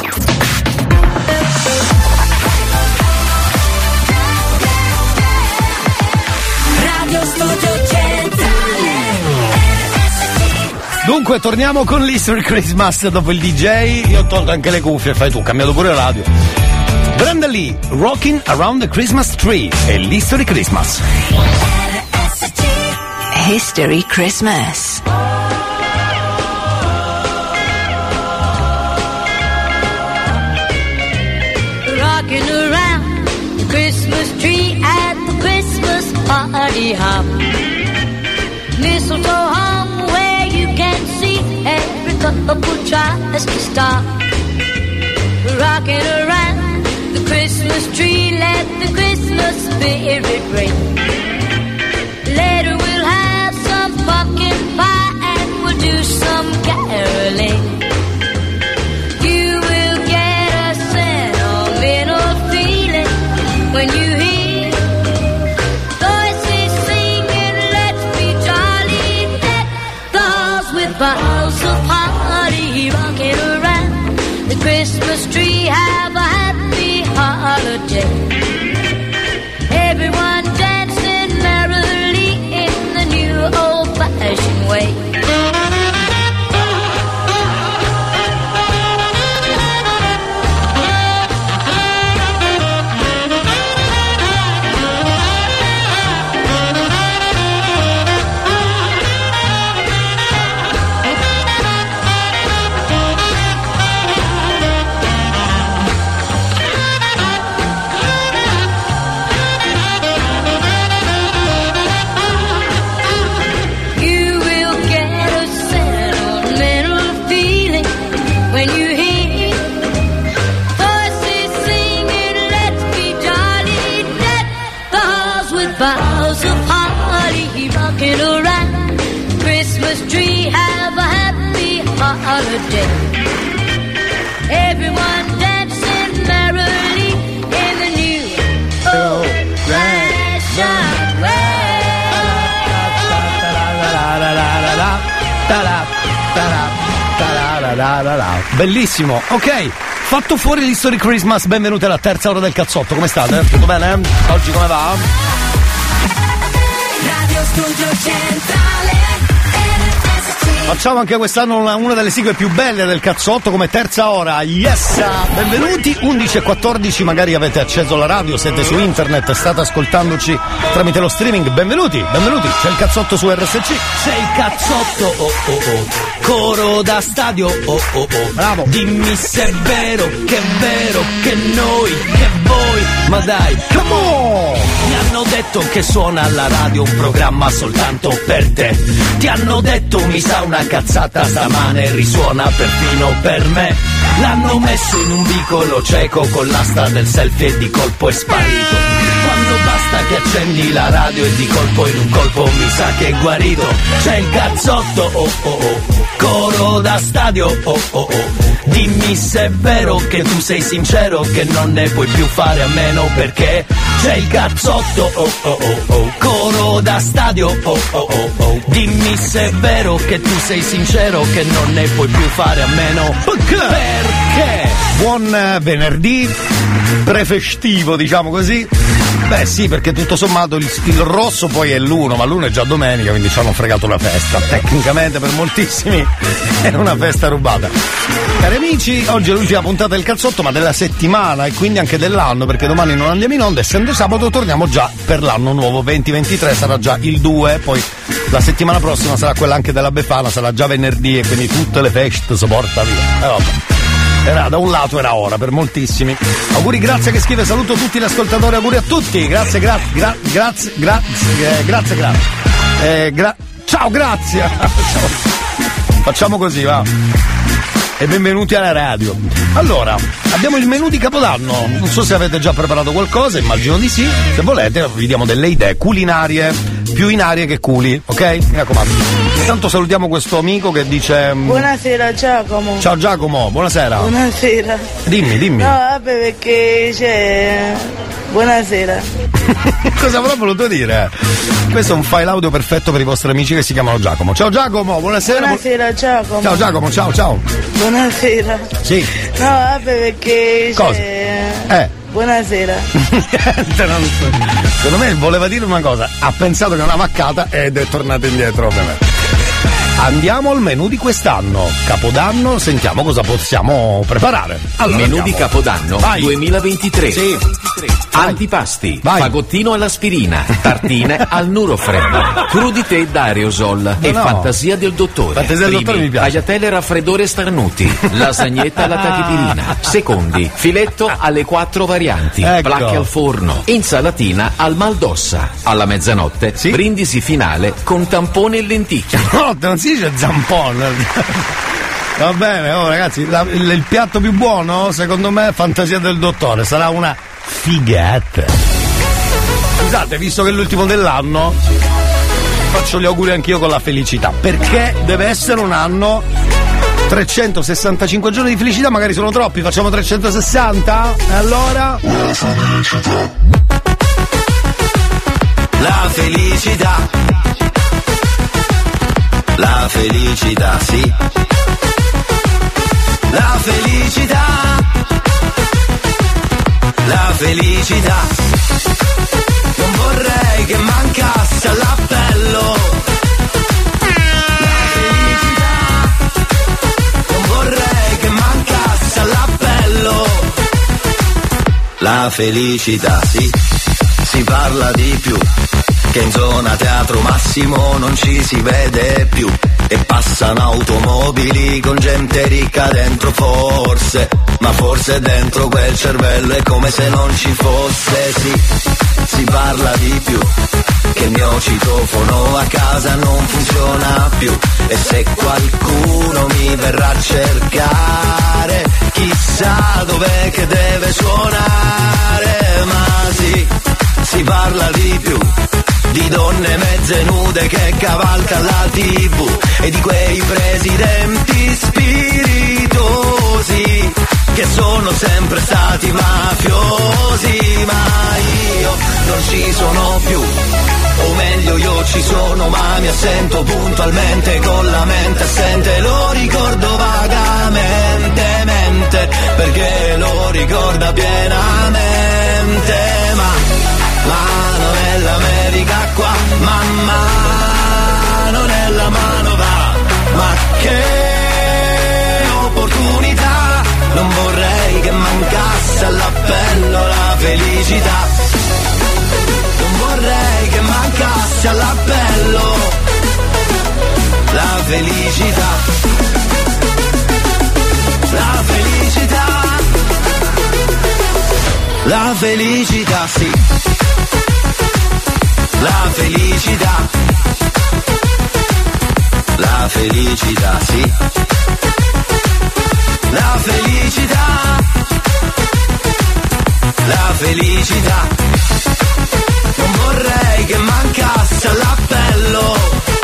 Dunque torniamo con l'History Christmas dopo il D J. Io ho tolto anche le cuffie, fai tu, ho cambiato pure radio. Brenda Lee, Rocking Around the Christmas Tree e l'History Christmas. History Christmas. Rocking around Christmas tree at the Christmas party hop. Mistletoe hung where you can see every couple tries to stop. Rocking around the Christmas tree, let the Christmas spirit ring. Later we'll have some pumpkin pie and we'll do some caroling. You will get a sentimental feeling when you hear voices singing, let's be jolly, let dolls with boughs of holly rocking around the Christmas tree. Have a happy holiday. Everyone dancing merrily in the new old-fashioned way. Boughs of holly rocking around Christmas tree. Have a happy holiday. Everyone dancing merrily in the new old-fashioned way. Bellissimo, ok. Fatto fuori l'History Christmas, benvenuti alla terza ora del cazzotto. Come state? Tutto bene? Oggi come va? Radio Studio Centrale. Facciamo anche quest'anno una, una delle sigle più belle del cazzotto come terza ora. Yes! Benvenuti, undici e quattordici, magari avete acceso la radio, siete su internet, state ascoltandoci tramite lo streaming. Benvenuti, benvenuti. C'è il cazzotto su R S C. C'è il cazzotto, oh oh oh. Coro da stadio, oh oh oh. Bravo. Dimmi se è vero, che è vero, che noi, che voi. Ma dai, come on! Mi hanno detto che suona alla radio un programma soltanto per te. Ti hanno detto mi sa una cazzata, stamane risuona perfino per me. L'hanno messo in un vicolo cieco con l'asta del selfie e di colpo è sparito. Quando basta che accendi la radio e di colpo in un colpo mi sa che è guarito. C'è il cazzotto, oh oh oh, coro da stadio, oh oh oh. Dimmi se è vero che tu sei sincero, che non ne puoi più fare a meno perché c'è il cazzotto, oh oh oh oh, coro da stadio, oh oh oh oh. Dimmi se è vero che tu sei sincero, che non ne puoi più fare a meno perché? Perché? Buon venerdì prefestivo, diciamo così. Beh sì, perché tutto sommato il, il rosso poi è l'uno, ma l'uno è già domenica, quindi ci hanno fregato la festa. Tecnicamente per moltissimi è una festa rubata. Cari amici, oggi è l'ultima puntata del cazzotto, ma della settimana e quindi anche dell'anno, perché domani non andiamo in onda, essendo sabato torniamo già per l'anno nuovo venti ventitré, sarà già il due, poi la settimana prossima sarà quella anche della Befana, sarà già venerdì e quindi tutte le feste si porta via. E eh, vabbè. Era da un lato, era ora per moltissimi. Auguri, grazie che scrive, saluto tutti gli ascoltatori, auguri a tutti, grazie, grazie, gra- grazie, grazie, eh, grazie, grazie. Eh, gra- ciao, grazie. Facciamo così, va. E benvenuti alla radio. Allora, abbiamo il menù di Capodanno. Non so se avete già preparato qualcosa, immagino di sì. Se volete, vi diamo delle idee culinarie, più in aria che culi, ok? Mi raccomando. Intanto salutiamo questo amico che dice. Buonasera Giacomo. Ciao Giacomo, buonasera. Buonasera. Dimmi, dimmi. No, vabbè, perché c'è. Buonasera. Cosa avrò voluto dire? Questo è un file audio perfetto per i vostri amici che si chiamano Giacomo. Ciao Giacomo, buonasera. Buonasera Giacomo. Ciao Giacomo, ciao ciao. Buonasera. Sì. No, vabbè, perché Cosa? c'è. Eh. Buonasera. Secondo me voleva dire una cosa, ha pensato che è una vaccata ed è tornato indietro ovviamente. Andiamo al menù di quest'anno. Capodanno, sentiamo cosa possiamo preparare. Allora, menù andiamo. di Capodanno Vai. duemilaventitré. Sì. Antipasti, Vai. fagottino all'aspirina, tartine al Nurofen, crudité d'aerosol e no. fantasia del dottore. Fantasia del Primi, dottore mi piace. tagliatelle raffreddore starnuti, lasagnetta alla tachipirina. Secondi, filetto alle quattro varianti, Ecco. placche al forno, insalatina al maldossa. Alla mezzanotte, Sì. brindisi finale con tampone e lenticchie. No, non si dice zampone. Va bene, oh ragazzi, la- il, il piatto più buono, secondo me, è Fantasia del dottore. Sarà una figata. Scusate, visto che è l'ultimo dell'anno, faccio gli auguri anch'io con la felicità. Perché deve essere un anno trecentosessantacinque giorni di felicità, magari sono troppi, facciamo trecentosessanta? E allora? La felicità. La felicità. La felicità, sì. La felicità. La felicità. Non vorrei che mancasse all'appello. La felicità. Non vorrei che mancasse all'appello. La felicità, sì. Si parla di più. Che in zona Teatro Massimo non ci si vede più. E passano automobili con gente ricca dentro forse. Ma forse dentro quel cervello è come se non ci fosse, sì. Si parla di più. Che il mio citofono a casa non funziona più. E se qualcuno mi verrà a cercare, chissà dov'è che deve suonare. Ma sì, si parla di più. Di donne mezze nude che cavalca la tivù e di quei presidenti spiritosi che sono sempre stati mafiosi, ma io non ci sono più, o meglio io ci sono ma mi assento puntualmente con la mente assente, lo ricordo vagamente, mente, perché lo ricorda pienamente, ma, ma non è l'America qua, mamma, non è la manova, ma che opportunità, non vorrei che mancasse all'appello la felicità, non vorrei che mancasse all'appello la felicità, la felicità, la felicità, sì. La felicità, la felicità, sì. La felicità, la felicità. Non vorrei che mancasse all'appello.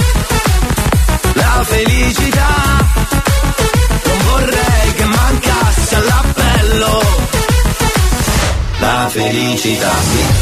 La felicità, non vorrei che mancasse all'appello. La felicità, sì.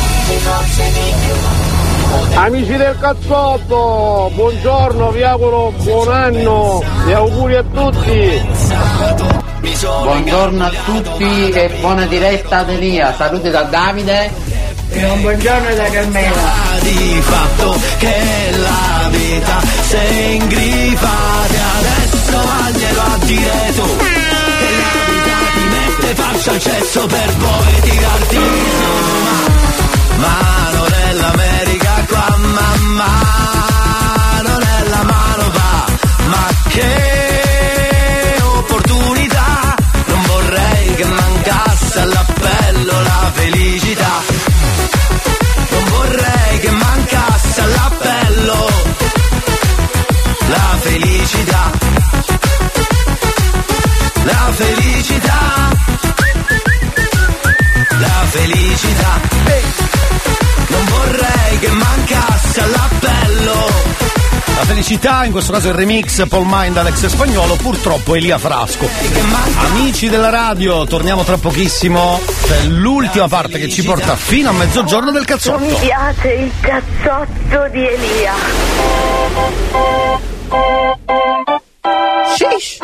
Amici del cazzotto, buongiorno, vi auguro buon anno e auguri a tutti. Buongiorno a tutti e buona diretta ad Elia, saluti da Davide e un buongiorno da Carmela. Di fatto che la vita se ingrifate adesso vaglielo a dire tu, che la vita ti mette faccia al cesso per poi tirarti su, ma, ma non è l'America qua, mamma, non è la manova, ma che opportunità, non vorrei che mancasse all'appello la felicità, non vorrei che mancasse all'appello la felicità, la felicità, la felicità, non vorrei che mancasse all'appello. La felicità, in questo caso il remix Paul Mind Alex Spagnolo, purtroppo Elia Frasco. Amici della radio, torniamo tra pochissimo per l'ultima parte che ci porta fino a mezzogiorno del cazzotto. Mi piace il cazzotto di Elia. Shish.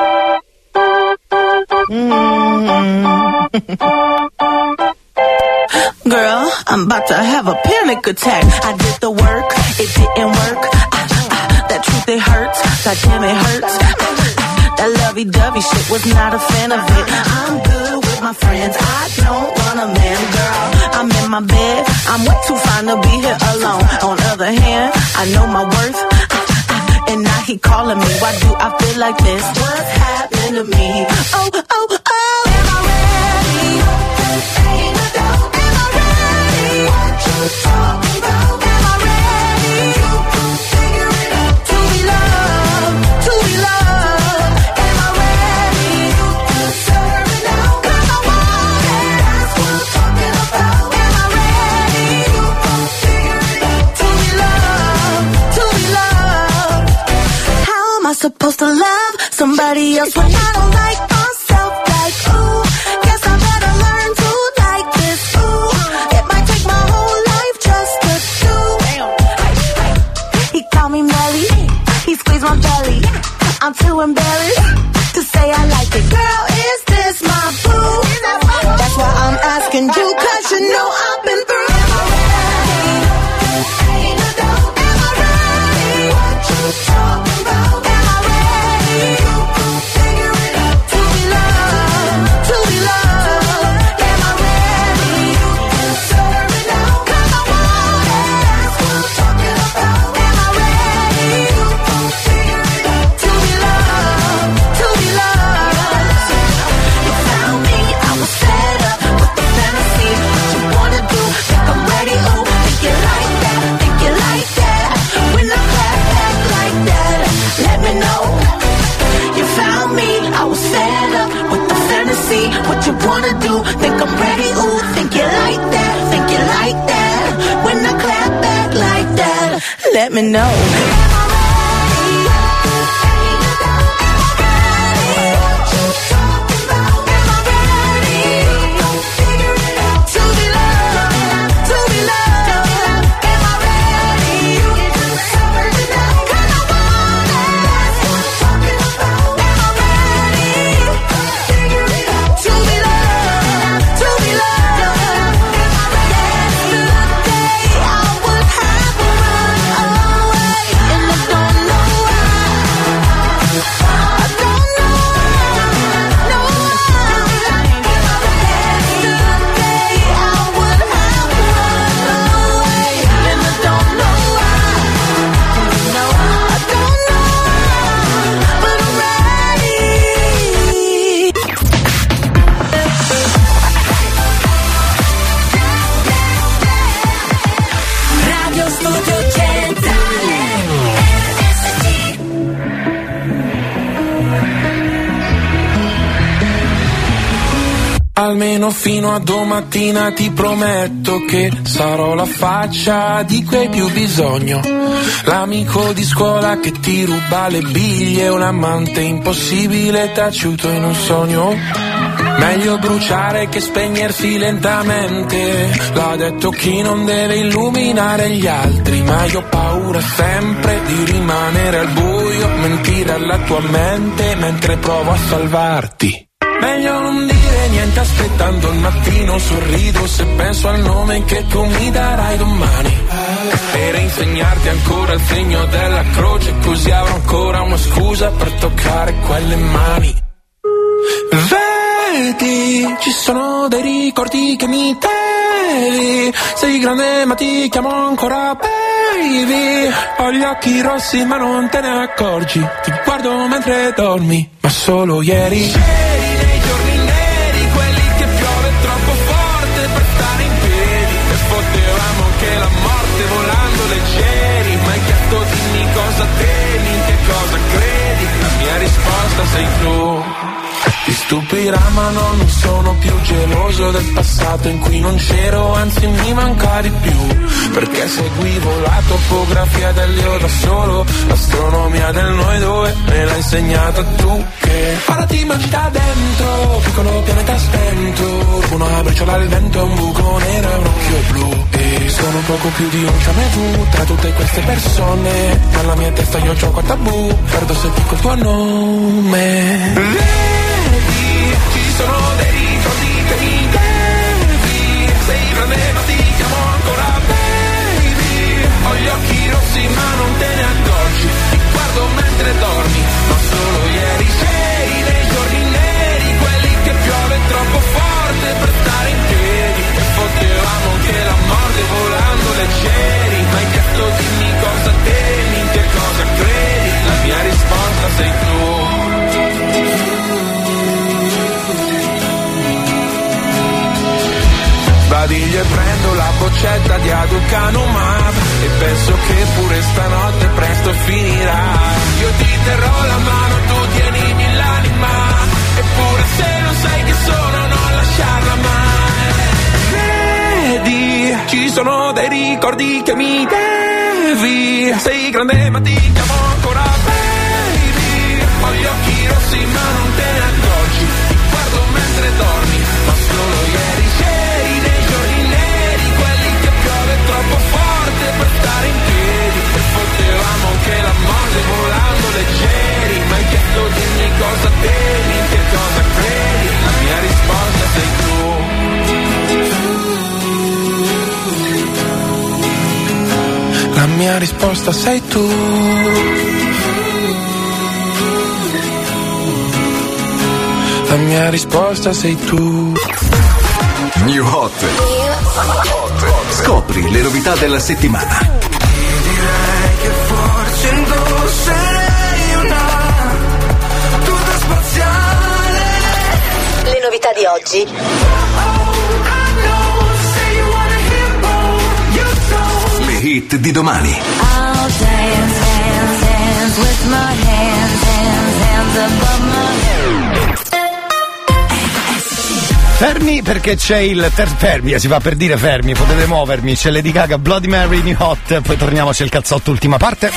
Girl, I'm about to have a panic attack. I did the work, it didn't work. I, I, that true it hurts, goddamn it hurts. That lovey-dovey shit was not a fan of it. I'm good with my friends, I don't want a man, girl. I'm in my bed, I'm way too fine to be here alone. On the other hand, I know my worth, and now he calling me. Why do I feel like this? What's happened to me? Oh, oh, oh, am I ready? Ain't no doubt, am I ready? What you talking about? Am I ready? You can figure it out. To be loved, to be loved. Am I ready? You deserve it now. 'Cause I want it. That's what I'm talking about. Am I ready? You can figure it out. To be loved, to be loved. How am I supposed to love somebody else when I don't like myself? Like, ooh, guess I better learn to like this. Ooh, it might take my whole life just to do. He called me Melly, he squeezed my belly. I'm too embarrassed to say I like it. Girl, is this my boo? That's why I'm asking you, 'cause you know I've been through. Am I ready? Ain't no doubt. Am I ready? What you talking about? Am I ready? You can figure it out. To be loved, to be loved. Am I ready? You deserve it now. 'Cause I want it. That's what I'm talking about. Am I ready? You can figure it out. To be loved, to be loved. You found me, I was fed up with the fantasy. What you wanna do? Think I'm ready? Ooh, think you like that? Think you like that? When I clap back like that, let me know. You found me, I was fed up with the fantasy. What you wanna do? Think I'm ready? Ooh, think you like that? Think you like that? When I clap back like that, let me know. Radio Studio Centrale R S C. Almeno fino a domattina ti prometto che sarò la faccia di cui hai più bisogno. L'amico di scuola che ti ruba le biglie, un amante impossibile taciuto in un sogno. Meglio bruciare che spegnersi lentamente, l'ha detto chi non deve illuminare gli altri. Ma io ho paura sempre di rimanere al buio, mentire alla tua mente mentre provo a salvarti. Meglio non dire niente aspettando il mattino, sorrido se penso al nome che tu mi darai domani, per insegnarti ancora il segno della croce, così avrò ancora una scusa per toccare quelle mani. Vedi, ci sono dei ricordi che mi devi, sei grande ma ti chiamo ancora baby. Ho gli occhi rossi ma non te ne accorgi, ti guardo mentre dormi, ma solo ieri. Che la morte volando leggeri, ma hai chiesto dimmi cosa temi, in che cosa credi, la mia risposta sei tu. Ti stupirà ma no, non sono più geloso del passato in cui non c'ero, anzi mi manca di più, perché seguivo la topografia dell'io da solo, l'astronomia del noi due me l'hai insegnata tu. Che ora ti mangi da dentro, piccolo pianeta spento, una briciola al vento, un buco nero e un occhio blu. E sono poco più di un ciamevù tra tutte queste persone, nella mia testa io gioco a tabù, perdo se dico il tuo nome. Vedi, ci sono dei ricordi che mi devi, sei grande ma ti chiamo ancora baby. Ho gli occhi rossi ma non te ne accorgi, ti guardo eppure stanotte presto finirà. Io ti terrò la mano, tu tienimi l'anima, eppure se non sai che sono non lasciarla mai. Vedi, ci sono dei ricordi che mi devi, sei grande ma ti chiamo ancora baby. Ho gli occhi rossi ma non te ne accorgi, ti guardo mentre dormi, ma solo ieri c'eri nei giorni neri, quelli che piove troppo forte per stare in piedi, e potevamo anche la morte volando leggeri. Ma hai chiesto dimmi cosa temi, in che cosa credi, la mia risposta sei tu. La mia risposta sei tu. La mia risposta sei tu. New Hot. Scopri le novità della settimana. Direi che forse indosserei una tuta spaziale. Le novità di oggi. Le hit di domani. I'll dance, dance, dance with my hands, hands, hands above my head. Fermi perché c'è il ter- fermi, si fa per dire fermi, potete muovermi, c'è Lady Gaga, Bloody Mary, New Hot, poi torniamo, c'è il cazzotto, ultima parte.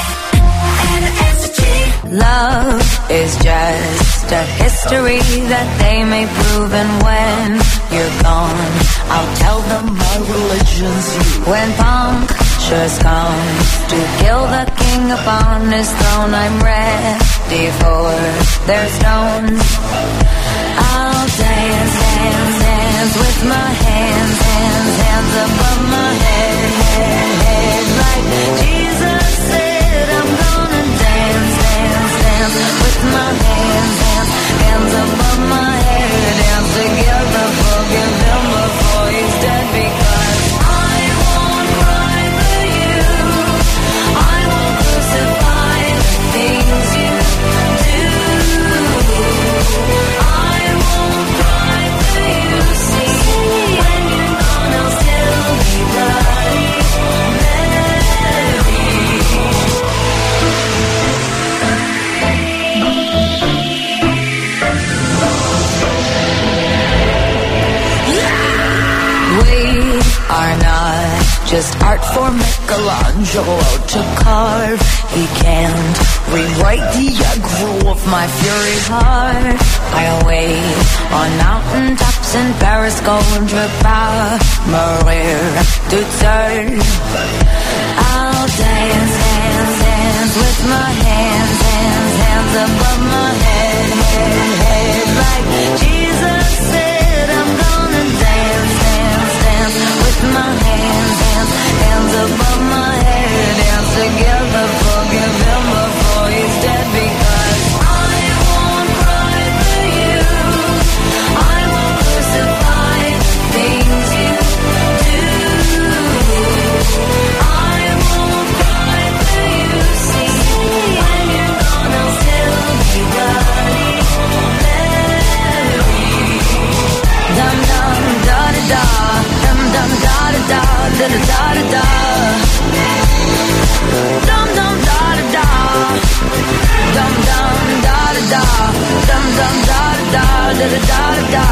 Love is just a history that they may prove, and when you're gone, I'll tell them my religion's you. When punctures come to kill the king upon his throne, I'm ready for their stones. I'll dance, dance, dance with my hands, hands, hands above my head, head, head, like Jesus said. I'm gonna dance, dance, dance with my hands, hands, hands above my head, dance together, forgive him before he's dead, because I won't cry for you, I won't crucify the things you do. I won't cry for you, see, when you're gone I'll still be bloody Mary. We are not just art for Michelangelo to carve. He can't rewrite the aggro of my fury heart. I wait on mountain tops in Paris, golden drip out Maria to turn. I'll dance, dance, dance with my hands, hands, hands above my head, head, head, like Jesus said. I'm gonna dance, dance, dance with my hands, hands, hands above my head, dance together, forgive him before he's dead, because I won't cry for you, I won't crucify the things you do. I won't cry for you, see, when you're gone I'll still be bloody Mary. Dum dum da da da, dum dum da da da, da da da da da. Dum dum da da da, dum dum da da da, dum dum da da da, da da da da.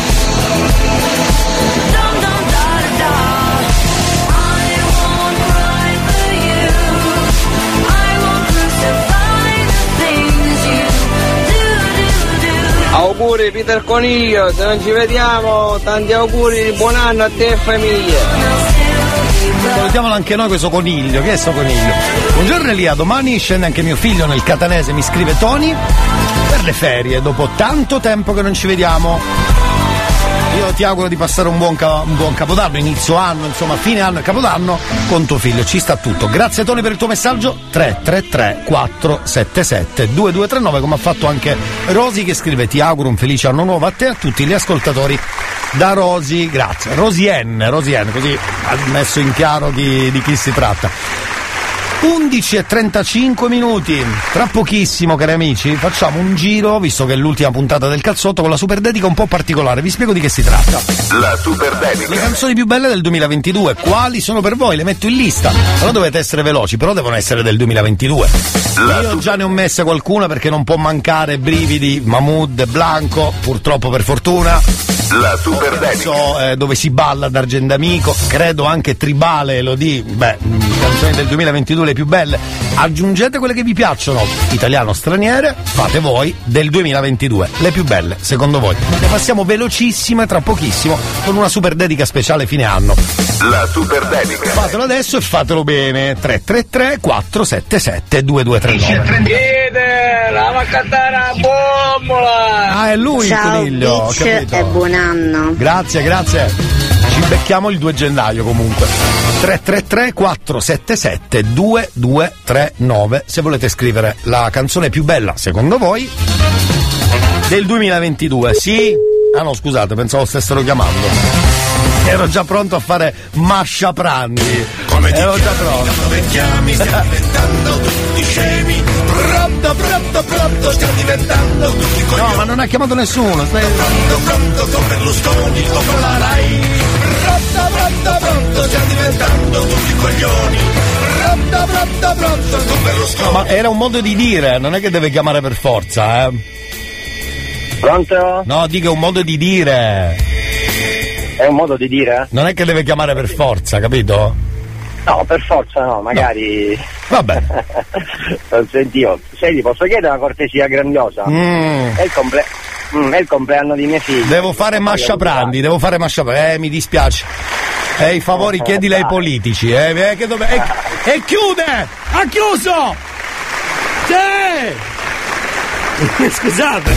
Dum dum da da da. I won't cry for you, I won't crucify the things you do, do, do. Auguri Peter Coniglio, se non ci vediamo, tanti auguri di buon anno a te e famiglia. Salutiamolo anche noi questo coniglio, che è sto coniglio? Buongiorno Elia, domani scende anche mio figlio nel catanese, mi scrive Tony, per le ferie, dopo tanto tempo che non ci vediamo. Io ti auguro di passare un buon, ca- un buon capodanno, inizio anno, insomma fine anno e capodanno con tuo figlio, ci sta tutto. Grazie Tony per il tuo messaggio. Tre tre tre quattro sette sette due due tre nove, come ha fatto anche Rosy che scrive ti auguro un felice anno nuovo a te e a tutti gli ascoltatori. Da Rosy, grazie. Rosien, Rosien, così ha messo in chiaro di, di chi si tratta. undici e trentacinque minuti. Tra pochissimo, cari amici, facciamo un giro, visto che è l'ultima puntata del cazzotto, con la super dedica un po' particolare. Vi spiego di che si tratta. La super dedica. Le canzoni più belle del duemilaventidue. Quali sono per voi? Le metto in lista. Però dovete essere veloci, però devono essere del duemilaventidue. La Io già ne ho messe qualcuna perché non può mancare Brividi, Mahmood, Blanco, purtroppo per fortuna. La super dedica. So, eh, dove si balla d'Argendamico, credo anche Tribale, Elodie, beh, canzoni del duemilaventidue le più belle. Aggiungete quelle che vi piacciono, italiano, straniere, fate voi del duemilaventidue, le più belle, secondo voi. Le passiamo velocissime tra pochissimo con una super dedica speciale fine anno. La super dedica. Fatelo adesso e fatelo bene. tre tre tre quattro sette sette due due tre nove. Chiede, la va a cantare a bombola! Ah, è lui il Ciao coniglio, ho Beach capito. e buon anno. Grazie, grazie. Ci becchiamo il due gennaio comunque. tre tre tre quattro sette sette due due tre nove se volete scrivere la canzone più bella, secondo voi, del duemilaventidue. Sì? Ah no, scusate, pensavo stessero chiamando. Ero già pronto a fare Mascia Prandi. Come ti Ero già chiami, pronto. come chiami, stiamo diventando tutti scemi. Pronto, pronto, pronto, stiamo diventando tutti coglioni. No, ma non ha chiamato nessuno. Stai... Pronto, pronto, con Berlusconi o con la Rai. Pronto, pronto, pronto, stiamo diventando tutti coglioni. Pronto, pronto, pronto, con Berlusconi. No, ma era un modo di dire, non è che deve chiamare per forza, eh. Pronto? No, dico è un modo di dire. È un modo di dire? Non è che deve chiamare per forza, capito? No, per forza no, magari. No. Va bene. Non sentivo. Senti, posso chiedere una cortesia grandiosa? Mm. È il comple... mm, è il compleanno di mia figlia. Devo fare Mascia Prandi, devo fare Mascia Prandi. Eh, mi dispiace. Eh, i favori chiedili ai politici, eh. eh che dove... e, e chiude! Ha chiuso! Sì! Scusate.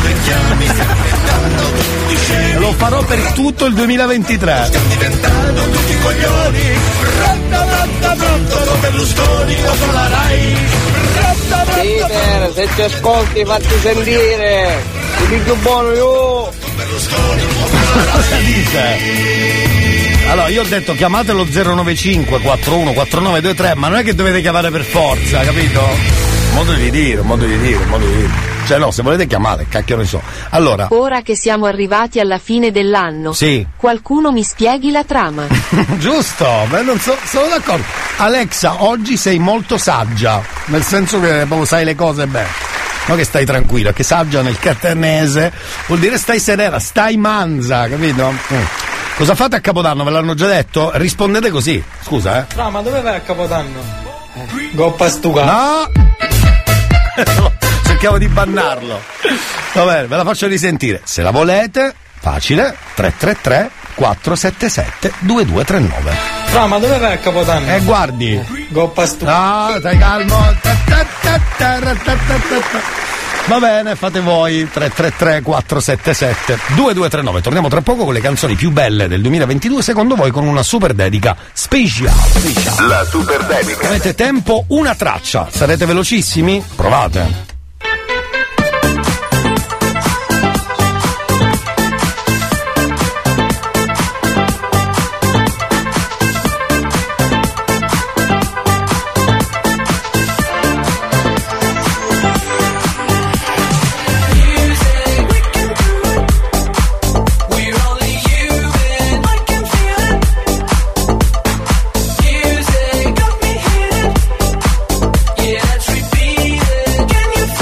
Lo farò per tutto il duemilaventitré. Stiamo diventando tutti coglioni. Pronto, pronto, pronto, con Berlusconi o con la Rai. Pronto, pronto, Peter, se ci ascolti fatti sentire. Il più buono io. Cosa dice? Allora, io ho detto chiamate lo zero nove cinque quattro uno quattro nove due tre, ma non è che dovete chiamare per forza, capito? Modo di dire, modo di dire, modo di dire. Cioè no, se volete chiamate, cacchio ne so. Allora. Ora che siamo arrivati alla fine dell'anno, sì. Qualcuno mi spieghi la trama. Giusto, beh, non so, sono d'accordo. Alexa, oggi sei molto saggia, nel senso che proprio sai le cose bene. Non che stai tranquilla, che saggia nel catanese vuol dire stai serena, stai manza, capito? Mm. Cosa fate a Capodanno? Ve l'hanno già detto? Rispondete così. Scusa, eh. No, ma dove vai a Capodanno? Eh. Goppa stuga. No! Cerchiamo di bannarlo. Va bene, ve la faccio risentire. Se la volete, facile, tre tre tre quattro sette sette due due tre nove. No, ma dove vai a Capodanno? Eh, guardi. Goppa stuga. No, stai calmo. Va bene, fate voi. Tre tre tre quattro sette sette due due tre nove. Torniamo tra poco con le canzoni più belle del duemilaventidue, secondo voi, con una super dedica speciale. speciale. La super dedica. Avete tempo una traccia. Sarete velocissimi? Provate. Can you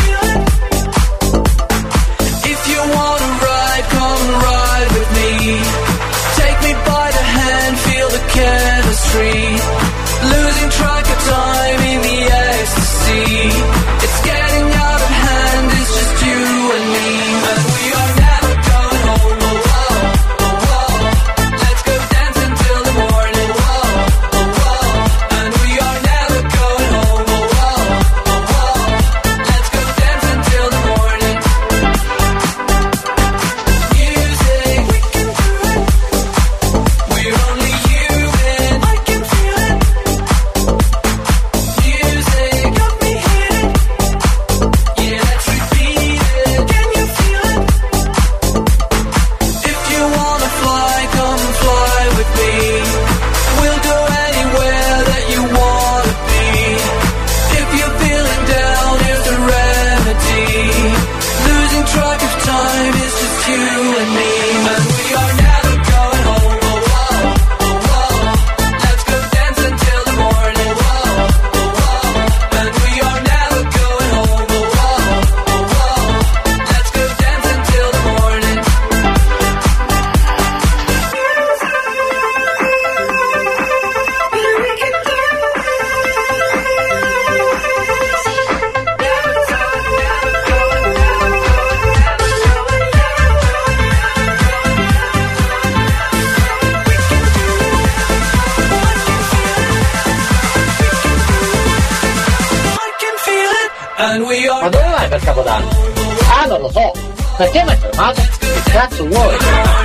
Ma dove vai per Capodanno? Ah, non lo so. Perché mi hai fermato? Che cazzo vuoi?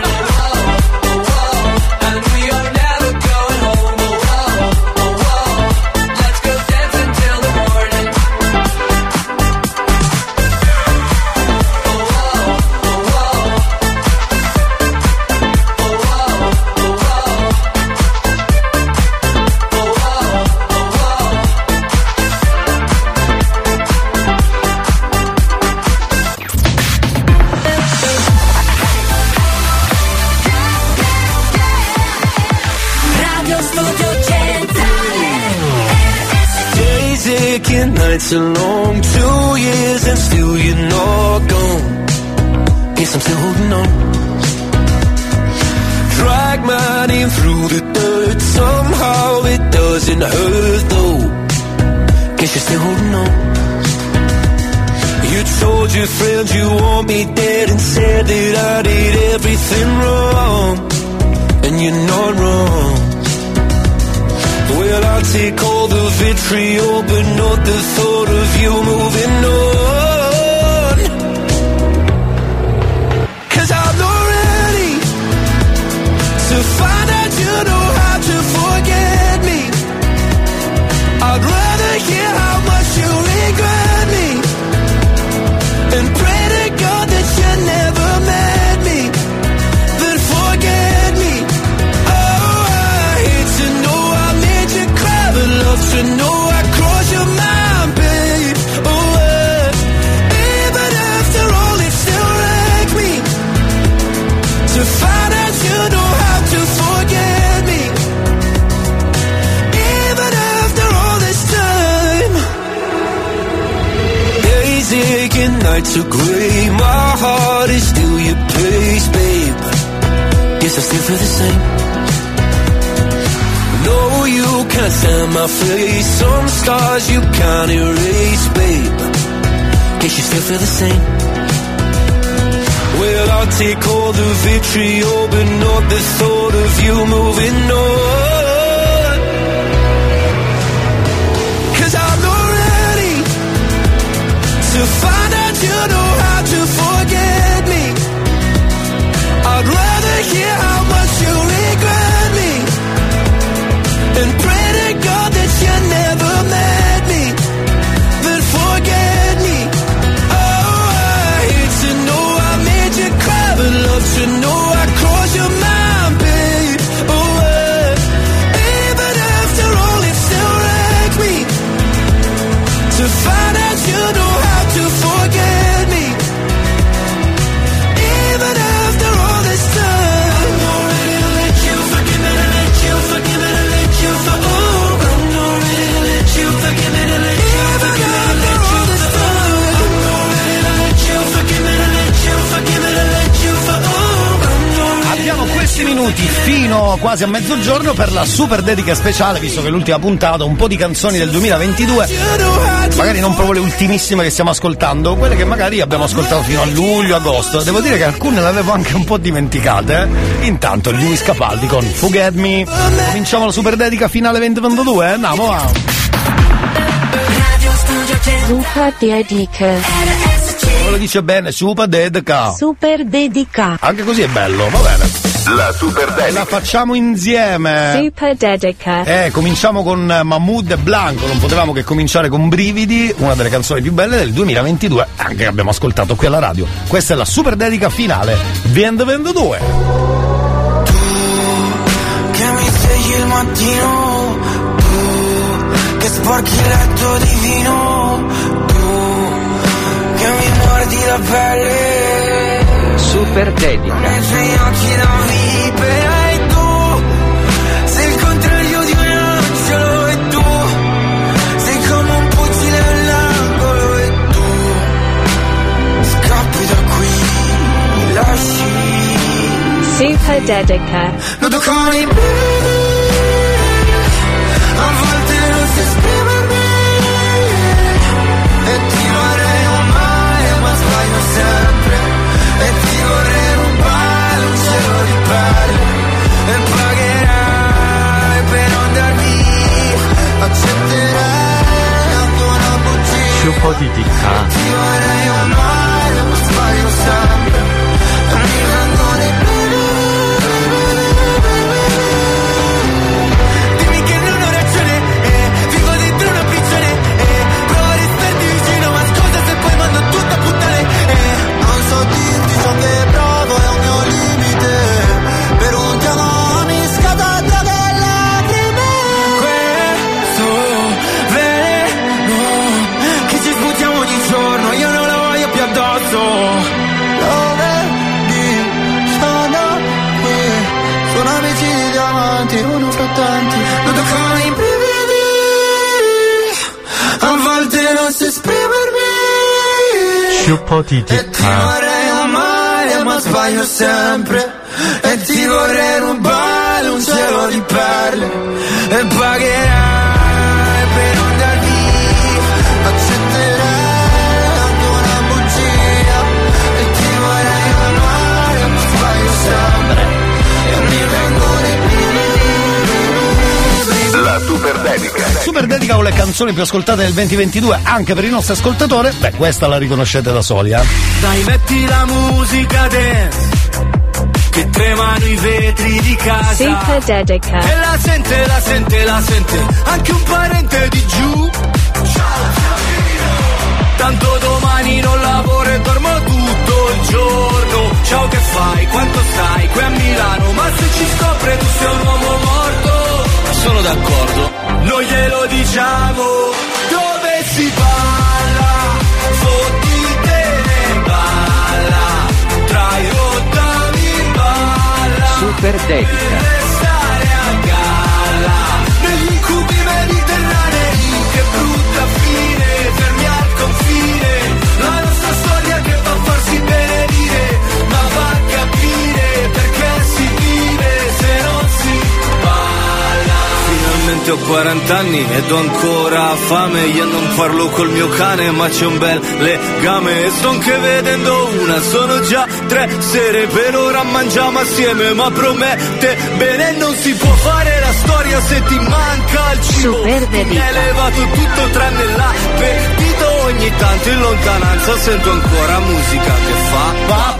Aching nights are long, two years and still you're not gone. Guess I'm still holding on. Drag my name through the dirt, somehow it doesn't hurt though. Guess you're still holding on. You told your friends you want me dead and said that I did everything wrong. And you're not wrong. Well, I'll take all the vitriol, but not the thought of you moving on. 'Cause I'm not ready to find out you know how to forget me. I'd rather hear how much you regret me and pray to God that you never met me, then forget me. Oh, I hate to know I made you cry, but love to know I crossed your mind, babe. Oh, uh, even after all it still wrecks me to find out you know how to forget me. Even after all this time, days aching, nights are grey, my heart is still your place, babe. Guess I still feel the same. No, you can't stand my face, some scars you can't erase, babe. Guess you still feel the same. Well, I'll take all the vitriol, but not the thought of you moving on. 'Cause I'm not ready to find out you know how to forget me. I'd rather hear how much you regret me and pray to God that you never met me, then forget me. Oh, I hate to know I made you cry, but love to know I crossed your mind, babe. Oh, uh, even after all it still wrecks me to find out you know how to forget me. Even after all this time, I'm not ready to let you forgive me, to let you forgive me, to let you for- oh, I'm not ready to let you forgive me, to let you forgive me, to let you this time. I'm not ready to let you forgive me, to let you forgive me, to let you for- oh, I'm not ready. Abbiamo questi minuti fino quasi a mezzogiorno per la super dedica speciale, visto che è l'ultima puntata, un po' di canzoni del duemilaventidue, magari non proprio le ultimissime che stiamo ascoltando, quelle che magari abbiamo ascoltato fino a luglio, agosto. Devo dire che alcune le avevo anche un po' dimenticate. eh. Intanto Luis Capaldi con Forget Me. Cominciamo la super dedica finale duemilaventidue, eh? Andiamo, va. Super dedica. Lo dice bene, super dedica. Super dedica. Anche così è bello, va bene. La super dedica. La facciamo insieme. Super dedica. Eh, cominciamo con Mahmood e Blanco, non potevamo che cominciare con Brividi, una delle canzoni più belle del duemilaventidue, anche che abbiamo ascoltato qui alla radio. Questa è la super dedica finale duemilaventidue. Che mi svegli il mattino, tu che sporchi il letto di vino, tu che mi mordi la pelle, Super dedica. nei tuoi occhi da vipera, e tu sei il contrario di un angelo, e tu sei come un fucile all'angolo, e tu scappi da qui, mi lasci Super dedica. nudo con i me, a volte non si esprime e ti vorrei amare ma sbaglio sempre, e ti vorrei rubare un cielo di perle, e pagherai per non dar via, accetterai anche una bugia. 슈퍼 디디카. Ti vorrei amare ma sbaglio sempre e mi vengo di più. Dimmi che non ho ragione, eh, vivo dentro una prigione, eh, provo a restarti vicino ma scusa se poi mando tutto a puttane, eh, non so dirti ciò che provo è un mio limite, per un giorno mi scada delle lacrime. Questo veleno che ci sputiamo ogni giorno, io non la voglio più addosso. Lo vedi, sono qui, sono amici di diamanti, uno fra tanti, non toccano i brividi, a volte non so esprimermi. 슈퍼 E ti 디디카. vorrei amare ma sbaglio sempre, e ti vorrei rubare un cielo di perle, e pagherai per non dar via, accetterai anche una bugia, e ti vorrei amare ma sbaglio sempre, e mi vengo di più. La super dedica. Super dedica con le canzoni più ascoltate del duemilaventidue anche per i nostri ascoltatori. Beh, questa la riconoscete da soli, eh? Dai, metti la musica dance, che tremano i vetri di casa. Super dedica. E la sente, la sente, la sente anche un parente di giù. Tanto domani non lavoro e dormo tutto il giorno. Ciao, che fai? Quanto stai? Qui a Milano, ma se ci scopre tu sei un uomo morto. Sono d'accordo, noi glielo diciamo. Dove si balla, fottite e balla, tra i rottami in balla. Super dedica. Restare a galla negli incubi mediterranei, che brutta fine, fermi al confine, la nostra storia che va a farsi benedire, ma va a capire perché si vive se non si balla. Finalmente ho quaranta anni ed ho ancora fame, io non parlo col mio cane ma c'è un bel legame, e sto anche vedendo una, sono già tre sere, per ora mangiamo assieme ma promette bene, non si può fare la storia se ti manca il cibo. Super dedica. Mi è elevato tutto tranne l'appetito, ogni tanto in lontananza sento ancora musica che fa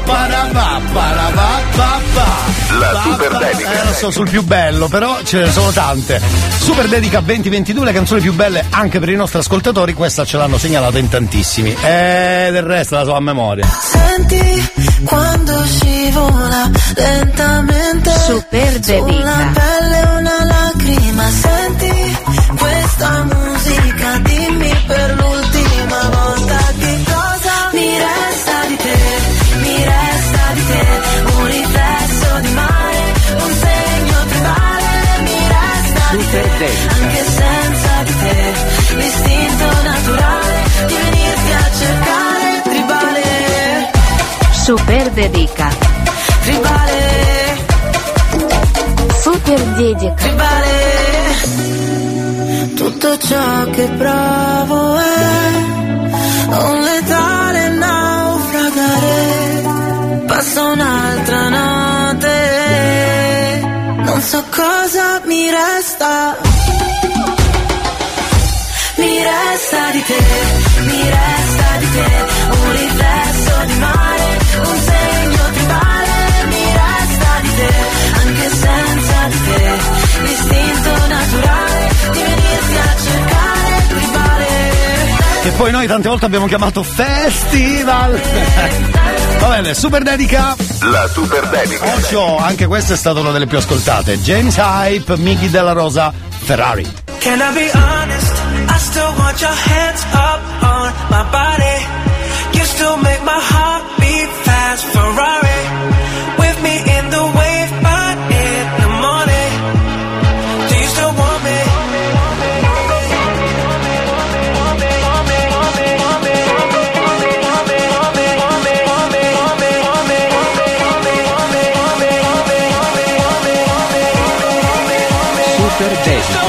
La super dedica. Eh, lo so, sul più bello, però ce ne sono tante. Super dedica duemilaventidue, le canzoni più belle anche per i nostri ascoltatori, questa ce l'hanno segnalata in tantissimi. E del resto la so a memoria. Senti quando scivola lentamente Super sulla dedica. pelle una lacrima, senti questa musica, dimmi per l'ultima volta che cosa mi resta di te, mi resta di te, un riflesso di mare, un segno tribale, mi resta di Super te, dedica. anche senza di te, l'istinto naturale di venirti a cercare, tribale. Super dedica. Tribale, Super dedica. tribale, tutto ciò che provo è un letale naufragare, passo un'altra notte, non so cosa mi resta, mi resta di te, mi resta di te, un riflesso di mare, un segno tribale, mi resta di te, anche senza di te, l'istinto naturale di venirti a cercare, tribale. Che poi noi tante volte abbiamo chiamato festival. Va bene, super dedica. La super dedica. Occhio, anche questa è stata una delle più ascoltate. James Hype, Miggy Della Rosa, Ferrari. Can I be honest? I still want your hands up on my body. You still make my heart beat fast. Ferrari with me in the wave, but in the morning. Do you still want me? Super dedica.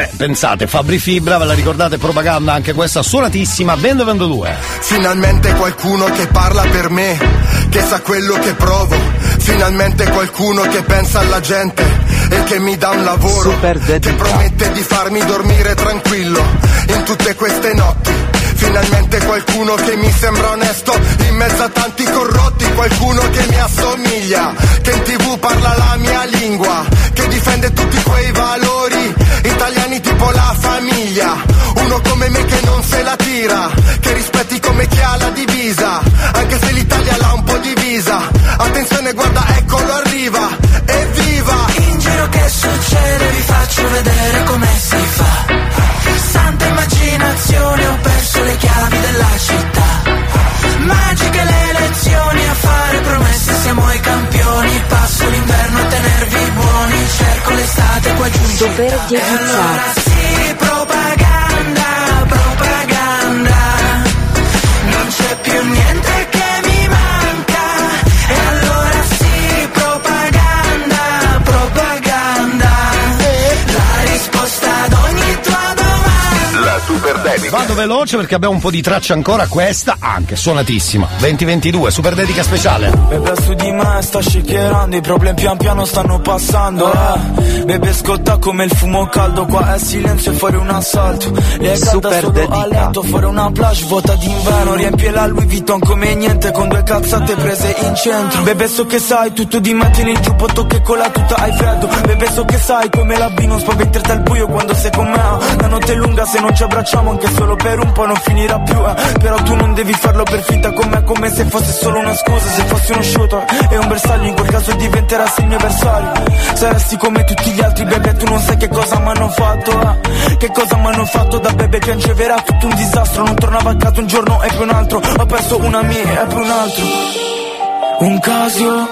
ventidue, pensate, Fabri Fibra, ve la ricordate, propaganda anche questa suonatissima, venti ventidue. Finalmente qualcuno che parla per me, che sa quello che provo. Finalmente qualcuno che pensa alla gente e che mi dà un lavoro, che promette di farmi dormire tranquillo in tutte queste notti. Finalmente qualcuno che mi sembra onesto in mezzo a tanti corrotti, qualcuno che mi assomiglia, che in tv parla la mia lingua, che difende tutti quei valori italiani tipo la famiglia. Uno come me che non se la tira, che rispetti come chi ha la divisa, anche se l'Italia l'ha un po' divisa. Attenzione, guarda, eccolo arriva, evviva! In giro che succede, vi faccio vedere come si fa. Santa immaginazione, ho perso le chiavi della città. Magiche le elezioni, a fare promesse siamo i campioni. Passo l'inverno a tenervi buoni, cerco l'estate qua giù. Super E allora sì, propaganda, propaganda. Non c'è più niente che mi manca. E allora sì, propaganda, propaganda. La risposta ad ogni tua La super dedica. Vado veloce perché abbiamo un po' di traccia ancora, questa anche suonatissima. venti ventidue, super dedica speciale. Bebe su di me sta shakerando, i problemi pian piano stanno passando, eh. Bebe scotta come il fumo caldo, qua è silenzio e fuori un assalto. Lei è calda solo dedica. a letto, fuori una plage vuota d'inverno. Riempie la Louis Vuitton come niente, con due cazzate prese in centro. Bebe so che sai tutto di me, tieni il giubbotto che con la tuta hai freddo. Bebe so che sai come la B, non spaventarti al buio quando sei con me. La notte è lunga, se non ci abbracciamo anche solo per un po' non finirà più, eh. Però tu non devi farlo per finta con me, come se fosse solo una scusa. Se fossi uno shooter e un bersaglio, in quel caso diventerassi il mio avversario. Saresti come tutti gli altri, bebe, tu non sai che cosa m'hanno fatto, eh. Che cosa m'hanno fatto, da bebe piangeva tutto un disastro. Non tornavo a casa un giorno e poi un altro, ho perso una mia e poi un altro. Un Casio,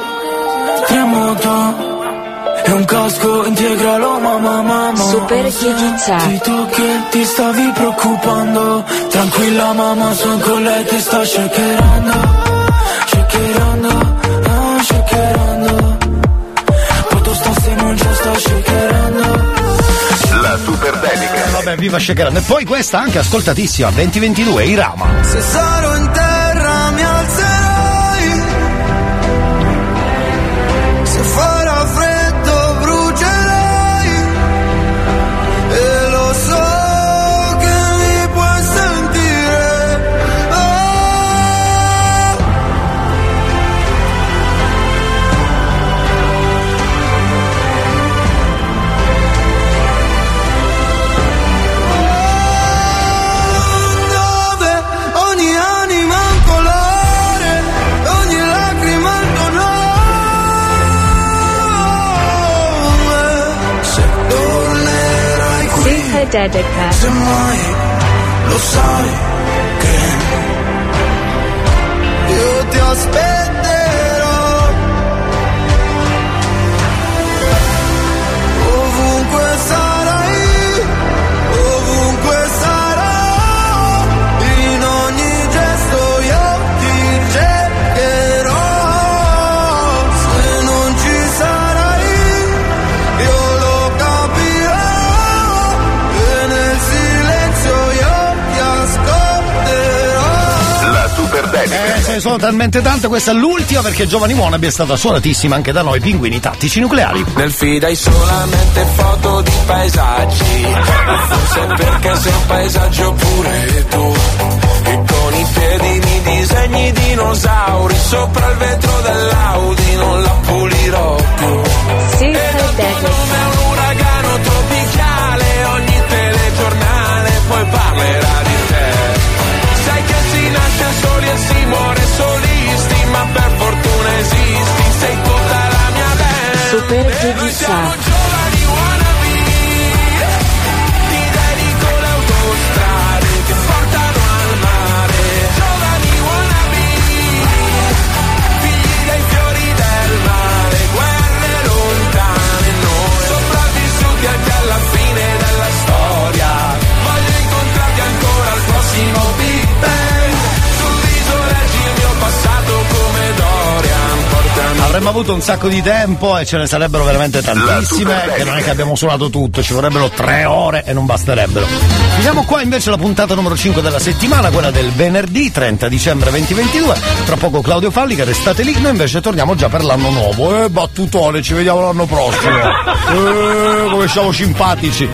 tremoto e un casco integralo, mamma, mamma. Super Chichizza. Sentito che ti stavi preoccupando, tranquilla mamma, sono con lei che sta shakerando, shakerando, ah, shakerando. Poi tu sta se non ci sta shakerando. La super dedica. Eh, vabbè, viva shakerando. E poi questa anche ascoltatissima, venti ventidue, Irama. Se sarò in terra mi alzerai, se farà freddo brucerai, e lo so che mi puoi sentire. Oh. Dove ogni anima ha un colore, ogni lacrima ha un tuo nome. Se tornerai qui, Super dedica. se mai lo sai che io ti aspetterò ovunque sarai, ovunque sarò, in ogni gesto io ti cercherò. Se non ci sarai io lo capirò, e nel silenzio io ti ascolterò. La super dedica. Eh, ce ne sono talmente tante, questa è l'ultima perché Giovani Wannabe è stata suonatissima anche da noi, Pinguini Tattici Nucleari. Nel feed hai solamente foto di paesaggi, ma forse perché sei un paesaggio pure tu. E con i piedi mi disegni dinosauri sopra il vetro dell'Audi, non la pulirò più. Super dedica. Come un uragano tropicale, ogni telegiornale poi parlerà di te. Sai che si nasce soli e si muore solisti, ma per fortuna esisti, sei tutta la mia band. Super E noi Chichizza. siamo giovani wannabe, ti dedico le autostrade che portano al mare. Giovani wannabe, figli dei fiori del mare, guerre lontane, noi sopravvissuti anche alla fine della storia. Voglio incontrarti ancora al prossimo Big Bang. Sul viso leggi il mio passato come Dorian, portami avremmo avuto un sacco di tempo e ce ne sarebbero veramente tantissime, che non è che abbiamo suonato tutto, ci vorrebbero tre ore e non basterebbero. Finiamo qua invece la puntata numero cinque della settimana, quella del venerdì trenta dicembre duemilaventidue. Tra poco Claudio Fallica, restate lì, noi invece torniamo già per l'anno nuovo. Eh battutone, ci vediamo l'anno prossimo. Eh, come siamo simpatici.